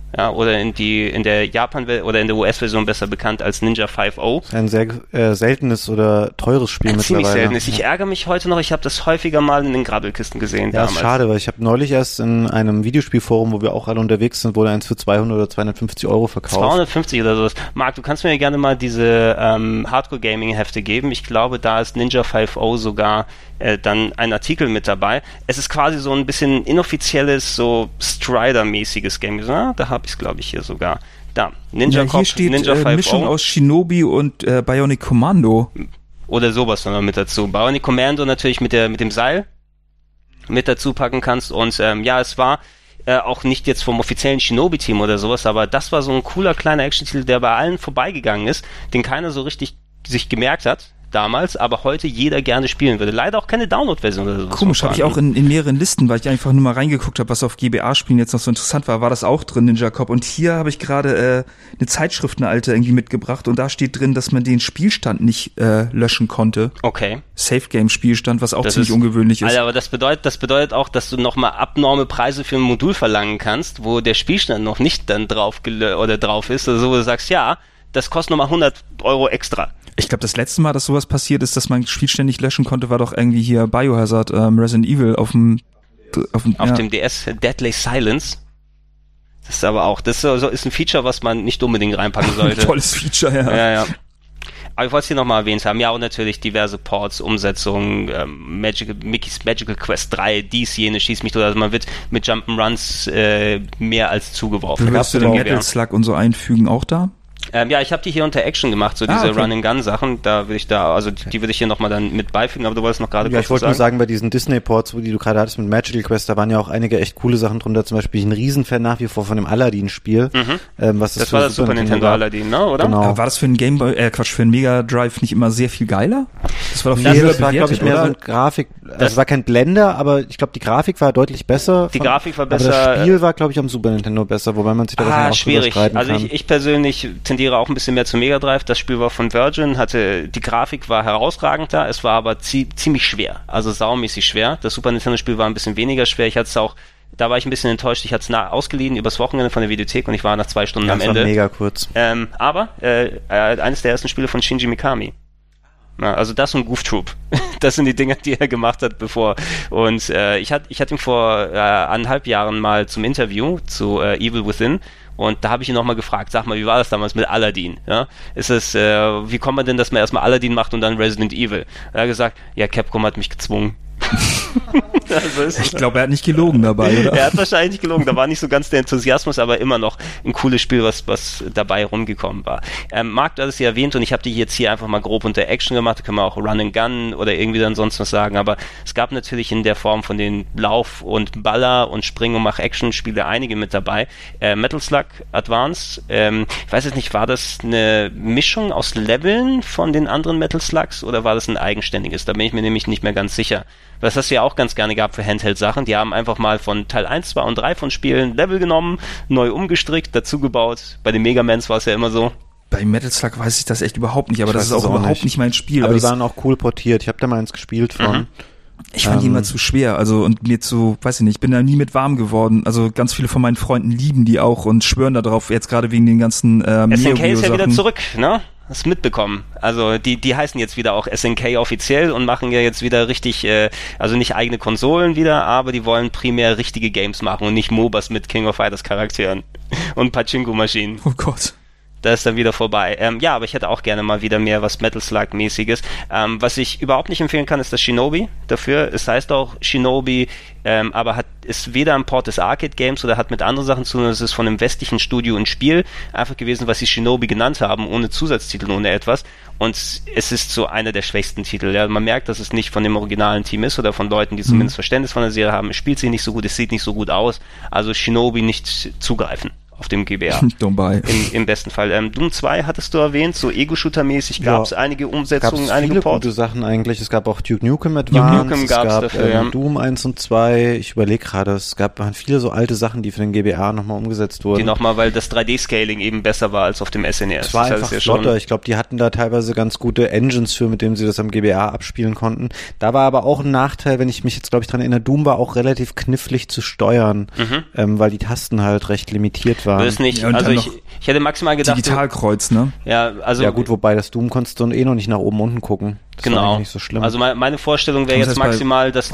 Speaker 2: Ja, oder in der Japan- oder in der US-Version besser bekannt als Ninja 5.0.
Speaker 4: Ein sehr seltenes oder teures Spiel mittlerweile.
Speaker 2: Ziemlich seltenes. Ich ärgere mich heute noch, ich habe das häufiger mal in den Grabbelkisten gesehen.
Speaker 4: Ja, damals. Ist schade, weil ich habe neulich erst in einem Videospielforum, wo wir auch alle unterwegs sind, wurde eins für 200 oder 250 Euro verkauft.
Speaker 2: 250 oder sowas. Marc, du kannst mir gerne mal diese Hardcore-Gaming-Hefte geben. Ich glaube, da ist Ninja 5.0 sogar dann ein Artikel mit dabei. Es ist quasi so ein bisschen inoffizielles, so Strider-mäßiges Game. Da habe ich es, glaube ich, hier sogar. Da,
Speaker 3: Ninja Cop, hier steht Ninja 5.0. Mischung aus Shinobi und Bionic Commando.
Speaker 2: Oder sowas dann noch mit dazu. Bionic Commando natürlich mit dem Seil mit dazu packen kannst. Und es war auch nicht jetzt vom offiziellen Shinobi-Team oder sowas, aber das war so ein cooler kleiner Action-Titel, der bei allen vorbeigegangen ist, den keiner so richtig sich gemerkt hat damals, aber heute jeder gerne spielen würde. Leider auch keine Download-Version oder sowas.
Speaker 3: Komisch, habe ich auch in mehreren Listen, weil ich einfach nur mal reingeguckt habe, was auf GBA-Spielen jetzt noch so interessant war das auch drin, Ninja Cop. Und hier habe ich gerade eine Zeitschrift, eine alte, irgendwie mitgebracht und da steht drin, dass man den Spielstand nicht löschen konnte.
Speaker 2: Okay.
Speaker 3: Safe-Game-Spielstand, was auch das ziemlich ungewöhnlich ist.
Speaker 2: Alter, aber das bedeutet auch, dass du nochmal abnorme Preise für ein Modul verlangen kannst, wo der Spielstand noch nicht dann drauf ist, also wo du sagst, ja, das kostet nochmal 100 Euro extra.
Speaker 3: Ich glaube, das letzte Mal, dass sowas passiert ist, dass man Spiel ständig löschen konnte, war doch irgendwie hier Biohazard, Resident Evil auf dem
Speaker 2: DS, Deadly Silence. Das ist aber auch, das ist ein Feature, was man nicht unbedingt reinpacken sollte.
Speaker 3: Tolles Feature, ja.
Speaker 2: Ja. Aber ich wollte es hier nochmal erwähnt haben. Ja, und natürlich diverse Ports, Umsetzungen, Mickey's Magical Quest 3, dies, jene, schieß mich tot. Also man wird mit Jump'n'Runs mehr als zugeworfen.
Speaker 3: Willst du den Metal Slug und so einfügen auch da?
Speaker 2: Ich habe die hier unter Action gemacht, so diese Run-and-Gun-Sachen, die würde ich hier nochmal dann mit beifügen, aber du wolltest noch gerade kurz sagen.
Speaker 4: Ja, ich wollte nur sagen, bei diesen Disney-Ports, die du gerade hattest mit Magical Quest, da waren ja auch einige echt coole Sachen drunter, zum Beispiel ein Riesenfan nach wie vor von dem Aladdin-Spiel.
Speaker 2: Das war das Super Nintendo Aladdin, ne, oder?
Speaker 3: Genau. Aber war das für einen für einen Mega Drive nicht immer sehr viel geiler?
Speaker 4: Das war doch das war, glaube ich, mehr so ein Grafik, es war kein Blender, aber ich glaube, die Grafik war deutlich besser.
Speaker 2: Die Grafik war besser.
Speaker 4: Aber das Spiel war, glaube ich, am Super Nintendo besser, wobei man sich da wahrscheinlich auch
Speaker 2: schwierig. Also ich persönlich tendiere auch ein bisschen mehr zum Mega Drive. Das Spiel war von Virgin, die Grafik war herausragend da, es war aber ziemlich schwer, also saumäßig schwer. Das Super Nintendo Spiel war ein bisschen weniger schwer. Ich hatte es auch, da war ich ein bisschen enttäuscht, ich hatte es ausgeliehen übers Wochenende von der Videothek und ich war nach 2 Stunden am Ende.
Speaker 4: Das war mega kurz.
Speaker 2: Aber eines der ersten Spiele von Shinji Mikami. Na, also das und Goof Troop. Das sind die Dinge, die er gemacht hat bevor. Und ich hatte ihn vor 1,5 Jahren mal zum Interview zu Evil Within. Und da habe ich ihn nochmal gefragt, sag mal, wie war das damals mit Aladdin? Ja? Wie kommt man denn, dass man erstmal Aladdin macht und dann Resident Evil? Er hat gesagt, ja, Capcom hat mich gezwungen.
Speaker 3: Also ich glaube, er hat nicht gelogen dabei, oder?
Speaker 2: Er hat wahrscheinlich nicht gelogen, da war nicht so ganz der Enthusiasmus, aber immer noch ein cooles Spiel, was dabei rumgekommen war. Marc, du hattest ja erwähnt und ich habe die jetzt hier einfach mal grob unter Action gemacht, da können wir auch Run and Gun oder irgendwie dann sonst was sagen, aber es gab natürlich in der Form von den Lauf- und Baller- und Spring- und Mach-Action-Spiele einige mit dabei. Metal Slug Advance, ich weiß jetzt nicht, war das eine Mischung aus Leveln von den anderen Metal Slugs oder war das ein eigenständiges? Da bin ich mir nämlich nicht mehr ganz sicher. Das hast du ja auch ganz gerne gehabt für Handheld-Sachen. Die haben einfach mal von Teil 1, 2 und 3 von Spielen Level genommen, neu umgestrickt, dazugebaut. Bei den Megamans war es ja immer so.
Speaker 3: Bei Metal Slug weiß ich das echt überhaupt nicht, aber das ist auch überhaupt nicht mein Spiel.
Speaker 4: Aber die waren auch cool portiert. Ich habe da mal eins gespielt von.
Speaker 3: Ich fand die immer zu schwer, also und mir weiß ich nicht, ich bin da nie mit warm geworden. Also ganz viele von meinen Freunden lieben die auch und schwören da drauf, jetzt gerade wegen den ganzen
Speaker 2: SNK ist ja wieder zurück, ne? Hast mitbekommen. Also die heißen jetzt wieder auch SNK offiziell und machen ja jetzt wieder richtig, also nicht eigene Konsolen wieder, aber die wollen primär richtige Games machen und nicht MOBAs mit King of Fighters Charakteren und Pachinko-Maschinen.
Speaker 3: Oh Gott.
Speaker 2: Da ist dann wieder vorbei. Ja, aber ich hätte auch gerne mal wieder mehr was Metal Slug-mäßiges. Was ich überhaupt nicht empfehlen kann, ist das Shinobi. Dafür, es heißt auch Shinobi, aber ist weder ein Port des Arcade-Games oder hat mit anderen Sachen zu tun. Es ist von einem westlichen Studio ein Spiel einfach gewesen, was sie Shinobi genannt haben, ohne Zusatztitel, ohne etwas. Und es ist so einer der schwächsten Titel. Ja, man merkt, dass es nicht von dem originalen Team ist oder von Leuten, die zumindest Verständnis von der Serie haben. Es spielt sich nicht so gut, es sieht nicht so gut aus. Also Shinobi nicht zugreifen auf dem GBA. Im besten Fall. Doom 2 hattest du erwähnt, so Ego-Shooter-mäßig gab es einige Umsetzungen, einige
Speaker 4: Ports. Gute Sachen eigentlich. Es gab auch Duke Nukem Advance, es gab dafür, Doom 1 und 2. Ich überlege gerade, waren viele so alte Sachen, die für den GBA nochmal umgesetzt wurden.
Speaker 2: Die nochmal, weil das 3D-Scaling eben besser war als auf dem SNES.
Speaker 4: Es war einfach flotter. Ich glaube, die hatten da teilweise ganz gute Engines für, mit denen sie das am GBA abspielen konnten. Da war aber auch ein Nachteil, wenn ich mich jetzt, glaube ich, dran erinnere, Doom war auch relativ knifflig zu steuern, weil die Tasten halt recht limitiert waren. waren.
Speaker 2: Das ist nicht, ja, also ich hätte maximal gedacht...
Speaker 3: Digitalkreuz, ne?
Speaker 2: Ja, also...
Speaker 4: Ja gut, wobei das Doom konntest du noch nicht nach oben unten gucken. Das
Speaker 2: genau.
Speaker 4: war nicht so schlimm.
Speaker 2: Also meine Vorstellung wäre jetzt maximal, dass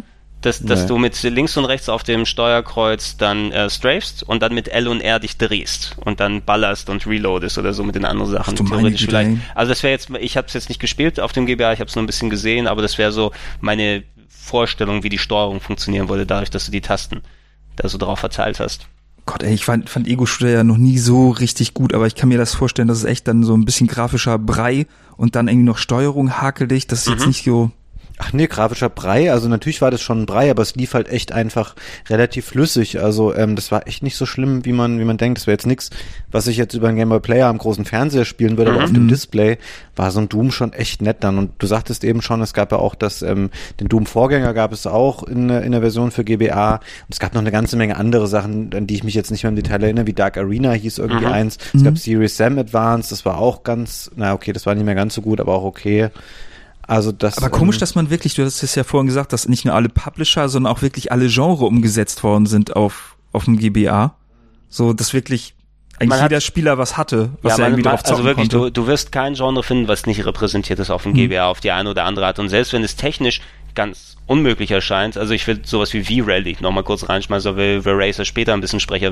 Speaker 2: du mit links und rechts auf dem Steuerkreuz dann strafest und dann mit L und R dich drehst und dann ballerst und reloadest oder so mit den anderen Sachen. Theoretisch vielleicht. Also das wäre jetzt, ich habe es jetzt nicht gespielt auf dem GBA, ich habe es nur ein bisschen gesehen, aber das wäre so meine Vorstellung, wie die Steuerung funktionieren würde, dadurch, dass du die Tasten da so drauf verteilt hast.
Speaker 3: Gott, ey, ich fand Ego-Shooter ja noch nie so richtig gut, aber ich kann mir das vorstellen, dass es echt dann so ein bisschen grafischer Brei und dann irgendwie noch Steuerung hakelig, das ist jetzt nicht so...
Speaker 4: Ach nee, grafischer Brei, also natürlich war das schon ein Brei, aber es lief halt echt einfach relativ flüssig, also das war echt nicht so schlimm, wie man denkt. Das wäre jetzt nichts, was ich jetzt über einen Game Boy Player am großen Fernseher spielen würde, aber auf dem Display war so ein Doom schon echt nett dann. Und du sagtest eben schon, es gab ja auch den Doom-Vorgänger gab es auch in der Version für GBA und es gab noch eine ganze Menge andere Sachen, an die ich mich jetzt nicht mehr im Detail erinnere, wie Dark Arena hieß irgendwie eins, es gab Serious Sam Advance, das war auch das war nicht mehr ganz so gut, aber auch okay. Also
Speaker 3: aber komisch, dass man wirklich, du hast es ja vorhin gesagt, dass nicht nur alle Publisher, sondern auch wirklich alle Genre umgesetzt worden sind auf dem GBA. So, dass wirklich eigentlich jeder Spieler was hatte, was er irgendwie drauf zocken konnte. Also wirklich,
Speaker 2: du wirst kein Genre finden, was nicht repräsentiert ist auf dem GBA, auf die eine oder andere Art. Und selbst wenn es technisch ganz unmöglich erscheint, also ich will sowas wie V-Rally nochmal kurz reinschmeißen, weil wir Racer später ein bisschen sprechen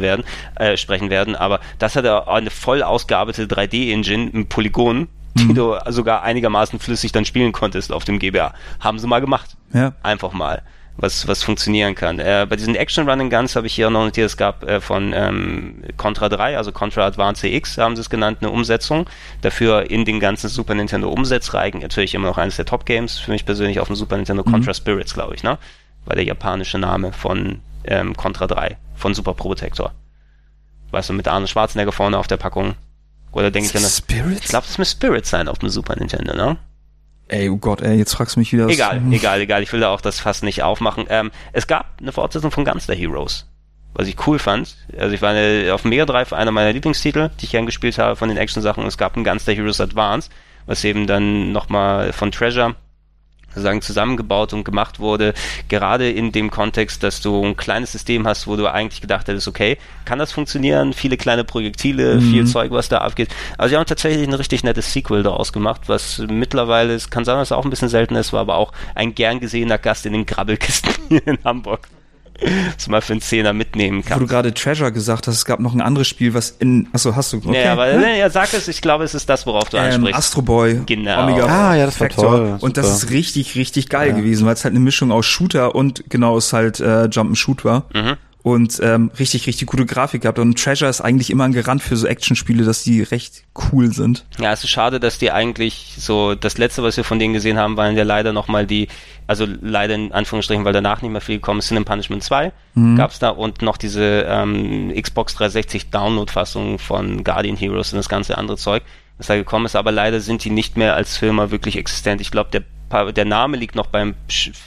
Speaker 2: werden, aber das hat eine voll ausgearbeitete 3D-Engine mit Polygonen, die du sogar einigermaßen flüssig dann spielen konntest auf dem GBA. Haben sie mal gemacht.
Speaker 3: Ja.
Speaker 2: Einfach mal. Was funktionieren kann. Bei diesen Action-Running-Guns habe ich hier noch notiert, es gab von Contra 3, also Contra Advance CX, haben sie es genannt, eine Umsetzung. Dafür in den ganzen Super Nintendo Umsetzreigen natürlich immer noch eines der Top-Games, für mich persönlich auf dem Super Nintendo, Contra Spirits, glaube ich, ne? War der japanische Name von Contra 3, von Super Protector. Weißt du, mit Arnold Schwarzenegger vorne auf der Packung. Oder denke ich an das?
Speaker 3: Spirits?
Speaker 2: Ich glaube, es muss Spirits sein auf dem Super Nintendo, ne?
Speaker 3: Ey, oh Gott, jetzt fragst du mich wieder.
Speaker 2: Egal. Ich will da auch das Fass nicht aufmachen. Es gab eine Fortsetzung von Gunstar Heroes, was ich cool fand. Also ich war auf dem Mega Drive einer meiner Lieblingstitel, die ich gern gespielt habe von den Action-Sachen. Und es gab ein Gunstar Heroes Advance, was eben dann nochmal von Treasure sozusagen zusammengebaut und gemacht wurde, gerade in dem Kontext, dass du ein kleines System hast, wo du eigentlich gedacht hättest, okay, kann das funktionieren? Viele kleine Projektile, viel Zeug, was da abgeht. Also sie haben tatsächlich ein richtig nettes Sequel daraus gemacht, was mittlerweile, es kann sein, dass es auch ein bisschen seltener ist, war aber auch ein gern gesehener Gast in den Grabbelkisten hier in Hamburg. Das mal für einen Zehner mitnehmen kann.
Speaker 3: Wo du gerade Treasure gesagt hast, es gab noch ein anderes Spiel, was hast du, okay.
Speaker 2: Ja, aber sag es, ich glaube, es ist das, worauf du ansprichst.
Speaker 3: Astro Boy.
Speaker 2: Genau.
Speaker 3: Omega
Speaker 4: das war toll.
Speaker 3: Und das ist richtig, richtig geil gewesen, weil es halt eine Mischung aus Shooter und genau es halt Jump-and-Shoot war. Und richtig, richtig gute Grafik gehabt. Und Treasure ist eigentlich immer ein Garant für so Actionspiele, dass die recht cool sind.
Speaker 2: Ja, es ist schade, dass die eigentlich so, das letzte, was wir von denen gesehen haben, waren ja leider nochmal leider in Anführungsstrichen, weil danach nicht mehr viel gekommen ist, Sin and Punishment 2 gab's da und noch diese Xbox 360 Download-Fassung von Guardian Heroes und das ganze andere Zeug, was da gekommen ist, aber leider sind die nicht mehr als Firma wirklich existent. Ich glaube, der Name liegt noch beim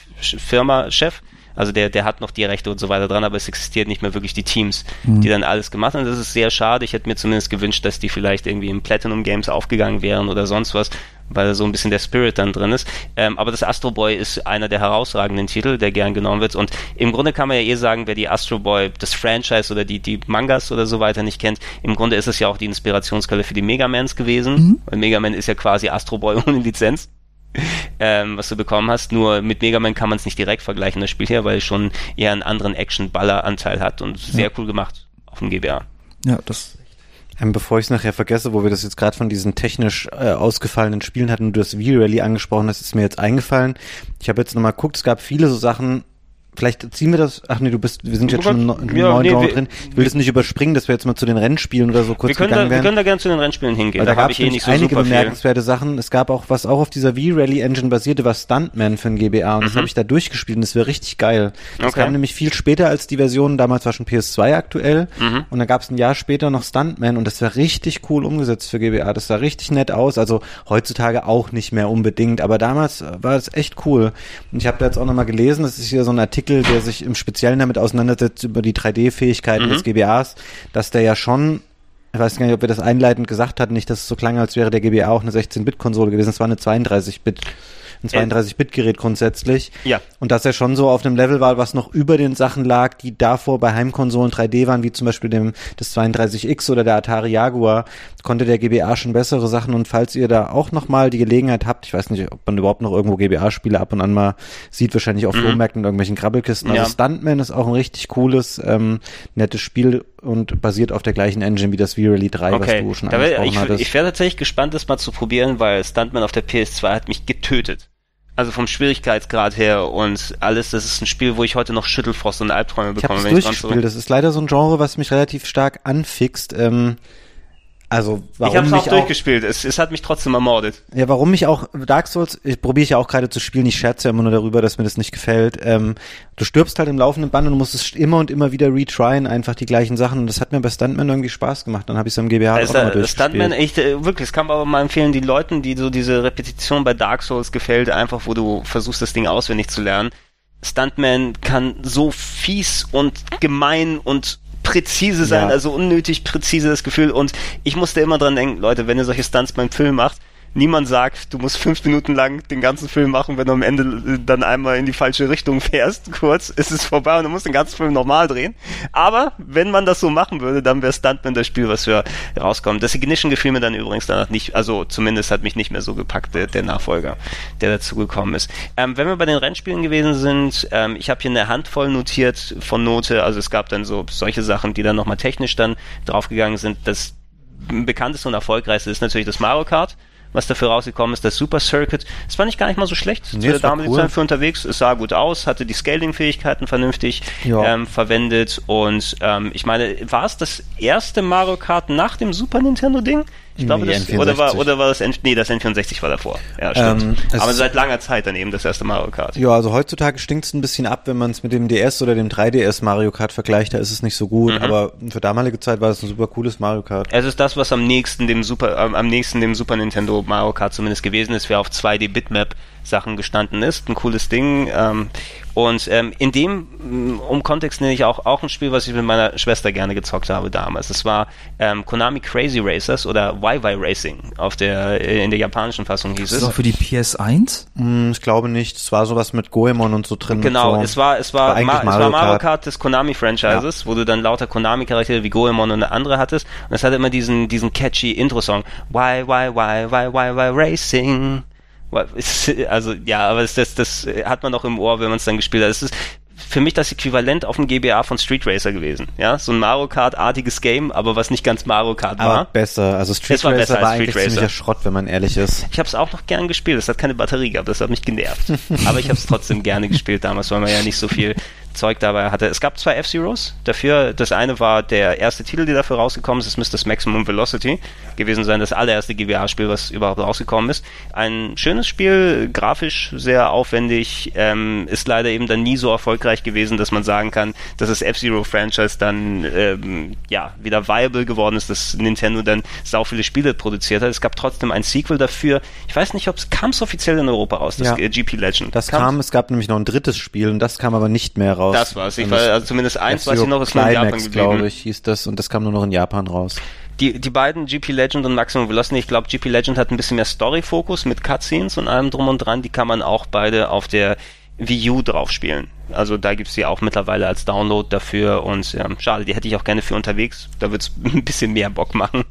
Speaker 2: Firma-Chef. Also der hat noch die Rechte und so weiter dran, aber es existiert nicht mehr wirklich die Teams, die dann alles gemacht haben. Das ist sehr schade. Ich hätte mir zumindest gewünscht, dass die vielleicht irgendwie in Platinum Games aufgegangen wären oder sonst was, weil da so ein bisschen der Spirit dann drin ist. Aber das Astro Boy ist einer der herausragenden Titel, der gern genommen wird. Und im Grunde kann man ja sagen, wer die Astro Boy, das Franchise oder die Mangas oder so weiter nicht kennt, im Grunde ist es ja auch die Inspirationsquelle für die Megamans gewesen. Weil Mega Man ist ja quasi Astro Boy ohne Lizenz. Was du bekommen hast, nur mit Mega Man kann man es nicht direkt vergleichen, das Spiel hier, weil es schon eher einen anderen Action-Baller-Anteil hat und sehr cool gemacht auf dem GBA.
Speaker 3: Ja, das
Speaker 4: bevor ich es nachher vergesse, wo wir das jetzt gerade von diesen technisch ausgefallenen Spielen hatten und du das V-Rally angesprochen hast, ist mir jetzt eingefallen. Ich habe jetzt nochmal geguckt, es gab viele so Sachen, vielleicht ziehen wir das, wir sind jetzt schon im neuen Genre drin. Ich will das nicht überspringen, dass wir jetzt mal zu den Rennspielen oder so kurz gegangen wären.
Speaker 2: Wir können da gerne zu den Rennspielen hingehen.
Speaker 4: Weil da gab es nicht so einige bemerkenswerte Sachen. Es gab auch, was auch auf dieser V-Rally-Engine basierte, war Stuntman für den GBA und das habe ich da durchgespielt und das wäre richtig geil. Das kam nämlich viel später als die Version, damals war schon PS2 aktuell und dann gab es ein Jahr später noch Stuntman und das war richtig cool umgesetzt für GBA. Das sah richtig nett aus, also heutzutage auch nicht mehr unbedingt, aber damals war es echt cool. Und ich habe da jetzt auch nochmal gelesen, das ist hier so ein Artikel, der sich im Speziellen damit auseinandersetzt über die 3D-Fähigkeiten des GBAs, dass der ja schon, ich weiß gar nicht, ob wir das einleitend gesagt hatten, nicht, dass es so klang, als wäre der GBA auch eine 16-Bit-Konsole gewesen, es war eine 32-Bit ein 32-Bit-Gerät grundsätzlich.
Speaker 2: Ja.
Speaker 4: Und dass er schon so auf einem Level war, was noch über den Sachen lag, die davor bei Heimkonsolen 3D waren, wie zum Beispiel das 32X oder der Atari Jaguar, konnte der GBA schon bessere Sachen. Und falls ihr da auch nochmal die Gelegenheit habt, ich weiß nicht, ob man überhaupt noch irgendwo GBA-Spiele ab und an mal sieht, wahrscheinlich auf Flohmärkten und irgendwelchen Krabbelkisten. Also Stuntman ist auch ein richtig cooles, nettes Spiel und basiert auf der gleichen Engine wie das V-Rally 3, was du schon angesprochen hattest.
Speaker 2: Ich wäre tatsächlich gespannt, das mal zu probieren, weil Stuntman auf der PS2 hat mich getötet. Also vom Schwierigkeitsgrad her und alles, das ist ein Spiel, wo ich heute noch Schüttelfrost und Albträume bekomme.
Speaker 4: Ich habe es durchgespielt, das ist leider so ein Genre, was mich relativ stark anfixt. Also warum
Speaker 2: ich habe es auch
Speaker 4: mich
Speaker 2: durchgespielt, es hat mich trotzdem ermordet.
Speaker 4: Ja, warum mich auch Dark Souls, probiere ich ja auch gerade zu spielen, ich scherze ja immer nur darüber, dass mir das nicht gefällt. Du stirbst halt im laufenden Band und musst es immer und immer wieder retryen, einfach die gleichen Sachen und das hat mir bei Stuntman irgendwie Spaß gemacht, dann habe ich es am GBA auch mal durchgespielt.
Speaker 2: Stuntman, wirklich, es kann man aber mal empfehlen, die Leuten, die so diese Repetition bei Dark Souls gefällt, einfach wo du versuchst, das Ding auswendig zu lernen. Stuntman kann so fies und gemein und präzise sein, also unnötig präzise das Gefühl und ich musste immer dran denken, Leute, wenn ihr solche Stunts beim Film macht, niemand sagt, du musst 5 Minuten lang den ganzen Film machen, wenn du am Ende dann einmal in die falsche Richtung fährst, kurz, ist es vorbei und du musst den ganzen Film nochmal drehen. Aber wenn man das so machen würde, dann wäre Stuntman das Spiel, was wir rauskommen. Das Ignition gefiel mir dann übrigens danach nicht, also zumindest hat mich nicht mehr so gepackt, der Nachfolger, der dazugekommen ist. Wenn wir bei den Rennspielen gewesen sind, ich habe hier eine Handvoll notiert von Note, also es gab dann so solche Sachen, die dann nochmal technisch dann draufgegangen sind. Das bekannteste und erfolgreichste ist natürlich das Mario Kart, was dafür rausgekommen ist, das Super Circuit. Das war nicht gar nicht mal so schlecht zu der damaligen Zeit für unterwegs. Es sah gut aus, hatte die Scaling-Fähigkeiten vernünftig verwendet und ich meine, war es das erste Mario Kart nach dem Super Nintendo-Ding? Ich glaube, das oder war das das N64 war davor. Ja, stimmt. Aber seit langer Zeit dann eben das erste Mario Kart.
Speaker 4: Ja, also heutzutage stinkt es ein bisschen ab, wenn man es mit dem DS oder dem 3DS Mario Kart vergleicht, da ist es nicht so gut, aber für damalige Zeit war es ein super cooles Mario Kart.
Speaker 2: Es ist das, was am nächsten dem Super Nintendo Mario Kart zumindest gewesen ist, wer auf 2D Bitmap Sachen gestanden ist. Ein cooles Ding. Und in dem Kontext nenne ich auch ein Spiel, was ich mit meiner Schwester gerne gezockt habe damals. Es war Konami Crazy Racers oder YY Racing in der japanischen Fassung hieß es.
Speaker 3: Ist das auch für die PS1?
Speaker 4: Ich glaube nicht. Es war sowas mit Goemon und so drin.
Speaker 2: Genau,
Speaker 4: so.
Speaker 2: es war Mario Kart des Konami-Franchises, wo du dann lauter Konami-Charaktere wie Goemon und andere hattest. Und es hatte immer diesen catchy Intro-Song. YY Racing. Also ja, aber das hat man auch im Ohr, wenn man es dann gespielt hat. Es ist für mich das Äquivalent auf dem GBA von Street Racer gewesen. Ja, so ein Mario Kart-artiges Game, aber was nicht ganz Mario Kart war.
Speaker 4: Aber besser. Also Street Racer war eigentlich ziemlicher Schrott, wenn man ehrlich ist.
Speaker 2: Ich habe es auch noch gern gespielt. Es hat keine Batterie gehabt, das hat mich genervt. Aber ich habe es trotzdem gerne gespielt damals, weil man ja nicht so viel Zeug dabei hatte. Es gab 2 F-Zeros dafür. Das eine war der erste Titel, der dafür rausgekommen ist. Es müsste das Maximum Velocity gewesen sein. Das allererste GBA-Spiel, was überhaupt rausgekommen ist. Ein schönes Spiel, grafisch sehr aufwendig, ist leider eben dann nie so erfolgreich gewesen, dass man sagen kann, dass das F-Zero-Franchise dann wieder viable geworden ist, dass Nintendo dann sau viele Spiele produziert hat. Es gab trotzdem ein Sequel dafür. Ich weiß nicht, kam es offiziell in Europa raus, das GP Legend?
Speaker 4: Es gab nämlich noch ein drittes Spiel und das kam aber nicht mehr raus.
Speaker 2: Das war's. Also zumindest eins weiß ich noch, ist nur in Japan geblieben.
Speaker 4: Glaube ich, hieß das und das kam nur noch in Japan raus.
Speaker 2: Die beiden, GP Legend und Maximum Velocity, ich glaube, GP Legend hat ein bisschen mehr Story-Fokus mit Cutscenes und allem drum und dran. Die kann man auch beide auf der Wii U drauf spielen. Also da gibt's die auch mittlerweile als Download dafür und schade, die hätte ich auch gerne für unterwegs. Da wird's ein bisschen mehr Bock machen.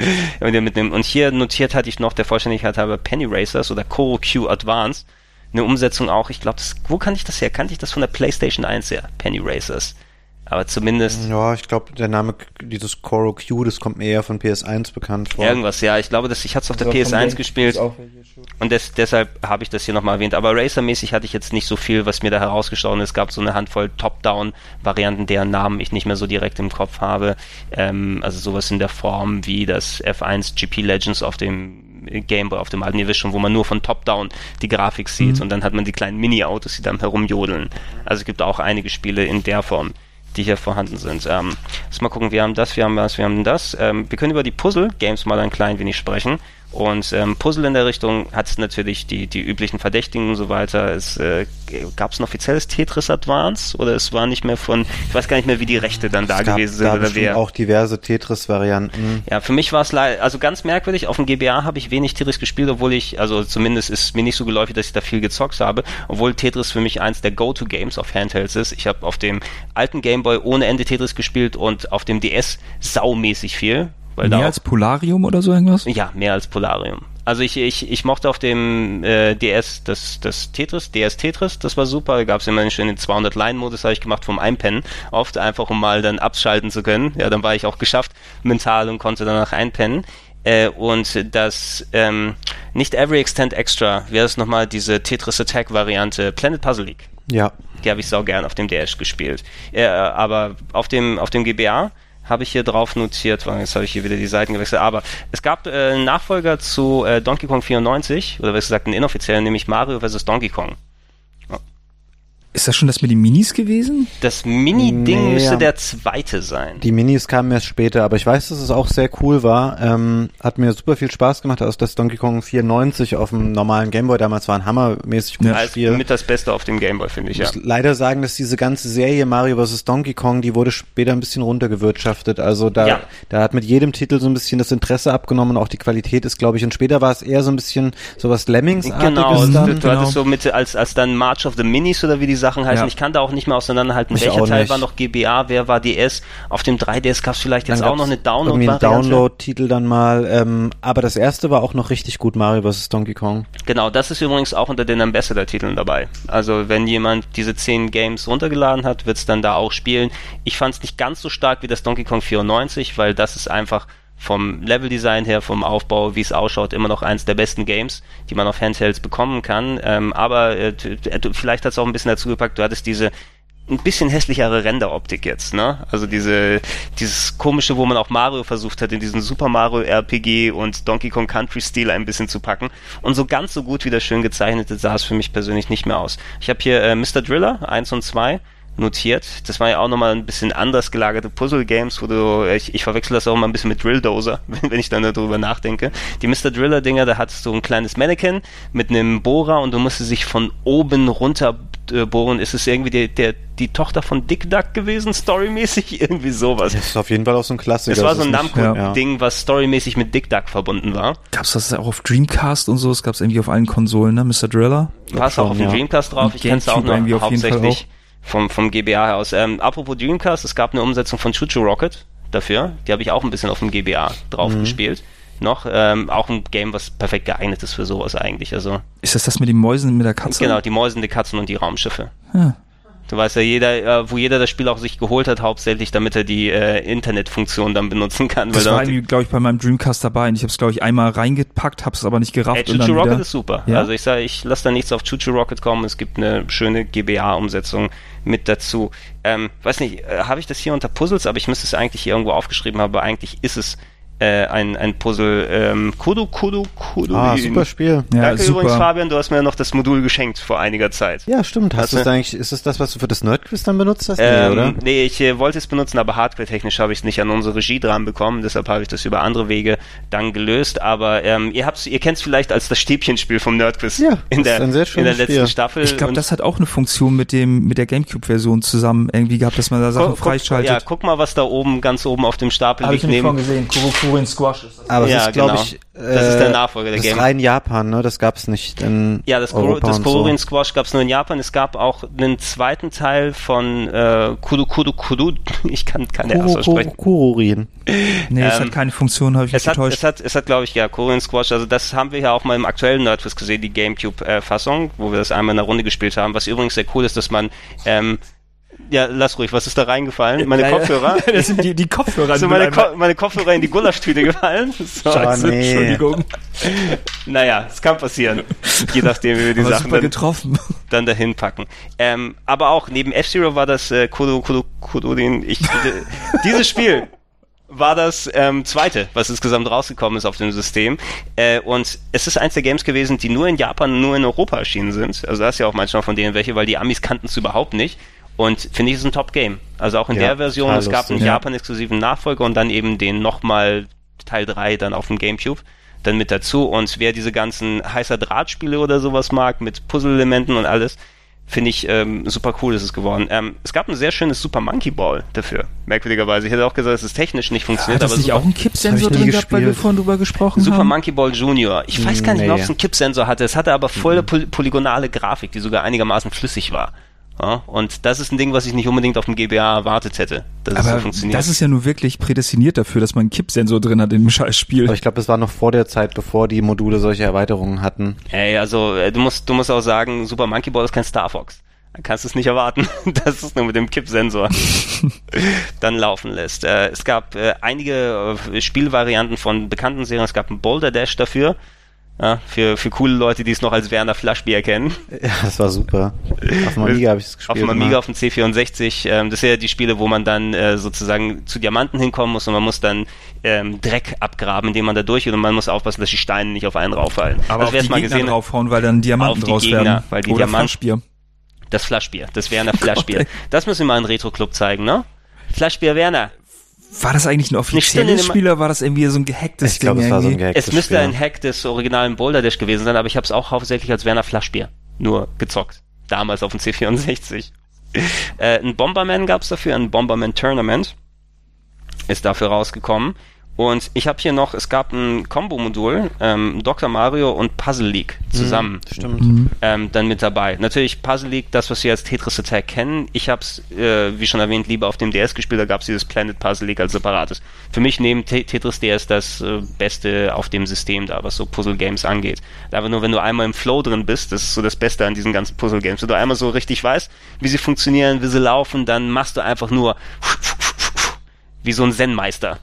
Speaker 2: Und hier notiert hatte ich noch der Vollständigkeit halber Penny Racers oder Koro Q Advance. Eine Umsetzung auch, ich glaube, wo kannte ich das her? Kannte ich das von der PlayStation 1 her? Penny Racers. Aber zumindest...
Speaker 4: Ja, ich glaube, der Name, dieses Koro Q, das kommt mir eher von PS1 bekannt vor.
Speaker 2: Irgendwas, ja. Ich glaube, ich hatte es auf der PS1 gespielt. Und deshalb habe ich das hier nochmal erwähnt. Aber Racer-mäßig hatte ich jetzt nicht so viel, was mir da herausgestochen ist. Es gab so eine Handvoll Top-Down-Varianten, deren Namen ich nicht mehr so direkt im Kopf habe. Also sowas in der Form wie das F1 GP Legends auf dem Gameboy, auf dem alten, ihr wisst schon, wo man nur von Top-Down die Grafik sieht und dann hat man die kleinen Mini-Autos, die dann herumjodeln. Also es gibt auch einige Spiele in der Form, die hier vorhanden sind. Lass mal gucken, wir haben das. Wir können über die Puzzle-Games mal ein klein wenig sprechen. Und Puzzle in der Richtung hat es natürlich die üblichen Verdächtigen und so weiter. Es gab es ein offizielles Tetris Advance oder es war nicht mehr von, ich weiß gar nicht mehr, wie die Rechte dann da gewesen sind.
Speaker 4: Es gab auch diverse Tetris-Varianten.
Speaker 2: Ja, für mich war es also ganz merkwürdig. Auf dem GBA habe ich wenig Tetris gespielt, obwohl also zumindest ist mir nicht so geläufig, dass ich da viel gezockt habe, obwohl Tetris für mich eins der Go-To-Games auf Handhelds ist. Ich habe auf dem alten Gameboy ohne Ende Tetris gespielt und auf dem DS saumäßig viel.
Speaker 3: Mehr als Polarium oder so irgendwas?
Speaker 2: Ja, mehr als Polarium. Also ich mochte auf dem DS das Tetris, das war super. Da gab es immer schön den 200-Line-Modus, habe ich gemacht vom Einpennen. Oft einfach, um mal dann abschalten zu können. Ja, dann war ich auch geschafft mental und konnte danach einpennen. Und das nicht Every Extend Extra, wie heißt es nochmal, diese Tetris Attack-Variante, Planet Puzzle League.
Speaker 4: Ja.
Speaker 2: Die habe ich saugern auf dem DS gespielt. Aber auf dem GBA habe ich hier drauf notiert, jetzt habe ich hier wieder die Seiten gewechselt, aber es gab einen Nachfolger zu Donkey Kong 94, oder was gesagt, einen inoffiziellen, nämlich Mario vs. Donkey Kong.
Speaker 3: Ist das schon das mit den Minis gewesen?
Speaker 2: Das Mini-Ding müsste der zweite sein.
Speaker 4: Die Minis kamen erst später, aber ich weiß, dass es auch sehr cool war. Hat mir super viel Spaß gemacht, also das Donkey Kong 94 auf dem normalen Gameboy damals war ein hammermäßig gutes Spiel.
Speaker 2: Mit das Beste auf dem Gameboy, finde ich, ja.
Speaker 4: Ich muss leider sagen, dass diese ganze Serie Mario vs. Donkey Kong, die wurde später ein bisschen runtergewirtschaftet. Also da hat mit jedem Titel so ein bisschen das Interesse abgenommen und auch die Qualität ist, glaube ich, und später war es eher so ein bisschen sowas Lemmings-artiges dann.
Speaker 2: Du hattest so als dann March of the Minis oder wie die Sachen heißen. Ja. Ich kann da auch nicht mehr auseinanderhalten, welcher Teil war noch GBA, wer war DS. Auf dem 3DS gab es vielleicht jetzt auch noch eine Download-Variante.
Speaker 4: Irgendwie ein Download-Titel dann mal. Aber das erste war auch noch richtig gut, Mario vs. Donkey Kong.
Speaker 2: Genau, das ist übrigens auch unter den Ambassador-Titeln dabei. Also wenn jemand diese 10 Games runtergeladen hat, wird es dann da auch spielen. Ich fand es nicht ganz so stark wie das Donkey Kong 94, weil das ist einfach vom Leveldesign her, vom Aufbau, wie es ausschaut, immer noch eins der besten Games, die man auf Handhelds bekommen kann. Aber vielleicht hat es auch ein bisschen dazu gepackt, du hattest diese ein bisschen hässlichere Renderoptik jetzt, ne? Also dieses komische, wo man auch Mario versucht hat, in diesen Super Mario RPG und Donkey Kong Country Stil ein bisschen zu packen. Und so ganz so gut wie das schön gezeichnete sah es für mich persönlich nicht mehr aus. Ich habe hier Mr. Driller 1 und 2 notiert. Das war ja auch nochmal ein bisschen anders gelagerte Puzzle-Games, wo ich verwechsel das auch mal ein bisschen mit Drill-Dozer, wenn ich dann darüber nachdenke. Die Mr. Driller-Dinger, da hattest du ein kleines Mannequin mit einem Bohrer und du musstest sich von oben runter bohren. Ist es irgendwie die Tochter von Dick Duck gewesen, storymäßig? Irgendwie sowas.
Speaker 4: Das ist auf jeden Fall auch so ein Klassiker.
Speaker 2: Das war so ein Namco-Ding, was storymäßig mit Dick Duck verbunden war.
Speaker 3: Gab's das auch auf Dreamcast und so? Das gab's irgendwie auf allen Konsolen, ne? Mr. Driller?
Speaker 2: War es auch auf dem Dreamcast drauf? Ich kenn's auch noch hauptsächlich vom GBA aus. Apropos Dreamcast, es gab eine Umsetzung von Choo Choo Rocket dafür. Die habe ich auch ein bisschen auf dem GBA drauf gespielt. Noch. Auch ein Game, was perfekt geeignet ist für sowas eigentlich. Also
Speaker 3: ist das mit den Mäusen mit der Katze?
Speaker 2: Genau, die Mäusen, die Katzen und die Raumschiffe.
Speaker 3: Ja.
Speaker 2: Du weißt ja, wo jeder das Spiel auch sich geholt hat, hauptsächlich, damit er die Internetfunktion dann benutzen kann.
Speaker 3: Das war irgendwie, glaube ich, bei meinem Dreamcast dabei und ich habe es, glaube ich, einmal reingepackt, habe es aber nicht gerafft.
Speaker 2: Choo Choo Rocket ist super. Ja? Also ich lasse da nichts auf Choo Choo Rocket kommen. Es gibt eine schöne GBA-Umsetzung mit dazu. Weiß nicht, habe ich das hier unter Puzzles, aber ich müsste es eigentlich hier irgendwo aufgeschrieben haben, aber eigentlich ist es ein Puzzle. Kudu.
Speaker 4: Super Spiel.
Speaker 2: Ja, danke super. Übrigens, Fabian, du hast mir noch das Modul geschenkt vor einiger Zeit.
Speaker 4: Ja, stimmt. Ist es das, was du für das Nerdquiz dann benutzt hast? Oder?
Speaker 2: Nee, ich wollte es benutzen, aber hardware-technisch habe ich es nicht an unsere Regie dran bekommen, deshalb habe ich das über andere Wege dann gelöst, aber ihr kennt es vielleicht als das Stäbchenspiel vom Nerdquiz in der letzten Staffel.
Speaker 3: Ich glaube, das hat auch eine Funktion mit der Gamecube-Version zusammen irgendwie gehabt, dass man da Sachen freischaltet.
Speaker 2: Ja, guck mal, was da ganz oben auf dem Stapel liegt.
Speaker 3: Habe ich schon gesehen. Kurokurin Squash ist das.
Speaker 4: Aber das ist, glaube ich,
Speaker 2: das ist der Nachfolger der Game.
Speaker 4: Das ist rein Japan, ne? Das gab's nicht in Europa
Speaker 2: das Kurokurin Squash gab's nur in Japan. Es gab auch einen zweiten Teil von Kudu. Ich kann keine erst aussprechen.
Speaker 4: Kurorin.
Speaker 3: Nee, es hat keine Funktion, habe ich mich getäuscht.
Speaker 2: Es hat, glaube ich, Kurokurin Squash. Also das haben wir ja auch mal im aktuellen Nerdquiz gesehen, die Gamecube-Fassung, wo wir das einmal in der Runde gespielt haben. Was übrigens sehr cool ist, dass man ja, lass ruhig, was ist da reingefallen? Meine Kopfhörer?
Speaker 3: Das sind die Kopfhörer.
Speaker 2: So meine Kopfhörer in die Gulaschtüte gefallen. So,
Speaker 3: Scheiße, nee. Entschuldigung.
Speaker 2: Naja, es kann passieren. Je nachdem, wie wir die Sachen dann dahin packen. Aber auch neben F-Zero war das Kudodin. Dieses Spiel war das zweite, was insgesamt rausgekommen ist auf dem System. Und es ist eins der Games gewesen, die nur in Japan, nur in Europa erschienen sind. Also da ist ja auch manchmal von denen welche, weil die Amis kannten es überhaupt nicht. Und finde ich, ist ein Top-Game. Also auch in der Version, es gab einen Japan-exklusiven Nachfolger und dann eben den nochmal Teil 3 dann auf dem Gamecube. dann mit dazu. Und wer diese ganzen heißer Drahtspiele oder sowas mag, mit Puzzle-Elementen und alles, finde ich super cool ist es geworden. Es gab ein sehr schönes Super Monkey Ball dafür, merkwürdigerweise. Ich hätte auch gesagt, dass es technisch nicht funktioniert.
Speaker 3: Hat das nicht auch einen Kippsensor drin gehabt, weil wir vorhin drüber gesprochen haben?
Speaker 2: Super Monkey Ball Junior. Ich weiß gar nicht mehr, ob es einen Kippsensor hatte. Es hatte aber volle polygonale Grafik, die sogar einigermaßen flüssig war. Ja, und das ist ein Ding, was ich nicht unbedingt auf dem GBA erwartet hätte, dass es so funktioniert.
Speaker 3: Das ist ja nur wirklich prädestiniert dafür, dass man einen Kippsensor drin hat in dem Scheißspiel.
Speaker 4: Aber ich glaube, das war noch vor der Zeit, bevor die Module solche Erweiterungen hatten.
Speaker 2: Ey, also du musst auch sagen, Super Monkey Ball ist kein Star Fox. Dann kannst du es nicht erwarten, dass es nur mit dem Kippsensor dann laufen lässt. Es gab einige Spielvarianten von bekannten Serien. Es gab einen Boulder Dash dafür. Ja, für coole Leute, die es noch als Werner Flaschbier kennen.
Speaker 4: Ja, das war super. Auf dem Amiga habe ich es gespielt.
Speaker 2: Auf dem Amiga, auf dem C64. Das sind ja die Spiele, wo man dann sozusagen zu Diamanten hinkommen muss und man muss dann Dreck abgraben, indem man da durchgeht und man muss aufpassen, dass die Steine nicht auf einen rauffallen.
Speaker 3: Aber
Speaker 2: das
Speaker 3: auf die
Speaker 2: mal
Speaker 3: Gegner
Speaker 2: gesehen,
Speaker 3: draufhauen, weil dann Diamanten draus werden.
Speaker 2: Weil die
Speaker 3: oder
Speaker 2: Diamanten,
Speaker 3: Flaschbier.
Speaker 2: Das Flaschbier, das Werner Flaschbier. Das müssen wir mal in Retro-Club zeigen, ne? Flaschbier Werner.
Speaker 3: War das eigentlich ein offizielles Spiel oder war das irgendwie so ein gehacktes Ding?
Speaker 4: Ich glaube, es war so ein gehacktes
Speaker 2: Spiel. Es müsste ein Hack des originalen Boulder Dash gewesen sein, aber ich habe es auch hauptsächlich als Werner Flaschbier nur gezockt. Damals auf dem C64. Ein Bomberman gab es dafür, ein Bomberman Tournament ist dafür rausgekommen. Und ich habe hier noch, es gab ein Combo-Modul, Dr. Mario und Puzzle League zusammen.
Speaker 4: Stimmt.
Speaker 2: Dann mit dabei. Natürlich Puzzle League, das, was wir als Tetris Attack kennen. Ich habe es, wie schon erwähnt, lieber auf dem DS gespielt, da gab es dieses Planet Puzzle League als separates. Für mich neben Tetris DS das Beste auf dem System da, was so Puzzle-Games angeht. Aber nur, wenn du einmal im Flow drin bist, das ist so das Beste an diesen ganzen Puzzle-Games. Wenn du einmal so richtig weißt, wie sie funktionieren, wie sie laufen, dann machst du einfach nur wie so ein Zen-Meister.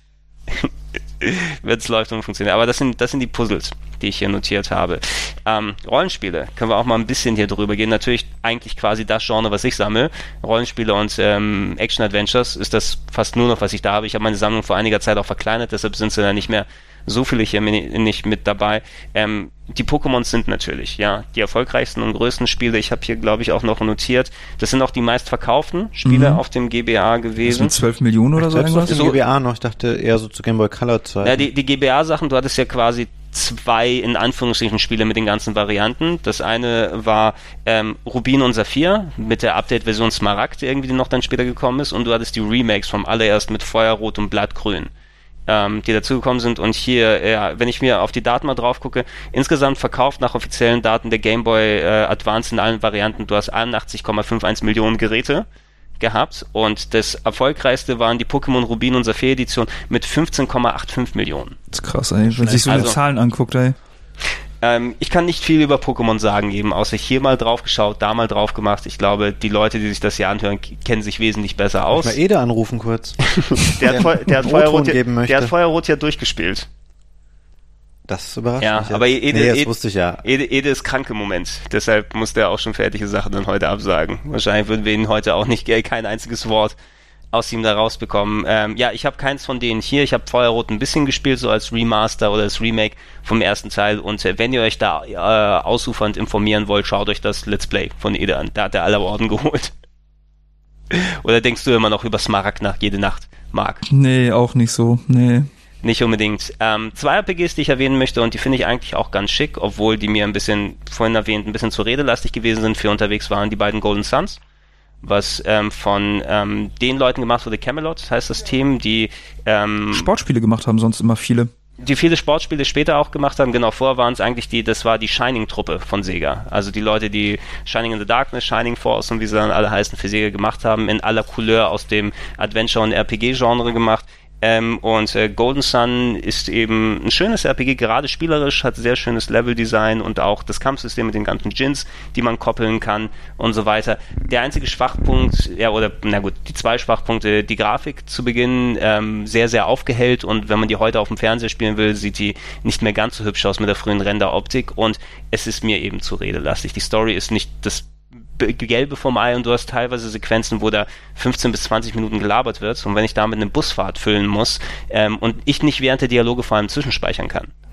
Speaker 2: Wenn es läuft und funktioniert. Aber das sind die Puzzles, die ich hier notiert habe. Rollenspiele, können wir auch mal ein bisschen hier drüber gehen. Natürlich eigentlich quasi das Genre, was ich sammle. Rollenspiele und Action-Adventures ist das fast nur noch, was ich da habe. Ich habe meine Sammlung vor einiger Zeit auch verkleinert, deshalb sind sie da nicht mehr so viele hier nicht mit dabei. Die Pokémons sind natürlich, ja, die erfolgreichsten und größten Spiele. Ich habe hier, glaube ich, auch noch notiert. Das sind auch die meistverkauften Spiele auf dem GBA gewesen.
Speaker 3: Das sind 12 Millionen oder so irgendwas?
Speaker 4: Auf dem GBA noch, ich dachte eher so zu Game Boy Color Zeit.
Speaker 2: Ja, die GBA-Sachen, du hattest ja quasi 2 in Anführungsstrichen Spiele mit den ganzen Varianten. Das eine war Rubin und Saphir mit der Update-Version Smaragd irgendwie, die noch dann später gekommen ist, und du hattest die Remakes vom allererst mit Feuerrot und Blattgrün, die dazugekommen sind. Und hier, ja, wenn ich mir auf die Daten mal drauf gucke, insgesamt verkauft nach offiziellen Daten der Game Boy Advance in allen Varianten, du hast 81,51 Millionen Geräte gehabt, und das erfolgreichste waren die Pokémon Rubin und Saphir Edition mit 15,85 Millionen.
Speaker 3: Das ist krass, ey, wenn sich so die Zahlen anguckt, ey.
Speaker 2: Ich kann nicht viel über Pokémon sagen, eben, außer hier mal drauf geschaut, da mal drauf gemacht. Ich glaube, die Leute, die sich das hier anhören, kennen sich wesentlich besser aus.
Speaker 4: Ich mal Ede anrufen kurz.
Speaker 2: der hat Feuerrot ja durchgespielt.
Speaker 4: Das überrascht mich jetzt.
Speaker 2: Aber
Speaker 4: das wusste ich ja.
Speaker 2: Ede ist krank im Moment. Deshalb musste er auch schon fertige Sachen dann heute absagen. Wahrscheinlich würden wir ihn heute auch kein einziges Wort aus ihm da rausbekommen. Ich habe keins von denen hier. Ich habe Feuerrot ein bisschen gespielt, so als Remaster oder als Remake vom ersten Teil. Und wenn ihr euch da ausufernd informieren wollt, schaut euch das Let's Play von Ede an. Da hat er aller Orden geholt. Oder denkst du immer noch über Smaragd nach jede Nacht, Marc?
Speaker 3: Nee, auch nicht so. Nee.
Speaker 2: Nicht unbedingt. 2 RPGs, die ich erwähnen möchte, und die finde ich eigentlich auch ganz schick, obwohl die mir ein bisschen, vorhin erwähnt, ein bisschen zu redelastig gewesen sind, für unterwegs waren, die beiden Golden Suns, was von den Leuten gemacht wurde, Camelot heißt das Team, die
Speaker 3: Sportspiele gemacht haben, sonst immer viele.
Speaker 2: Die viele Sportspiele später auch gemacht haben. Genau, vorher waren es eigentlich das war die Shining-Truppe von Sega. Also die Leute, die Shining in the Darkness, Shining Force und wie sie dann alle heißen, für Sega gemacht haben, in aller Couleur aus dem Adventure- und RPG-Genre gemacht. Und Golden Sun ist eben ein schönes RPG, gerade spielerisch, hat sehr schönes Leveldesign und auch das Kampfsystem mit den ganzen Djinns, die man koppeln kann und so weiter. Der einzige Schwachpunkt, die 2 Schwachpunkte, die Grafik zu Beginn sehr, sehr aufgehellt, und wenn man die heute auf dem Fernseher spielen will, sieht die nicht mehr ganz so hübsch aus mit der frühen Render-Optik, und es ist mir eben zu redelastig. Die Story ist nicht das Gelbe vom Ei, und du hast teilweise Sequenzen, wo da 15 bis 20 Minuten gelabert wird, und wenn ich damit eine Busfahrt füllen muss und ich nicht während der Dialoge vor allem zwischenspeichern kann,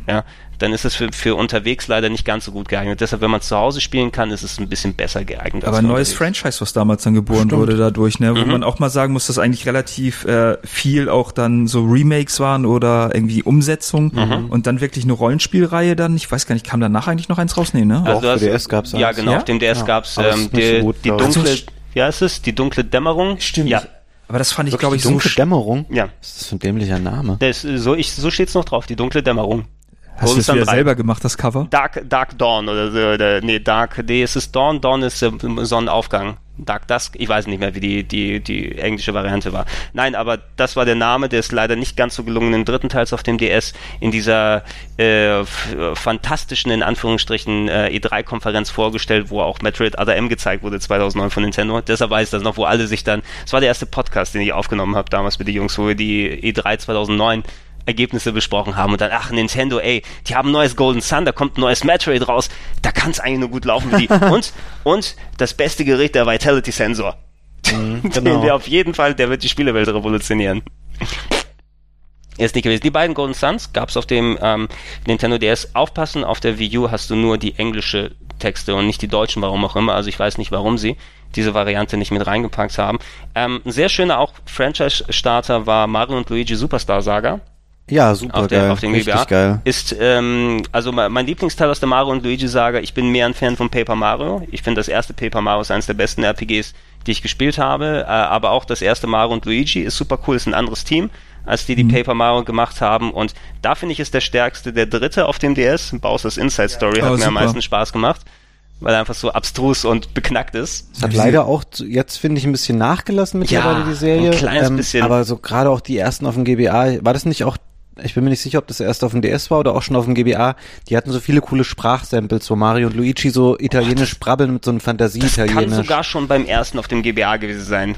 Speaker 2: ja, dann ist es für unterwegs leider nicht ganz so gut geeignet. Deshalb, wenn man es zu Hause spielen kann, ist es ein bisschen besser geeignet.
Speaker 3: Aber ein neues Franchise, was damals dann geboren wurde dadurch, ne, wo man auch mal sagen muss, dass eigentlich relativ viel auch dann so Remakes waren oder irgendwie Umsetzungen und dann wirklich eine Rollenspielreihe dann, ich weiß gar nicht, kam danach eigentlich noch eins raus? Nee, ne?
Speaker 2: Also
Speaker 4: auf dem DS gab's
Speaker 2: ja, genau, auf dem DS gab's die dunkle, wie heißt es? Die dunkle Dämmerung.
Speaker 3: Stimmt.
Speaker 2: Ja.
Speaker 3: Aber das fand ich, glaube ich,
Speaker 4: so... Dunkle Dämmerung?
Speaker 2: Ja.
Speaker 4: Was ist das für ein dämlicher Name?
Speaker 2: So steht's noch drauf, die dunkle Dämmerung.
Speaker 3: Hast du das wieder selber gemacht, das Cover?
Speaker 2: Dark Dawn oder so, es ist Dawn, Dawn ist Sonnenaufgang. Dark Dusk, ich weiß nicht mehr, wie die englische Variante war. Nein, aber das war der Name, der ist leider nicht ganz so gelungen im dritten Teils auf dem DS, in dieser fantastischen, in Anführungsstrichen, E3-Konferenz vorgestellt, wo auch Metroid Other M gezeigt wurde, 2009 von Nintendo. Deshalb weiß ich das noch, wo alle sich dann, es war der erste Podcast, den ich aufgenommen habe, damals mit den Jungs, wo wir die E3 2009 Ergebnisse besprochen haben und dann, ach, Nintendo, ey, die haben ein neues Golden Sun, da kommt ein neues Metroid raus, da kann es eigentlich nur gut laufen wie die. Und das beste Gerät, der Vitality Sensor. Genau. Der wird die Spielewelt revolutionieren. Ist nicht gewesen. Die beiden Golden Suns gab es auf dem Nintendo DS. Aufpassen, auf der Wii U hast du nur die englische Texte und nicht die deutschen, warum auch immer. Also ich weiß nicht, warum sie diese Variante nicht mit reingepackt haben. Ein sehr schöner auch Franchise-Starter war Mario und Luigi Superstar Saga.
Speaker 4: Ja, super geil.
Speaker 2: Auf dem GBA.
Speaker 4: Geil.
Speaker 2: Ist, also mein Lieblingsteil aus der Mario und Luigi Saga, ich bin mehr ein Fan von Paper Mario. Ich finde das erste Paper Mario ist eines der besten RPGs, die ich gespielt habe. Aber auch das erste Mario und Luigi ist super cool, ist ein anderes Team, als die Paper Mario gemacht haben. Und da finde ich, ist der stärkste der dritte auf dem DS. Bowser's Inside Story hat mir am meisten Spaß gemacht, weil er einfach so abstrus und beknackt ist.
Speaker 4: Es hat leider auch jetzt, finde ich, ein bisschen nachgelassen mittlerweile, die Serie.
Speaker 2: Ein kleines bisschen.
Speaker 4: Aber so gerade auch die ersten auf dem GBA, war das nicht auch, ich bin mir nicht sicher, ob das erst auf dem DS war oder auch schon auf dem GBA, die hatten so viele coole Sprachsamples, wo Mario und Luigi so italienisch brabbeln mit so einem Fantasie-Italienisch.
Speaker 2: Das kann sogar schon beim ersten auf dem GBA gewesen sein.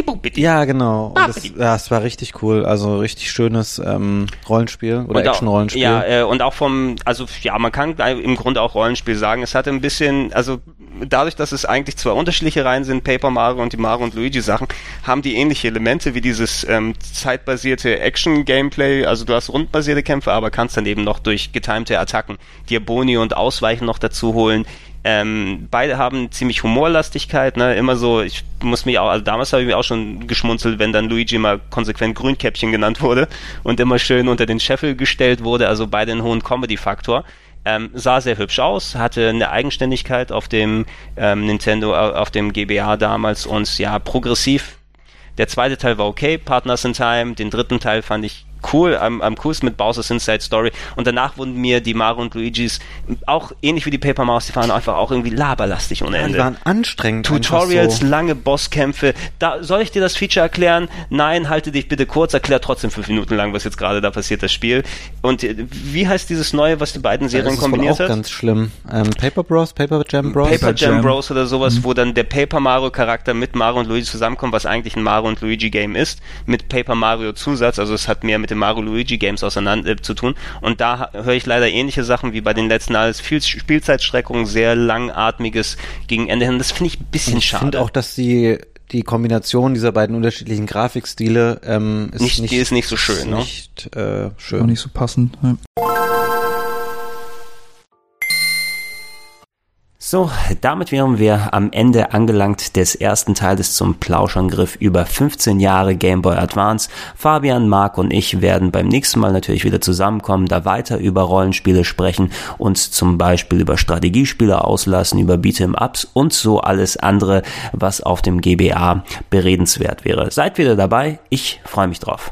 Speaker 4: Ja, genau. Und das war richtig cool, also richtig schönes Rollenspiel oder Action-Rollenspiel.
Speaker 2: Ja, und auch man kann im Grunde auch Rollenspiel sagen, es hatte ein bisschen, also dadurch, dass es eigentlich zwei unterschiedliche Reihen sind, Paper Mario und die Mario und Luigi Sachen, haben die ähnliche Elemente wie dieses zeitbasierte Action-Gameplay, also du hast rundbasierte Kämpfe, aber kannst dann eben noch durch getimte Attacken dir Boni und Ausweichen noch dazu holen. Beide haben ziemlich Humorlastigkeit, ne, immer so, ich muss mich auch, also damals habe ich mir auch schon geschmunzelt, wenn dann Luigi mal konsequent Grünkäppchen genannt wurde und immer schön unter den Scheffel gestellt wurde, also beide einen hohen Comedy-Faktor. Sah sehr hübsch aus, hatte eine Eigenständigkeit auf dem Nintendo, auf dem GBA damals und ja, progressiv. Der zweite Teil war okay, Partners in Time, den dritten Teil fand ich cool, am coolsten mit Bowser's Inside Story und danach wurden mir die Mario und Luigis auch ähnlich wie die Paper Mario, die waren einfach auch irgendwie laberlastig ohne Ende.
Speaker 4: Die waren anstrengend.
Speaker 2: Tutorials, so. Lange Bosskämpfe. Soll ich dir das Feature erklären? Nein, halte dich bitte kurz, erklär trotzdem 5 Minuten lang, was jetzt gerade da passiert, das Spiel. Und wie heißt dieses Neue, was die beiden Serien kombiniert hat?
Speaker 4: Das ist auch ganz schlimm. Paper Jam Bros?
Speaker 2: Paper Jam Bros oder sowas, wo dann der Paper Mario Charakter mit Mario und Luigi zusammenkommt, was eigentlich ein Mario und Luigi Game ist, mit Paper Mario Zusatz, also es hat mehr mit den Mario Luigi Games zu tun und da höre ich leider ähnliche Sachen wie bei den letzten, alles viel Spielzeitstreckung, sehr langatmiges gegen Ende hin, das finde ich ein bisschen schade.
Speaker 4: Ich finde auch, dass die Kombination dieser beiden unterschiedlichen Grafikstile
Speaker 2: ist nicht so schön,
Speaker 3: nicht schön. Auch nicht so passend. Ne?
Speaker 2: So, damit wären wir am Ende angelangt des ersten Teiles zum Plauschangriff über 15 Jahre Game Boy Advance. Fabian, Marc und ich werden beim nächsten Mal natürlich wieder zusammenkommen, da weiter über Rollenspiele sprechen, uns zum Beispiel über Strategiespiele auslassen, über Beat'em-Ups und so alles andere, was auf dem GBA beredenswert wäre. Seid wieder dabei, ich freue mich drauf.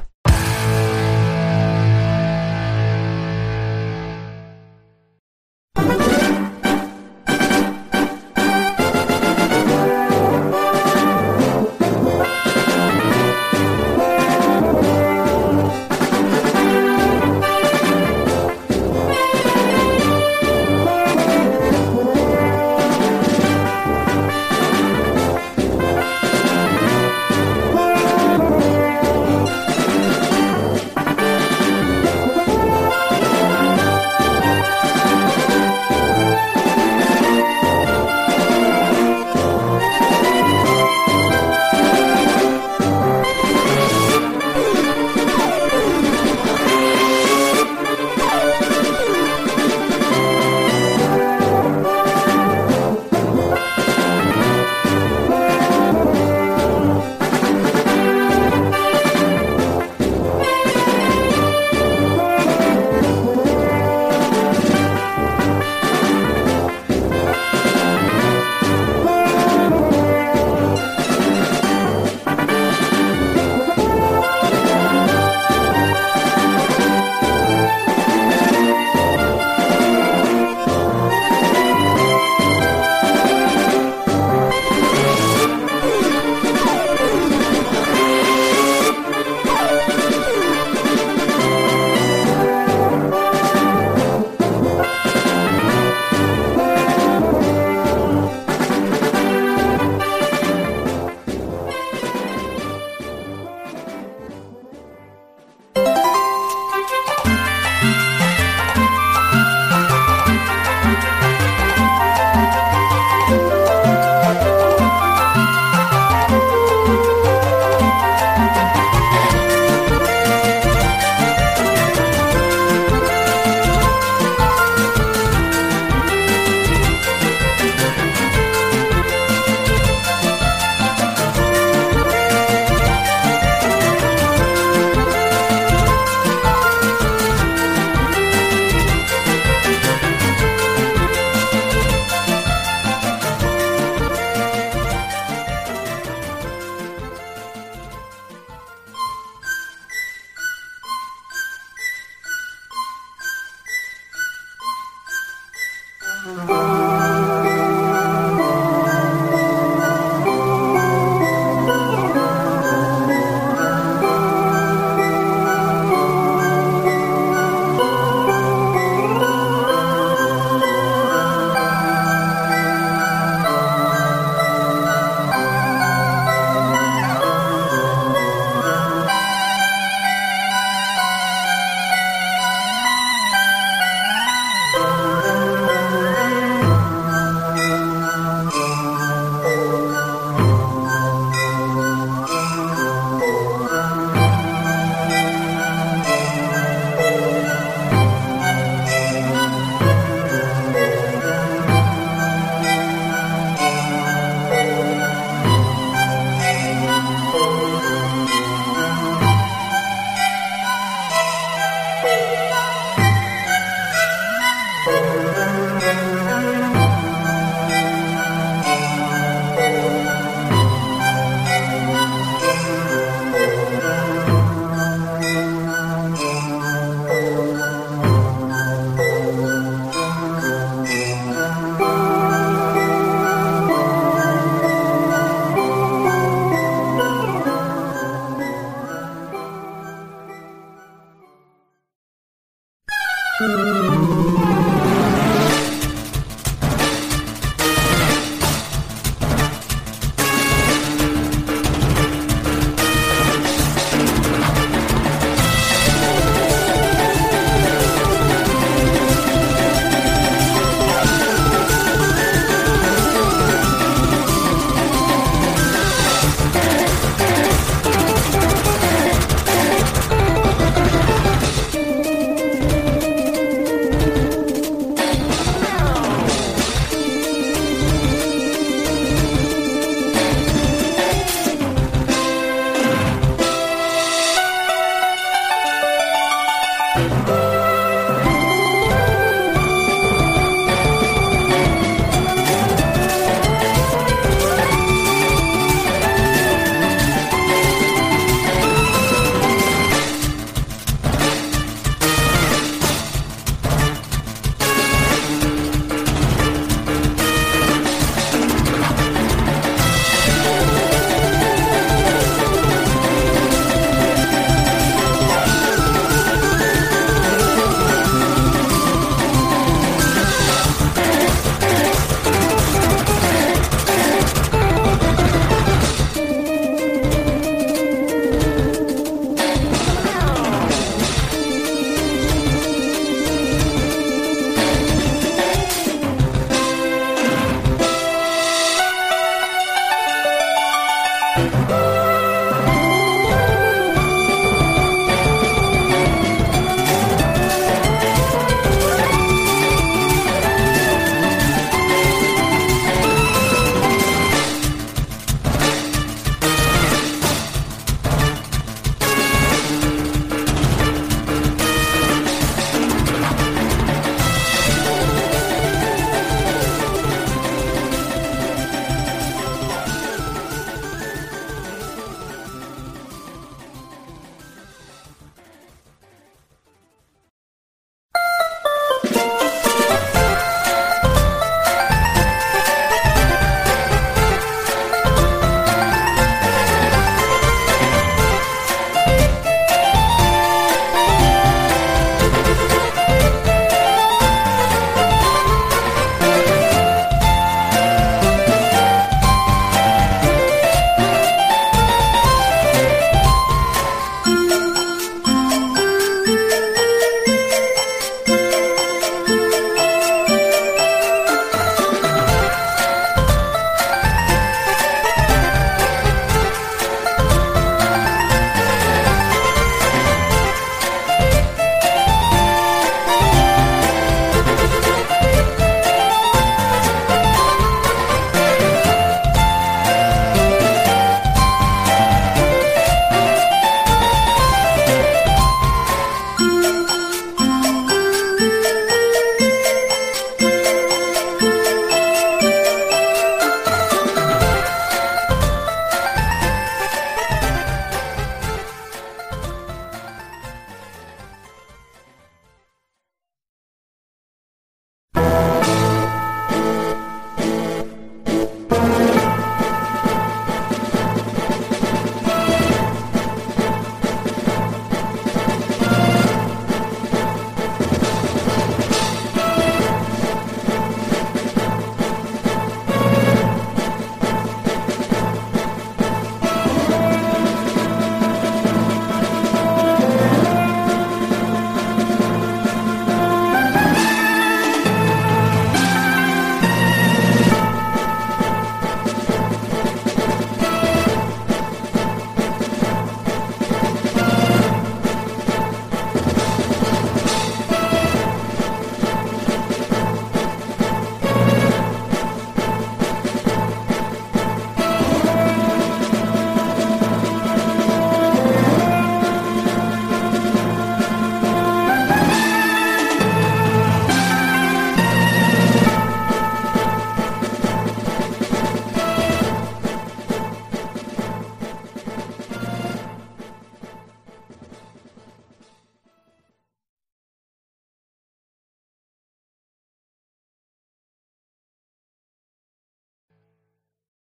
Speaker 3: Tschüss.